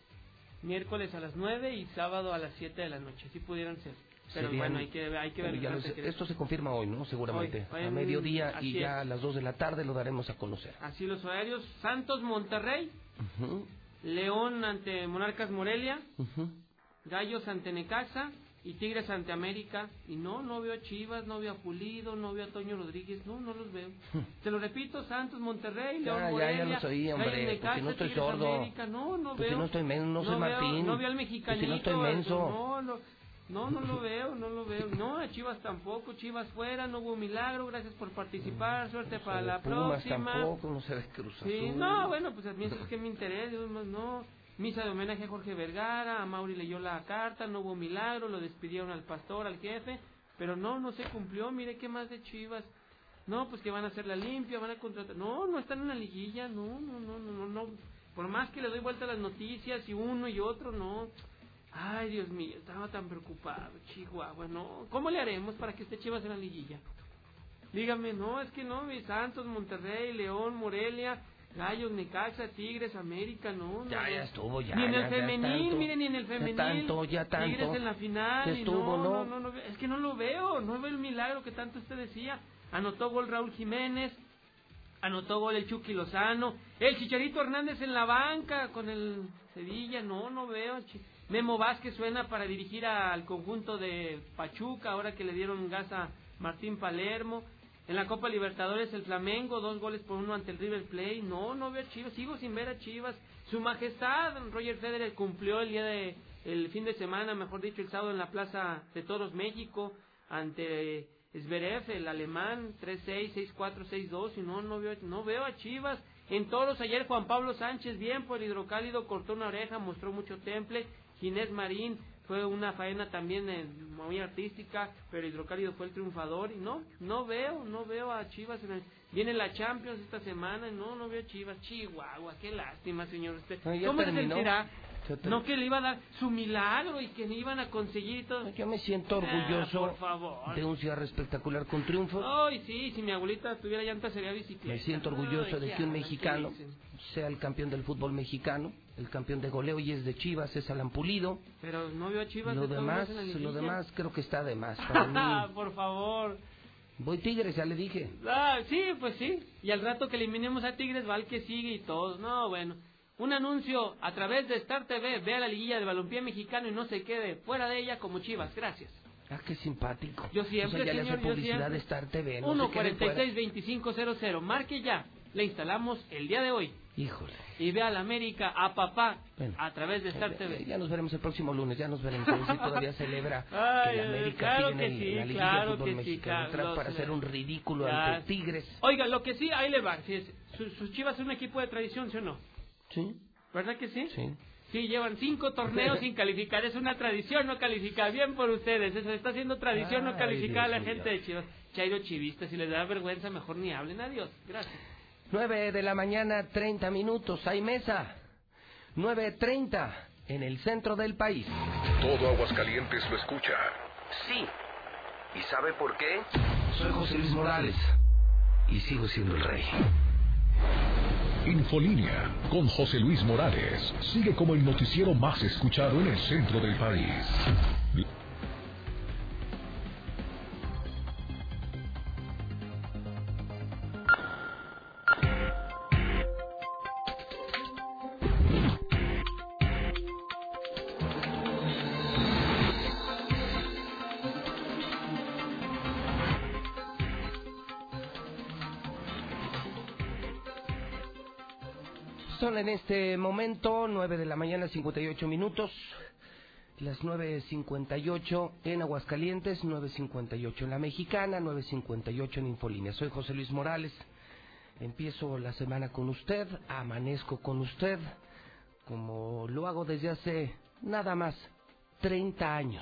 Miércoles a las nueve y sábado a las siete de la noche, así pudieran ser. Pero Serían- bueno, hay que, hay que ver. Bueno, ya el los- secreto. esto se confirma hoy, ¿no? Seguramente. Hoy, hoy a en- mediodía y así ya es. a las dos de la tarde lo daremos a conocer. Así los horarios: Santos Monterrey, Ujú, León ante Monarcas Morelia, ujú. Gallos ante Necaxa y Tigres ante América. Y no, no veo a Chivas, no veo a Pulido, no veo a Toño Rodríguez, no, no los veo. Te lo repito: Santos Monterrey, Ya, León ya, Morelia, ya los oí, hombre, Gallos, Necaxa, pues si no estoy Tigres, sordo. América. No, no Pues si veo. no estoy men- no soy veo- Martín. no veo al Pues si mexicanito. no estoy menso. No, no. No, no lo veo, no lo veo. No, a Chivas tampoco. Chivas fuera, no hubo milagro. Gracias por participar. Suerte para la Pumas próxima. tampoco, no se ve Cruz Sí, Azul. no, bueno, pues a mí eso es que me interesa. yo más no. Misa de homenaje a Jorge Vergara. A Mauri leyó la carta. No hubo milagro. Lo despidieron al pastor, al jefe. Pero no, no se cumplió. Mire, ¿qué más de Chivas? No, pues que van a hacer la limpia, van a contratar. No, no están en la liguilla. No, no, no, no, no. no. Por más que le doy vuelta a las noticias y uno y otro, no. Ay, Dios mío, estaba tan preocupado, Chihuahua, no. ¿Cómo le haremos para que esté Chivas en la liguilla? Dígame, no, es que no, mis Santos, Monterrey, León, Morelia, Gallos, Necaxa, Tigres, América, no, no. Ya, no. ya estuvo, ya. Ni en ya, el ya femenil, tanto. miren, ni en el Ya femenil. tanto, ya tanto. Tigres en la final, Ya y estuvo, no, ¿no? no, no, no, es que no lo veo, no veo el milagro que tanto usted decía. Anotó gol Raúl Jiménez, anotó gol el Chucky Lozano, el Chicharito Hernández en la banca con el Sevilla, no, no veo. Memo Vázquez suena para dirigir al conjunto de Pachuca, ahora que le dieron gas a Martín Palermo. En la Copa Libertadores el Flamengo, dos goles por uno ante el River Plate. No, no veo a Chivas, sigo sin ver a Chivas. Su Majestad Roger Federer cumplió el día de, el fin de semana, mejor dicho, el sábado en la Plaza de Toros México, ante Zverev, el alemán, tres seis, seis cuatro, seis dos, y no, no veo, no veo a Chivas. En Toros ayer Juan Pablo Sánchez, bien por el Hidrocálido, cortó una oreja, mostró mucho temple. Ginés Marín fue una faena también eh, muy artística, pero Hidrocálido fue el triunfador. Y no, no veo, no veo a Chivas. En el, viene la Champions esta semana y no, no veo a Chivas. Chihuahua, qué lástima, señor. Usted, No, ya ¿cómo se terminó. sentirá? Ya ter- No, que le iba a dar su milagro y que le iban a conseguir todo. Yo me siento orgulloso Ah, por favor. de un cierre espectacular con triunfo. Ay, sí, si mi abuelita tuviera llanta sería bicicleta. Me siento orgulloso Ay, de qué que un hablan, mexicano qué dicen. sea el campeón del fútbol mexicano. El campeón de goleo y es de Chivas, es Alan Pulido. Pero no veo a Chivas. Lo de todos demás, modos en la lo liguilla. demás creo que está de más. Para mí, Por favor. voy Tigres, ya le dije. Ah, sí, pues sí. Y al rato que eliminemos a Tigres va el que sigue y todos. No, bueno. Un anuncio a través de Star T V. Vea la liguilla de balompié mexicano y no se quede fuera de ella como Chivas. Gracias. Ah, qué simpático. Yo siempre, O sea, ya señor, le hace yo publicidad siempre. de Star T V. No uno se quede cuarenta y seis, fuera. veinticinco cero cero. Marque ya. Le instalamos el día de hoy. Híjole. Y vea la América a papá Bueno, a través de Star T V. Ya nos veremos el próximo lunes, ya nos veremos. A ver si todavía celebra Ay, que la América claro tiene que sí, la Liguilla claro de Fútbol que sí, Mexicano. claro, Entrar lo para sé. hacer un ridículo Ya. ante Tigres. Oiga, lo que sí, ahí le va. Si es, su- sus Chivas son un equipo de tradición, ¿sí o no? Sí. ¿Verdad que sí? Sí. Sí, llevan cinco torneos sin calificar. Es una tradición no calificar. Bien por ustedes. Eso está haciendo tradición no Ay, calificar a la Dios gente mío. de Chivas. Chairo chivistas, si les da vergüenza, mejor ni hablen. Adiós. Gracias. Nueve de la mañana, treinta minutos. Hay mesa. Nueve treinta en el centro del país. Todo Aguascalientes lo escucha. Sí. ¿Y sabe por qué? Soy José Luis Morales. Y sigo siendo el rey. Infolínea con José Luis Morales sigue como el noticiero más escuchado en el centro del país. Son en este momento nueve de la mañana, cincuenta y ocho minutos. Las nueve cincuenta y ocho en Aguascalientes, nueve cincuenta y ocho en La Mexicana, nueve cincuenta y ocho en Infolínea. Soy José Luis Morales. Empiezo la semana con usted, amanezco con usted, como lo hago desde hace nada más treinta años.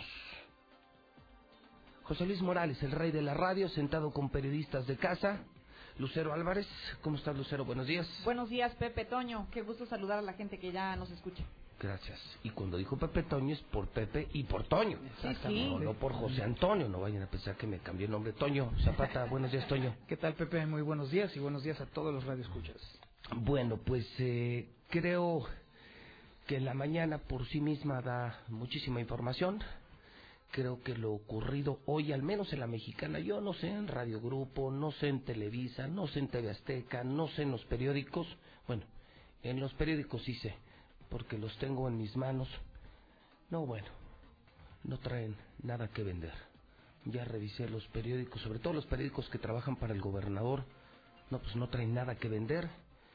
José Luis Morales, el rey de la radio, sentado con periodistas de casa. Lucero Álvarez, ¿cómo estás, Lucero? Buenos días. Buenos días, Pepe Toño. Qué gusto saludar a la gente que ya nos escucha. Gracias. Y cuando dijo Pepe Toño es por Pepe y por Toño. Exactamente. No, no por José Antonio. No vayan a pensar que me cambié el nombre. Toño Zapata, buenos días, Toño. ¿Qué tal, Pepe? Muy buenos días y buenos días a todos los radioescuchas. Bueno, pues eh, creo que la mañana por sí misma da muchísima información. Creo que lo ocurrido hoy, al menos en La Mexicana, yo no sé en Radio Grupo, no sé en Televisa, no sé en T V Azteca, no sé en los periódicos. Bueno, en los periódicos sí sé, porque los tengo en mis manos. No, bueno, no traen nada que vender. Ya revisé los periódicos, sobre todo los periódicos que trabajan para el gobernador. No, pues no traen nada que vender.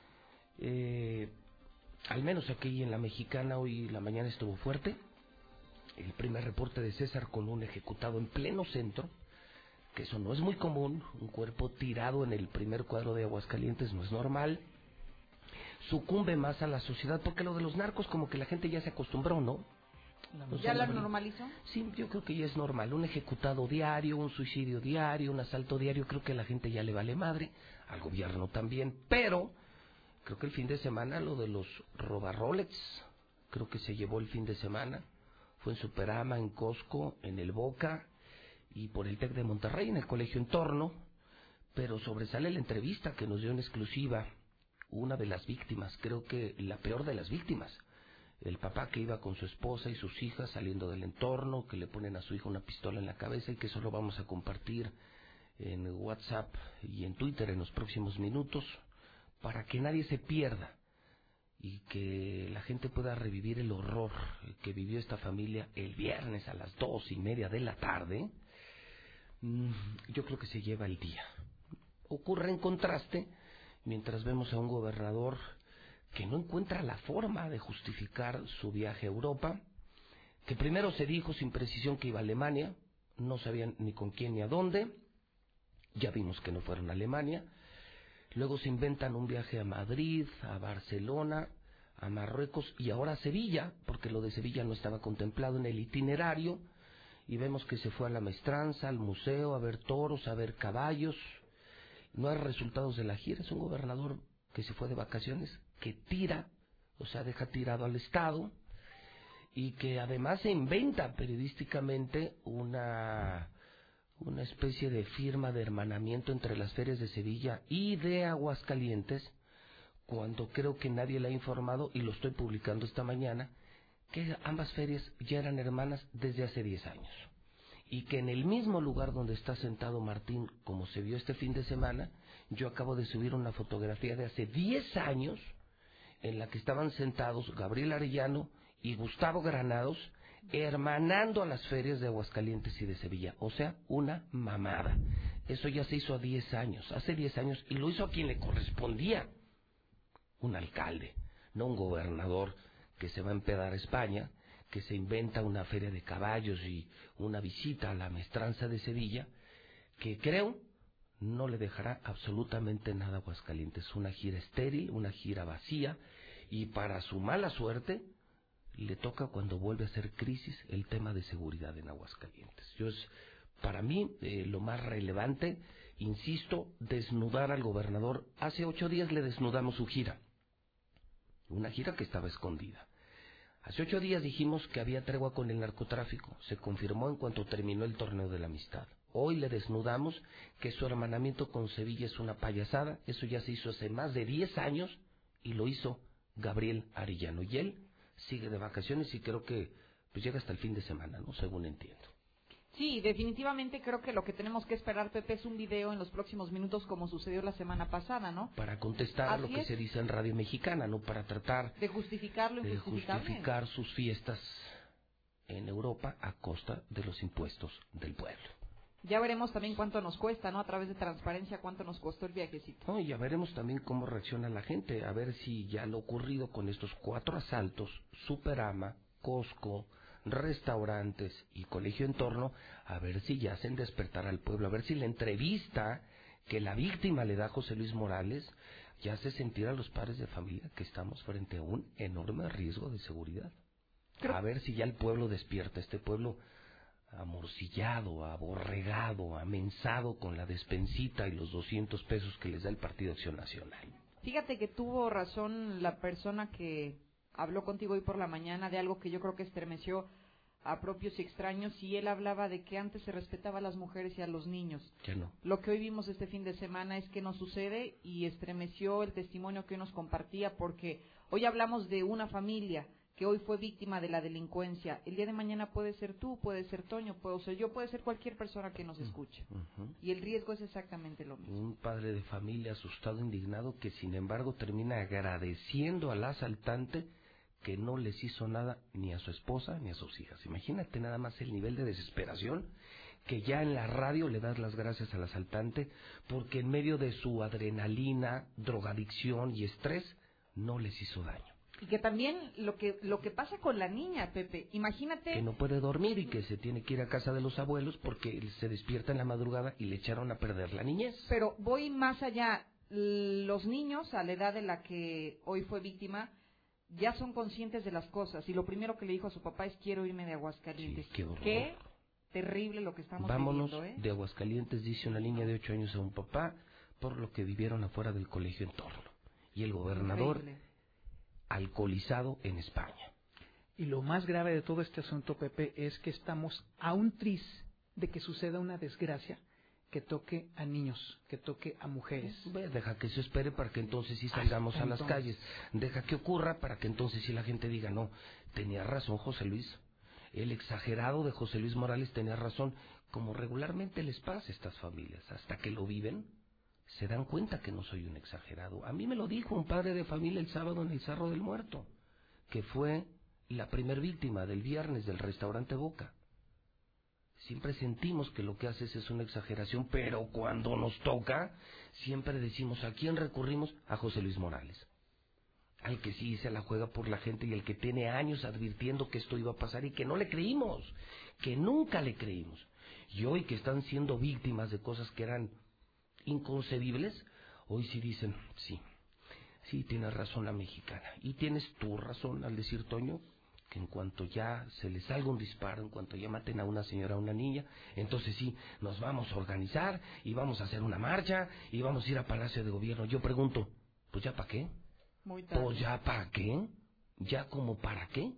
Eh, al menos aquí en La Mexicana hoy la mañana estuvo fuerte. El primer reporte de César con un ejecutado en pleno centro, que eso no es muy común. Un cuerpo tirado en el primer cuadro de Aguascalientes no es normal. Sucumbe más a la sociedad, porque lo de los narcos como que la gente ya se acostumbró, ¿no? O ¿Ya sea, lo la... normalizó? Sí, yo creo que ya es normal. Un ejecutado diario, un suicidio diario, un asalto diario, creo que a la gente ya le vale madre. Al gobierno también, pero creo que el fin de semana lo de los robarrolex, creo que se llevó el fin de semana. Fue en Superama, en Costco, en el Boca y por el TEC de Monterrey, en el Colegio Entorno. Pero sobresale la entrevista que nos dio en exclusiva una de las víctimas, creo que la peor de las víctimas. El papá que iba con su esposa y sus hijas saliendo del entorno, que le ponen a su hija una pistola en la cabeza y que eso lo vamos a compartir en WhatsApp y en Twitter en los próximos minutos para que nadie se pierda y que la gente pueda revivir el horror que vivió esta familia el viernes a las dos y media de la tarde. Yo creo que se lleva el día. Ocurre en contraste mientras vemos a un gobernador que no encuentra la forma de justificar su viaje a Europa, que primero se dijo sin precisión que iba a Alemania, no sabían ni con quién ni a dónde, ya vimos que no fueron a Alemania. Luego se inventan un viaje a Madrid, a Barcelona, a Marruecos y ahora a Sevilla, porque lo de Sevilla no estaba contemplado en el itinerario, y vemos que se fue a la maestranza, al museo, a ver toros, a ver caballos. No hay resultados de la gira. Es un gobernador que se fue de vacaciones, que tira, o sea, deja tirado al Estado, y que además se inventa periodísticamente una... una especie de firma de hermanamiento entre las ferias de Sevilla y de Aguascalientes, cuando creo que nadie le ha informado, y lo estoy publicando esta mañana, que ambas ferias ya eran hermanas desde hace diez años. Y que en el mismo lugar donde está sentado Martín, como se vio este fin de semana, yo acabo de subir una fotografía de hace diez años, en la que estaban sentados Gabriel Arellano y Gustavo Granados, hermanando a las ferias de Aguascalientes y de Sevilla. O sea, una mamada. Eso ya se hizo a diez años, hace diez años, y lo hizo a quien le correspondía. Un alcalde, no un gobernador que se va a empedar a España, que se inventa una feria de caballos y una visita a la maestranza de Sevilla, que creo no le dejará absolutamente nada a Aguascalientes. Una gira estéril, una gira vacía, y para su mala suerte le toca cuando vuelve a ser crisis el tema de seguridad en Aguascalientes. Yo es, para mí, eh, lo más relevante, insisto, desnudar al gobernador. Hace ocho días le desnudamos su gira, una gira que estaba escondida. Hace ocho días dijimos que había tregua con el narcotráfico, se confirmó en cuanto terminó el torneo de la amistad. Hoy le desnudamos que su hermanamiento con Sevilla es una payasada, eso ya se hizo hace más de diez años, y lo hizo Gabriel Arellano. Y él sigue de vacaciones y creo que pues llega hasta el fin de semana, ¿no? Según entiendo. Sí, definitivamente creo que lo que tenemos que esperar, Pepe, es un video en los próximos minutos como sucedió la semana pasada, ¿no? Para contestar Así lo que es. se dice en Radio Mexicana, ¿no? Para tratar de justificar lo de injustificable. justificar sus fiestas en Europa a costa de los impuestos del pueblo. Ya veremos también cuánto nos cuesta, ¿no? A través de transparencia, cuánto nos costó el viajecito. No, y ya veremos también cómo reacciona la gente, a ver si ya lo ocurrido con estos cuatro asaltos, Superama, Costco, restaurantes y colegio en torno, a ver si ya hacen despertar al pueblo, a ver si la entrevista que la víctima le da a José Luis Morales ya hace sentir a los padres de familia que estamos frente a un enorme riesgo de seguridad. Creo... A ver si ya el pueblo despierta, este pueblo amorcillado, aborregado, amensado con la despensita y los doscientos pesos que les da el Partido Acción Nacional. Fíjate que tuvo razón la persona que habló contigo hoy por la mañana de algo que yo creo que estremeció a propios y extraños, y él hablaba de que antes se respetaba a las mujeres y a los niños. Ya no. Lo que hoy vimos este fin de semana es que no sucede, y estremeció el testimonio que hoy nos compartía, porque hoy hablamos de una familia que hoy fue víctima de la delincuencia. El día de mañana puede ser tú, puede ser Toño, puedo ser yo, puede ser cualquier persona que nos escuche. Uh-huh. Y el riesgo es exactamente lo mismo. Un padre de familia asustado, indignado, que sin embargo termina agradeciendo al asaltante que no les hizo nada ni a su esposa ni a sus hijas. Imagínate nada más el nivel de desesperación, que ya en la radio le das las gracias al asaltante porque en medio de su adrenalina, drogadicción y estrés no les hizo daño. Y que también lo que lo que pasa con la niña, Pepe, imagínate... Que no puede dormir y que se tiene que ir a casa de los abuelos porque se despierta en la madrugada y le echaron a perder la niñez. Pero voy más allá. Los niños, a la edad de la que hoy fue víctima, ya son conscientes de las cosas, y lo primero que le dijo a su papá es: quiero irme de Aguascalientes. Sí, qué horror. Qué terrible lo que estamos Vámonos viviendo, ¿eh? de Aguascalientes, dice una niña de ocho años a un papá, por lo que vivieron afuera del colegio en torno. Y el gobernador Horrible. Alcoholizado en España. Y lo más grave de todo este asunto, Pepe, es que estamos a un tris de que suceda una desgracia que toque a niños, que toque a mujeres. Deja que se espere para que entonces sí salgamos Hasta a las entonces. calles. Deja que ocurra para que entonces sí la gente diga: no, tenía razón José Luis. El exagerado de José Luis Morales tenía razón. Como regularmente les pasa a estas familias, hasta que lo viven, se dan cuenta que no soy un exagerado. A mí me lo dijo un padre de familia el sábado en el Cerro del Muerto, que fue la primer víctima del viernes del restaurante Boca. Siempre sentimos que lo que haces es una exageración, pero cuando nos toca, siempre decimos: ¿a quién recurrimos? A José Luis Morales. Al que sí se la juega por la gente y el que tiene años advirtiendo que esto iba a pasar y que no le creímos, que nunca le creímos. Y hoy que están siendo víctimas de cosas que eran inconcebibles, hoy sí dicen: sí, sí, tiene razón la mexicana. Y tienes tu razón al decir, Toño, que en cuanto ya se les salga un disparo, en cuanto ya maten a una señora o a una niña, entonces sí, nos vamos a organizar y vamos a hacer una marcha y vamos a ir a Palacio de Gobierno. Yo pregunto, ¿pues ya para qué? Muy tarde. ¿Pues ya para qué? ¿Ya como para qué?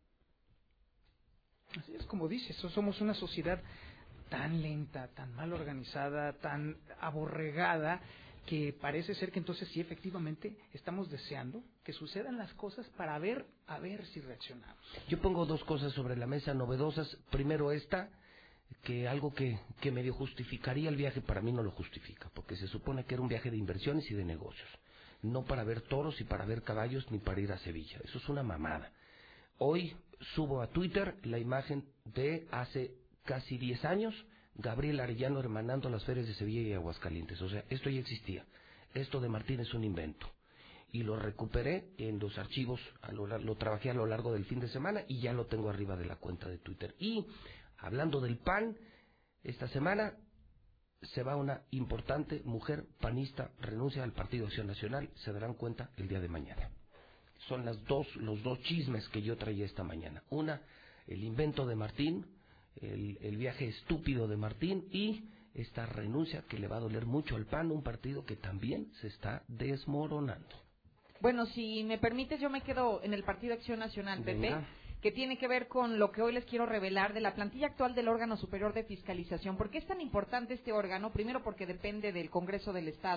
Así es como dices, somos una sociedad tan lenta, tan mal organizada, tan aborregada, que parece ser que entonces sí, efectivamente, estamos deseando que sucedan las cosas para ver, a ver si reaccionamos. Yo pongo dos cosas sobre la mesa novedosas. Primero esta, que algo que, que medio justificaría el viaje, para mí no lo justifica, porque se supone que era un viaje de inversiones y de negocios, no para ver toros y para ver caballos ni para ir a Sevilla. Eso es una mamada. Hoy subo a Twitter la imagen de hace casi diez años, Gabriel Arellano hermanando las ferias de Sevilla y Aguascalientes. O sea, esto ya existía. Esto de Martín es un invento. Y lo recuperé en los archivos, a lo, lo trabajé a lo largo del fin de semana y ya lo tengo arriba de la cuenta de Twitter. Y hablando del P A N, esta semana se va una importante mujer panista, renuncia al Partido Acción Nacional, se darán cuenta el día de mañana. Son las dos, los dos chismes que yo traía esta mañana. Una, el invento de Martín, el, el viaje estúpido de Martín, y esta renuncia que le va a doler mucho al P A N, un partido que también se está desmoronando. Bueno, si me permites, yo me quedo en el Partido Acción Nacional, Pepe, Venga. que tiene que ver con lo que hoy les quiero revelar de la plantilla actual del órgano superior de fiscalización. ¿Por qué es tan importante este órgano? Primero, porque depende del Congreso del Estado,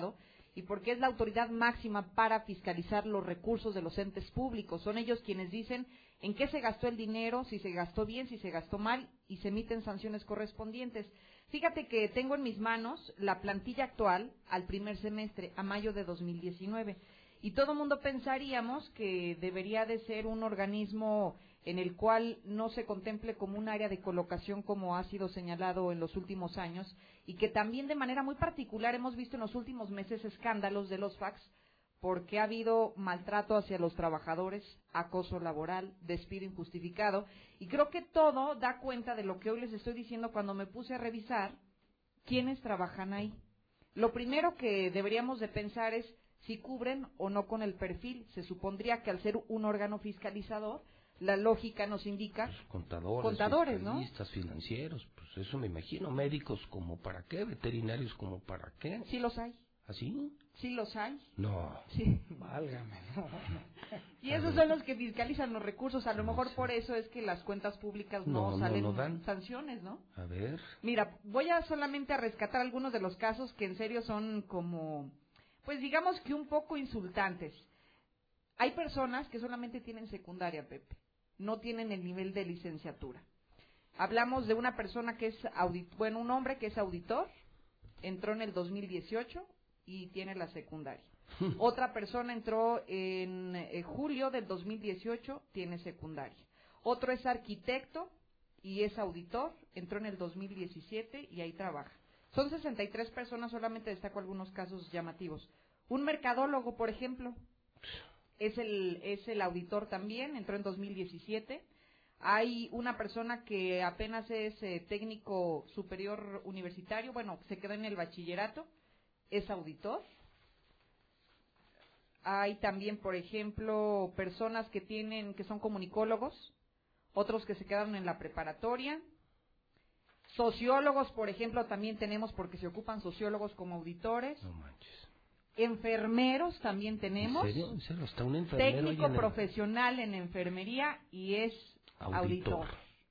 y porque es la autoridad máxima para fiscalizar los recursos de los entes públicos. Son ellos quienes dicen en qué se gastó el dinero, si se gastó bien, si se gastó mal, y se emiten sanciones correspondientes. Fíjate que tengo en mis manos la plantilla actual al primer semestre, a mayo de dos mil diecinueve, y todo mundo pensaríamos que debería de ser un organismo en el cual no se contemple como un área de colocación como ha sido señalado en los últimos años, y que también de manera muy particular hemos visto en los últimos meses escándalos de los fax, porque ha habido maltrato hacia los trabajadores, acoso laboral, despido injustificado, y creo que todo da cuenta de lo que hoy les estoy diciendo cuando me puse a revisar quiénes trabajan ahí. Lo primero que deberíamos de pensar es si cubren o no con el perfil. Se supondría que al ser un órgano fiscalizador, la lógica nos indica pues contadores, contadores, ¿no? Financieros, pues eso me imagino, médicos como para qué, veterinarios como para qué. Sí los hay. ¿Así? Sí los hay. No. Sí. Válgame. No, no. Y esos son los que fiscalizan los recursos. A lo mejor sí. Por eso es que las cuentas públicas no, no salen no, no dan sanciones, ¿no? A ver. Mira, voy a solamente a rescatar algunos de los casos que en serio son como, pues digamos que un poco insultantes. Hay personas que solamente tienen secundaria, Pepe. No tienen el nivel de licenciatura. Hablamos de una persona que es auditor, bueno, un hombre que es auditor, entró en el dos mil dieciocho y tiene la secundaria. Otra persona entró en eh, julio del dos mil dieciocho, tiene secundaria. Otro es arquitecto y es auditor, entró en el dos mil diecisiete y ahí trabaja. Son sesenta y tres personas, solamente destaco algunos casos llamativos. Un mercadólogo, por ejemplo, es el, es el auditor también, entró en dos mil diecisiete. Hay una persona que apenas es eh, técnico superior universitario, bueno, se quedó en el bachillerato, es auditor. Hay también, por ejemplo, personas que tienen, que son comunicólogos, otros que se quedaron en la preparatoria. Sociólogos, por ejemplo, también tenemos porque se ocupan sociólogos como auditores. No manches. Enfermeros también tenemos. ¿En serio? ¿En serio? Hasta un enfermero. Técnico en el... profesional en enfermería y es auditor. auditor.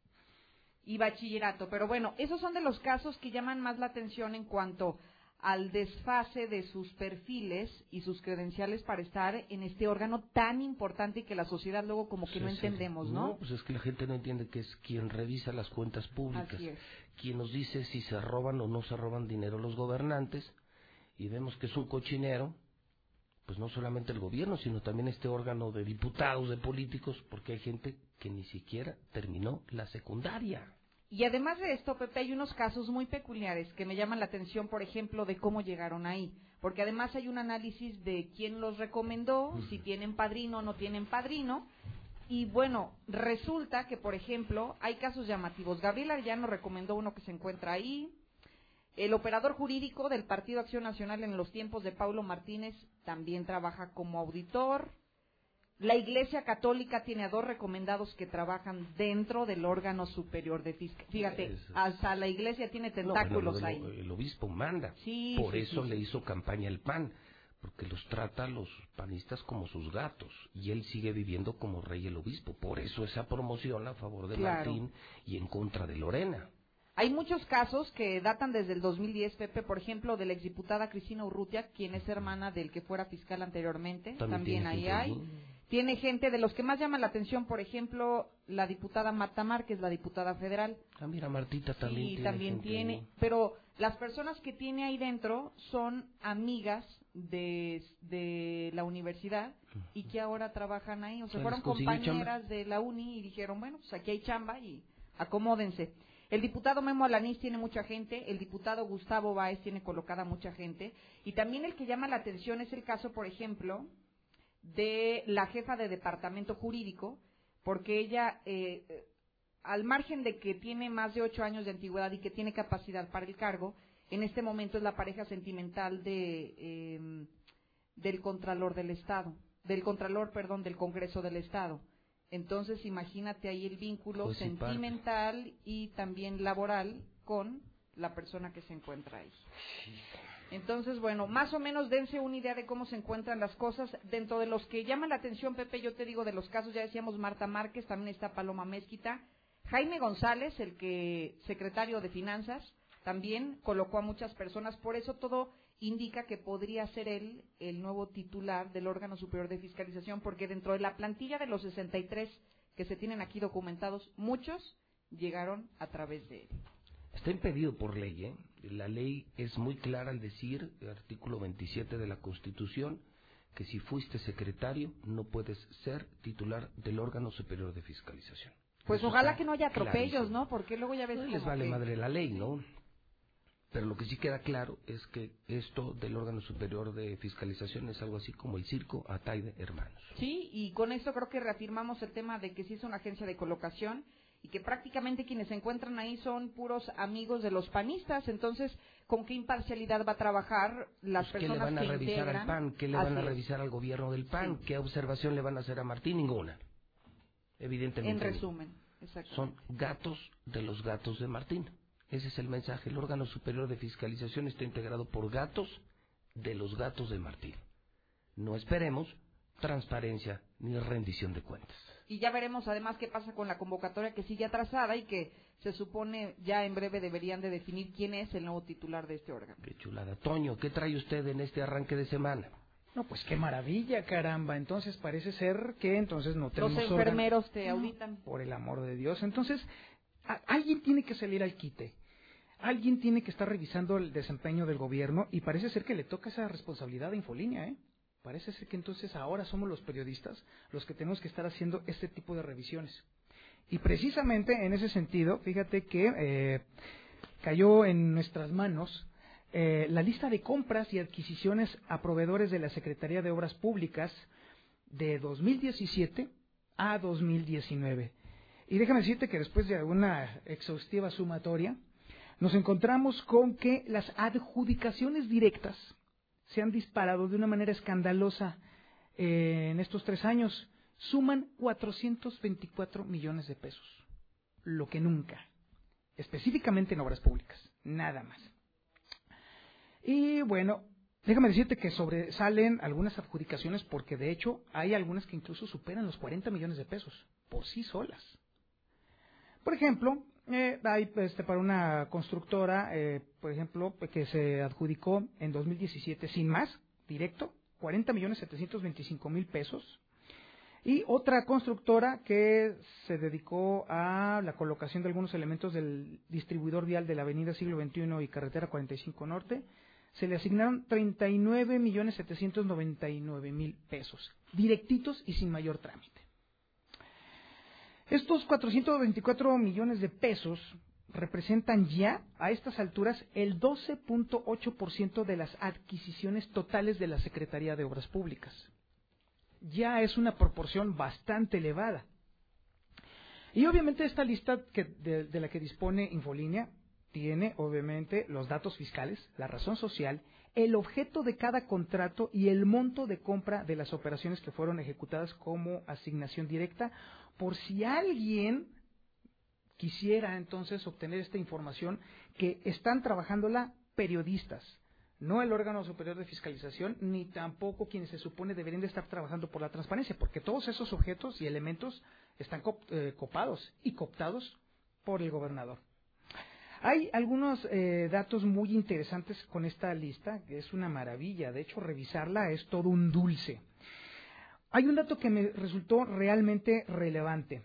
Y bachillerato. Pero bueno, esos son de los casos que llaman más la atención en cuanto al desfase de sus perfiles y sus credenciales para estar en este órgano tan importante y que la sociedad luego como que sí, no entendemos, sí. ¿no? No, pues es que la gente no entiende que es quien revisa las cuentas públicas, Así es. Quien nos dice si se roban o no se roban dinero los gobernantes, y vemos que es un cochinero, pues no solamente el gobierno, sino también este órgano de diputados, de políticos, porque hay gente que ni siquiera terminó la secundaria. Y además de esto, Pepe, hay unos casos muy peculiares que me llaman la atención, por ejemplo, de cómo llegaron ahí. Porque además hay un análisis de quién los recomendó, uh-huh. si tienen padrino o no tienen padrino. Y bueno, resulta que, por ejemplo, hay casos llamativos. Gabriel Arellano recomendó uno que se encuentra ahí. El operador jurídico del Partido Acción Nacional en los tiempos de Paulo Martínez también trabaja como auditor. La Iglesia Católica tiene a dos recomendados que trabajan dentro del órgano superior de fiscalía. Fíjate, es, hasta la Iglesia tiene tentáculos no, ahí. El, el obispo manda. Sí, Por sí, eso sí, le sí. hizo campaña el P A N, porque los trata a los panistas como sus gatos. Y él sigue viviendo como rey el obispo. Por eso esa promoción a favor de claro. Martín y en contra de Lorena. Hay muchos casos que datan desde el dos mil diez, Pepe, por ejemplo, de la exdiputada Cristina Urrutia, quien es hermana del que fuera fiscal anteriormente. También, También ahí hay. Ahí. Tiene gente de los que más llaman la atención, por ejemplo, la diputada Marta Márquez, la diputada federal. Ah, mira, Martita también sí, tiene. también tiene. Ahí. Pero las personas que tiene ahí dentro son amigas de, de la universidad y que ahora trabajan ahí. O sea, fueron compañeras chamba? de la uni y dijeron, bueno, pues aquí hay chamba y acomódense. El diputado Memo Alanís tiene mucha gente, el diputado Gustavo Báez tiene colocada mucha gente. Y también el que llama la atención es el caso, por ejemplo, de la jefa de departamento jurídico, porque ella, eh, al margen de que tiene más de ocho años de antigüedad y que tiene capacidad para el cargo, en este momento es la pareja sentimental de eh, del Contralor del Estado, del Contralor, perdón, del Congreso del Estado. Entonces, imagínate ahí el vínculo pues sentimental sí, y también laboral con la persona que se encuentra ahí. Entonces, bueno, más o menos dense una idea de cómo se encuentran las cosas. Dentro de los que llaman la atención, Pepe, yo te digo de los casos, ya decíamos Marta Márquez, también está Paloma Mezquita. Jaime González, el que secretario de Finanzas, también colocó a muchas personas. Por eso todo indica que podría ser él el nuevo titular del órgano superior de fiscalización, porque dentro de la plantilla de los sesenta y tres que se tienen aquí documentados, muchos llegaron a través de él. Está impedido por ley, ¿eh? La ley es muy clara al decir, el artículo veintisiete de la Constitución, que si fuiste secretario no puedes ser titular del órgano superior de fiscalización. Pues Eso ojalá está que no haya atropellos, clarísimo. ¿no? Porque luego ya ves No como les vale que... madre la ley, ¿no? Pero lo que sí queda claro es que esto del órgano superior de fiscalización es algo así como el circo Ataide Hermanos. Sí, y con esto creo que reafirmamos el tema de que sí es una agencia de colocación y que prácticamente quienes se encuentran ahí son puros amigos de los panistas. Entonces, ¿con qué imparcialidad va a trabajar las Pues, ¿qué le personas van a que revisar integran? al P A N? ¿Qué le Así van a es. revisar al gobierno del P A N? Sí. ¿Qué observación le van a hacer a Martín? Ninguna. Evidentemente. En resumen, exacto. Son gatos de los gatos de Martín. Ese es el mensaje. El órgano superior de fiscalización está integrado por gatos de los gatos de Martín. No esperemos transparencia ni rendición de cuentas. Y ya veremos además qué pasa con la convocatoria que sigue atrasada y que se supone ya en breve deberían de definir quién es el nuevo titular de este órgano. Qué chulada. Toño, ¿qué trae usted en este arranque de semana? No, pues qué maravilla, caramba. Entonces parece ser que entonces no tenemos Los enfermeros órgano. Te auditan. No, por el amor de Dios. Entonces, a, alguien tiene que salir al quite. Alguien tiene que estar revisando el desempeño del gobierno y parece ser que le toca esa responsabilidad a Infolínea, ¿eh? Parece ser que entonces ahora somos los periodistas los que tenemos que estar haciendo este tipo de revisiones. Y precisamente en ese sentido, fíjate que eh, cayó en nuestras manos eh, la lista de compras y adquisiciones a proveedores de la Secretaría de Obras Públicas de dos mil diecisiete a dos mil diecinueve. Y déjame decirte que después de una exhaustiva sumatoria, nos encontramos con que las adjudicaciones directas se han disparado de una manera escandalosa eh, en estos tres años. Suman cuatrocientos veinticuatro millones de pesos, lo que nunca, específicamente en obras públicas, nada más. Y bueno, déjame decirte que sobresalen algunas adjudicaciones porque de hecho hay algunas que incluso superan los cuarenta millones de pesos por sí solas. Por ejemplo, eh, hay este, para una constructora, eh, por ejemplo, que se adjudicó en dos mil diecisiete sin más, directo, cuarenta millones setecientos veinticinco mil pesos. Y otra constructora que se dedicó a la colocación de algunos elementos del distribuidor vial de la avenida Siglo veintiuno y carretera cuarenta y cinco Norte, se le asignaron treinta y nueve millones setecientos noventa y nueve mil pesos, directitos y sin mayor trámite. Estos cuatrocientos veinticuatro millones de pesos representan ya, a estas alturas, el doce punto ocho por ciento de las adquisiciones totales de la Secretaría de Obras Públicas. Ya es una proporción bastante elevada. Y obviamente esta lista que, de, de la que dispone Infolínea tiene obviamente los datos fiscales, la razón social, el objeto de cada contrato y el monto de compra de las operaciones que fueron ejecutadas como asignación directa, por si alguien quisiera entonces obtener esta información, que están trabajándola periodistas, no el órgano superior de fiscalización, ni tampoco quienes se supone deberían de estar trabajando por la transparencia, porque todos esos objetos y elementos están cop eh, copados y cooptados por el gobernador. Hay algunos eh, datos muy interesantes con esta lista, que es una maravilla, de hecho revisarla es todo un dulce. Hay un dato que me resultó realmente relevante.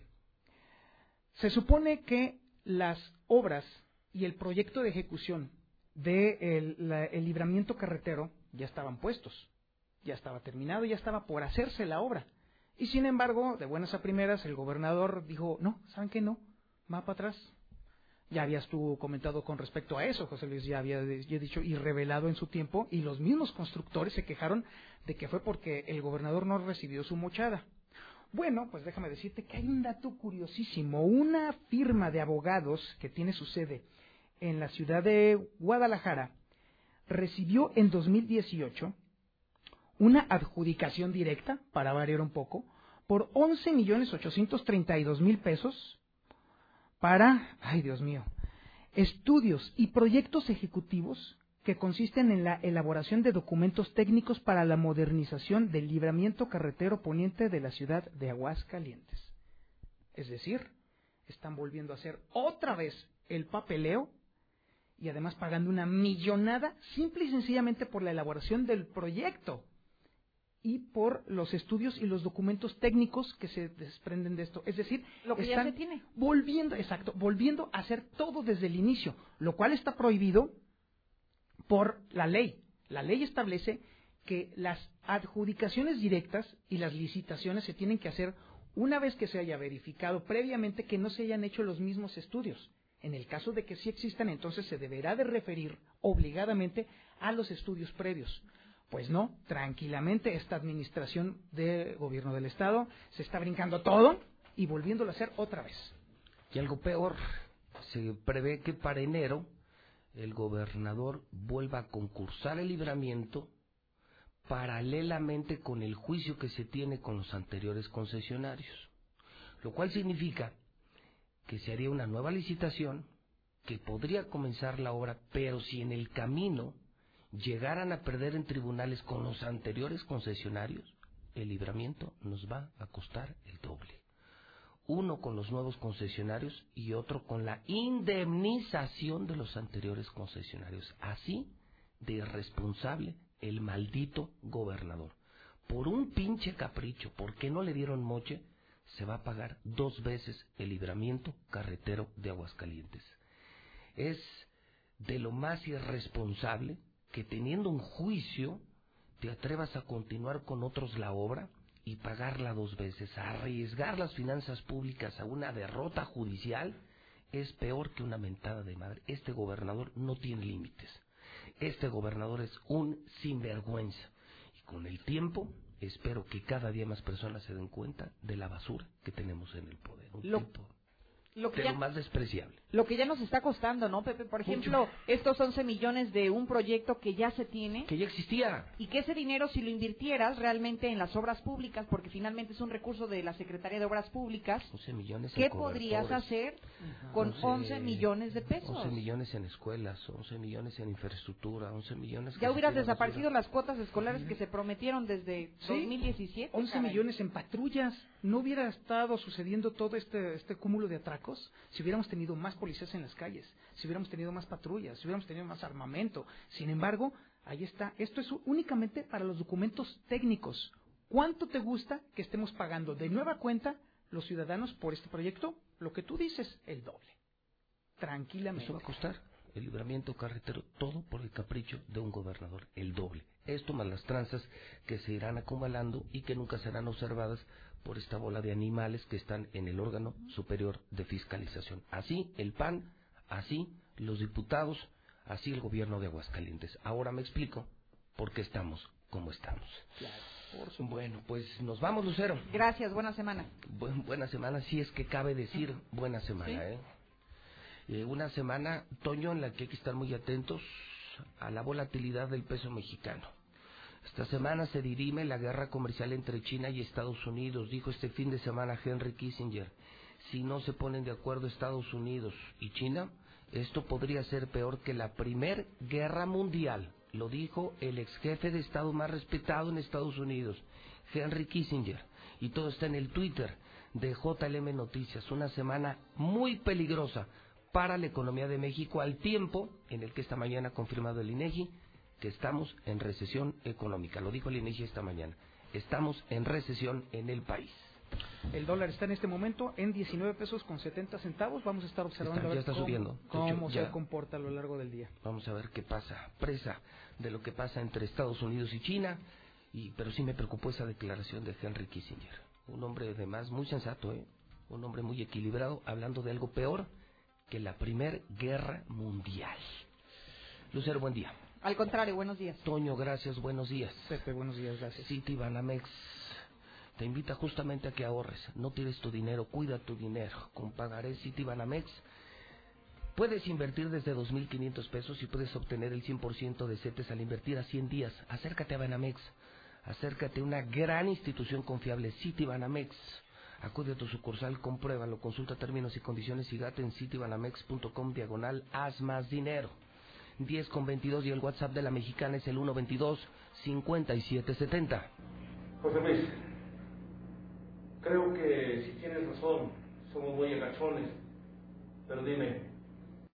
Se supone que las obras y el proyecto de ejecución del de el, el libramiento carretero ya estaban puestos, ya estaba terminado, ya estaba por hacerse la obra. Y sin embargo, de buenas a primeras, el gobernador dijo, no, ¿saben qué? No, va para atrás. Ya habías tú comentado con respecto a eso, José Luis, ya había ya dicho y revelado en su tiempo, y los mismos constructores se quejaron de que fue porque el gobernador no recibió su mochada. Bueno, pues déjame decirte que hay un dato curiosísimo. Una firma de abogados que tiene su sede en la ciudad de Guadalajara recibió en dos mil dieciocho una adjudicación directa, para variar un poco, por once millones ochocientos treinta y dos mil pesos para, ay Dios mío, estudios y proyectos ejecutivos que consisten en la elaboración de documentos técnicos para la modernización del libramiento carretero poniente de la ciudad de Aguascalientes. Es decir, están volviendo a hacer otra vez el papeleo y además pagando una millonada simple y sencillamente por la elaboración del proyecto y por los estudios y los documentos técnicos que se desprenden de esto. Es decir, lo que están ya se tiene. volviendo, exacto, volviendo a hacer todo desde el inicio, lo cual está prohibido por la ley. La ley establece que las adjudicaciones directas y las licitaciones se tienen que hacer una vez que se haya verificado previamente que no se hayan hecho los mismos estudios. En el caso de que sí existan, entonces se deberá de referir obligadamente a los estudios previos. Pues no, tranquilamente esta administración de gobierno del Estado se está brincando todo y volviéndolo a hacer otra vez. Y algo peor, se prevé que para enero el gobernador vuelva a concursar el libramiento paralelamente con el juicio que se tiene con los anteriores concesionarios, lo cual significa que se haría una nueva licitación, que podría comenzar la obra, pero si en el camino llegaran a perder en tribunales con los anteriores concesionarios, el libramiento nos va a costar el doble. Uno con los nuevos concesionarios y otro con la indemnización de los anteriores concesionarios. Así de irresponsable el maldito gobernador. Por un pinche capricho, porque no le dieron moche, se va a pagar dos veces el libramiento carretero de Aguascalientes. Es de lo más irresponsable que teniendo un juicio te atrevas a continuar con otros la obra y pagarla dos veces. Arriesgar las finanzas públicas a una derrota judicial es peor que una mentada de madre. Este gobernador no tiene límites. Este gobernador es un sinvergüenza. Y con el tiempo espero que cada día más personas se den cuenta de la basura que tenemos en el poder. Un Lo... tipo Lo que, de ya, lo más despreciable. lo que ya nos está costando, ¿no, Pepe? Por ejemplo, Mucho. estos once millones de un proyecto que ya se tiene. Que ya existía. Y que ese dinero, si lo invirtieras realmente en las obras públicas, porque finalmente es un recurso de la Secretaría de Obras Públicas, once millones en ¿qué podrías hacer con once, once millones de pesos? once millones en escuelas, once millones en infraestructura, once millones... Ya hubieras desaparecido las cuotas escolares que se prometieron desde ¿Sí? dos mil diecisiete. once millones en patrullas. ¿No hubiera estado sucediendo todo este, este cúmulo de atracos si hubiéramos tenido más policías en las calles, si hubiéramos tenido más patrullas, si hubiéramos tenido más armamento? Sin embargo, ahí está. Esto es únicamente para los documentos técnicos. ¿Cuánto te gusta que estemos pagando de nueva cuenta los ciudadanos por este proyecto? Lo que tú dices, el doble. Tranquilamente. Eso va a costar el libramiento carretero, todo por el capricho de un gobernador, el doble. Esto más las tranzas que se irán acumulando y que nunca serán observadas por esta bola de animales que están en el órgano superior de fiscalización. Así el P A N, así los diputados, así el gobierno de Aguascalientes. Ahora me explico por qué estamos como estamos. Claro. Bueno, pues nos vamos, Lucero. Gracias, buena semana. Bu- buena semana, si es que cabe decir buena semana, ¿Sí? ¿eh? Eh, una semana, Toño, en la que hay que estar muy atentos a la volatilidad del peso mexicano. Esta semana se dirime la guerra comercial entre China y Estados Unidos, dijo este fin de semana Henry Kissinger. Si no se ponen de acuerdo Estados Unidos y China, esto podría ser peor que la primer guerra mundial. Lo dijo el ex jefe de Estado más respetado en Estados Unidos, Henry Kissinger. Y todo está en el Twitter de J L M Noticias. Una semana muy peligrosa para la economía de México, al tiempo en el que esta mañana ha confirmado el INEGI que estamos en recesión económica. Lo dijo el INEGI esta mañana. Estamos en recesión en el país. El dólar está en este momento en diecinueve pesos con setenta centavos. Vamos a estar observando Está, a ver ya está cómo, subiendo. De cómo hecho, se ya. comporta a lo largo del día. Vamos a ver qué pasa. Presa de lo que pasa entre Estados Unidos y China. Y, pero sí me preocupó esa declaración de Henry Kissinger. Un hombre además muy sensato, ¿eh? Un hombre muy equilibrado, hablando de algo peor que la Primera Guerra Mundial. Lucero, buen día. Al contrario, buenos días. Toño, gracias, buenos días. Pepe, buenos días, gracias. City Banamex te invita justamente a que ahorres, no tires tu dinero, cuida tu dinero. Con Pagaré City Banamex puedes invertir desde dos mil quinientos pesos y puedes obtener el cien por ciento de CETES al invertir a cien días. Acércate a Banamex, acércate a una gran institución confiable, City Banamex. Acude a tu sucursal, compruébalo, consulta términos y condiciones y gate en citybanamex.com diagonal haz más dinero. diez con veintidós y el WhatsApp de la mexicana es el uno veintidós cincuenta y siete setenta. José Luis, creo que si tienes razón, somos muy agachones, pero dime,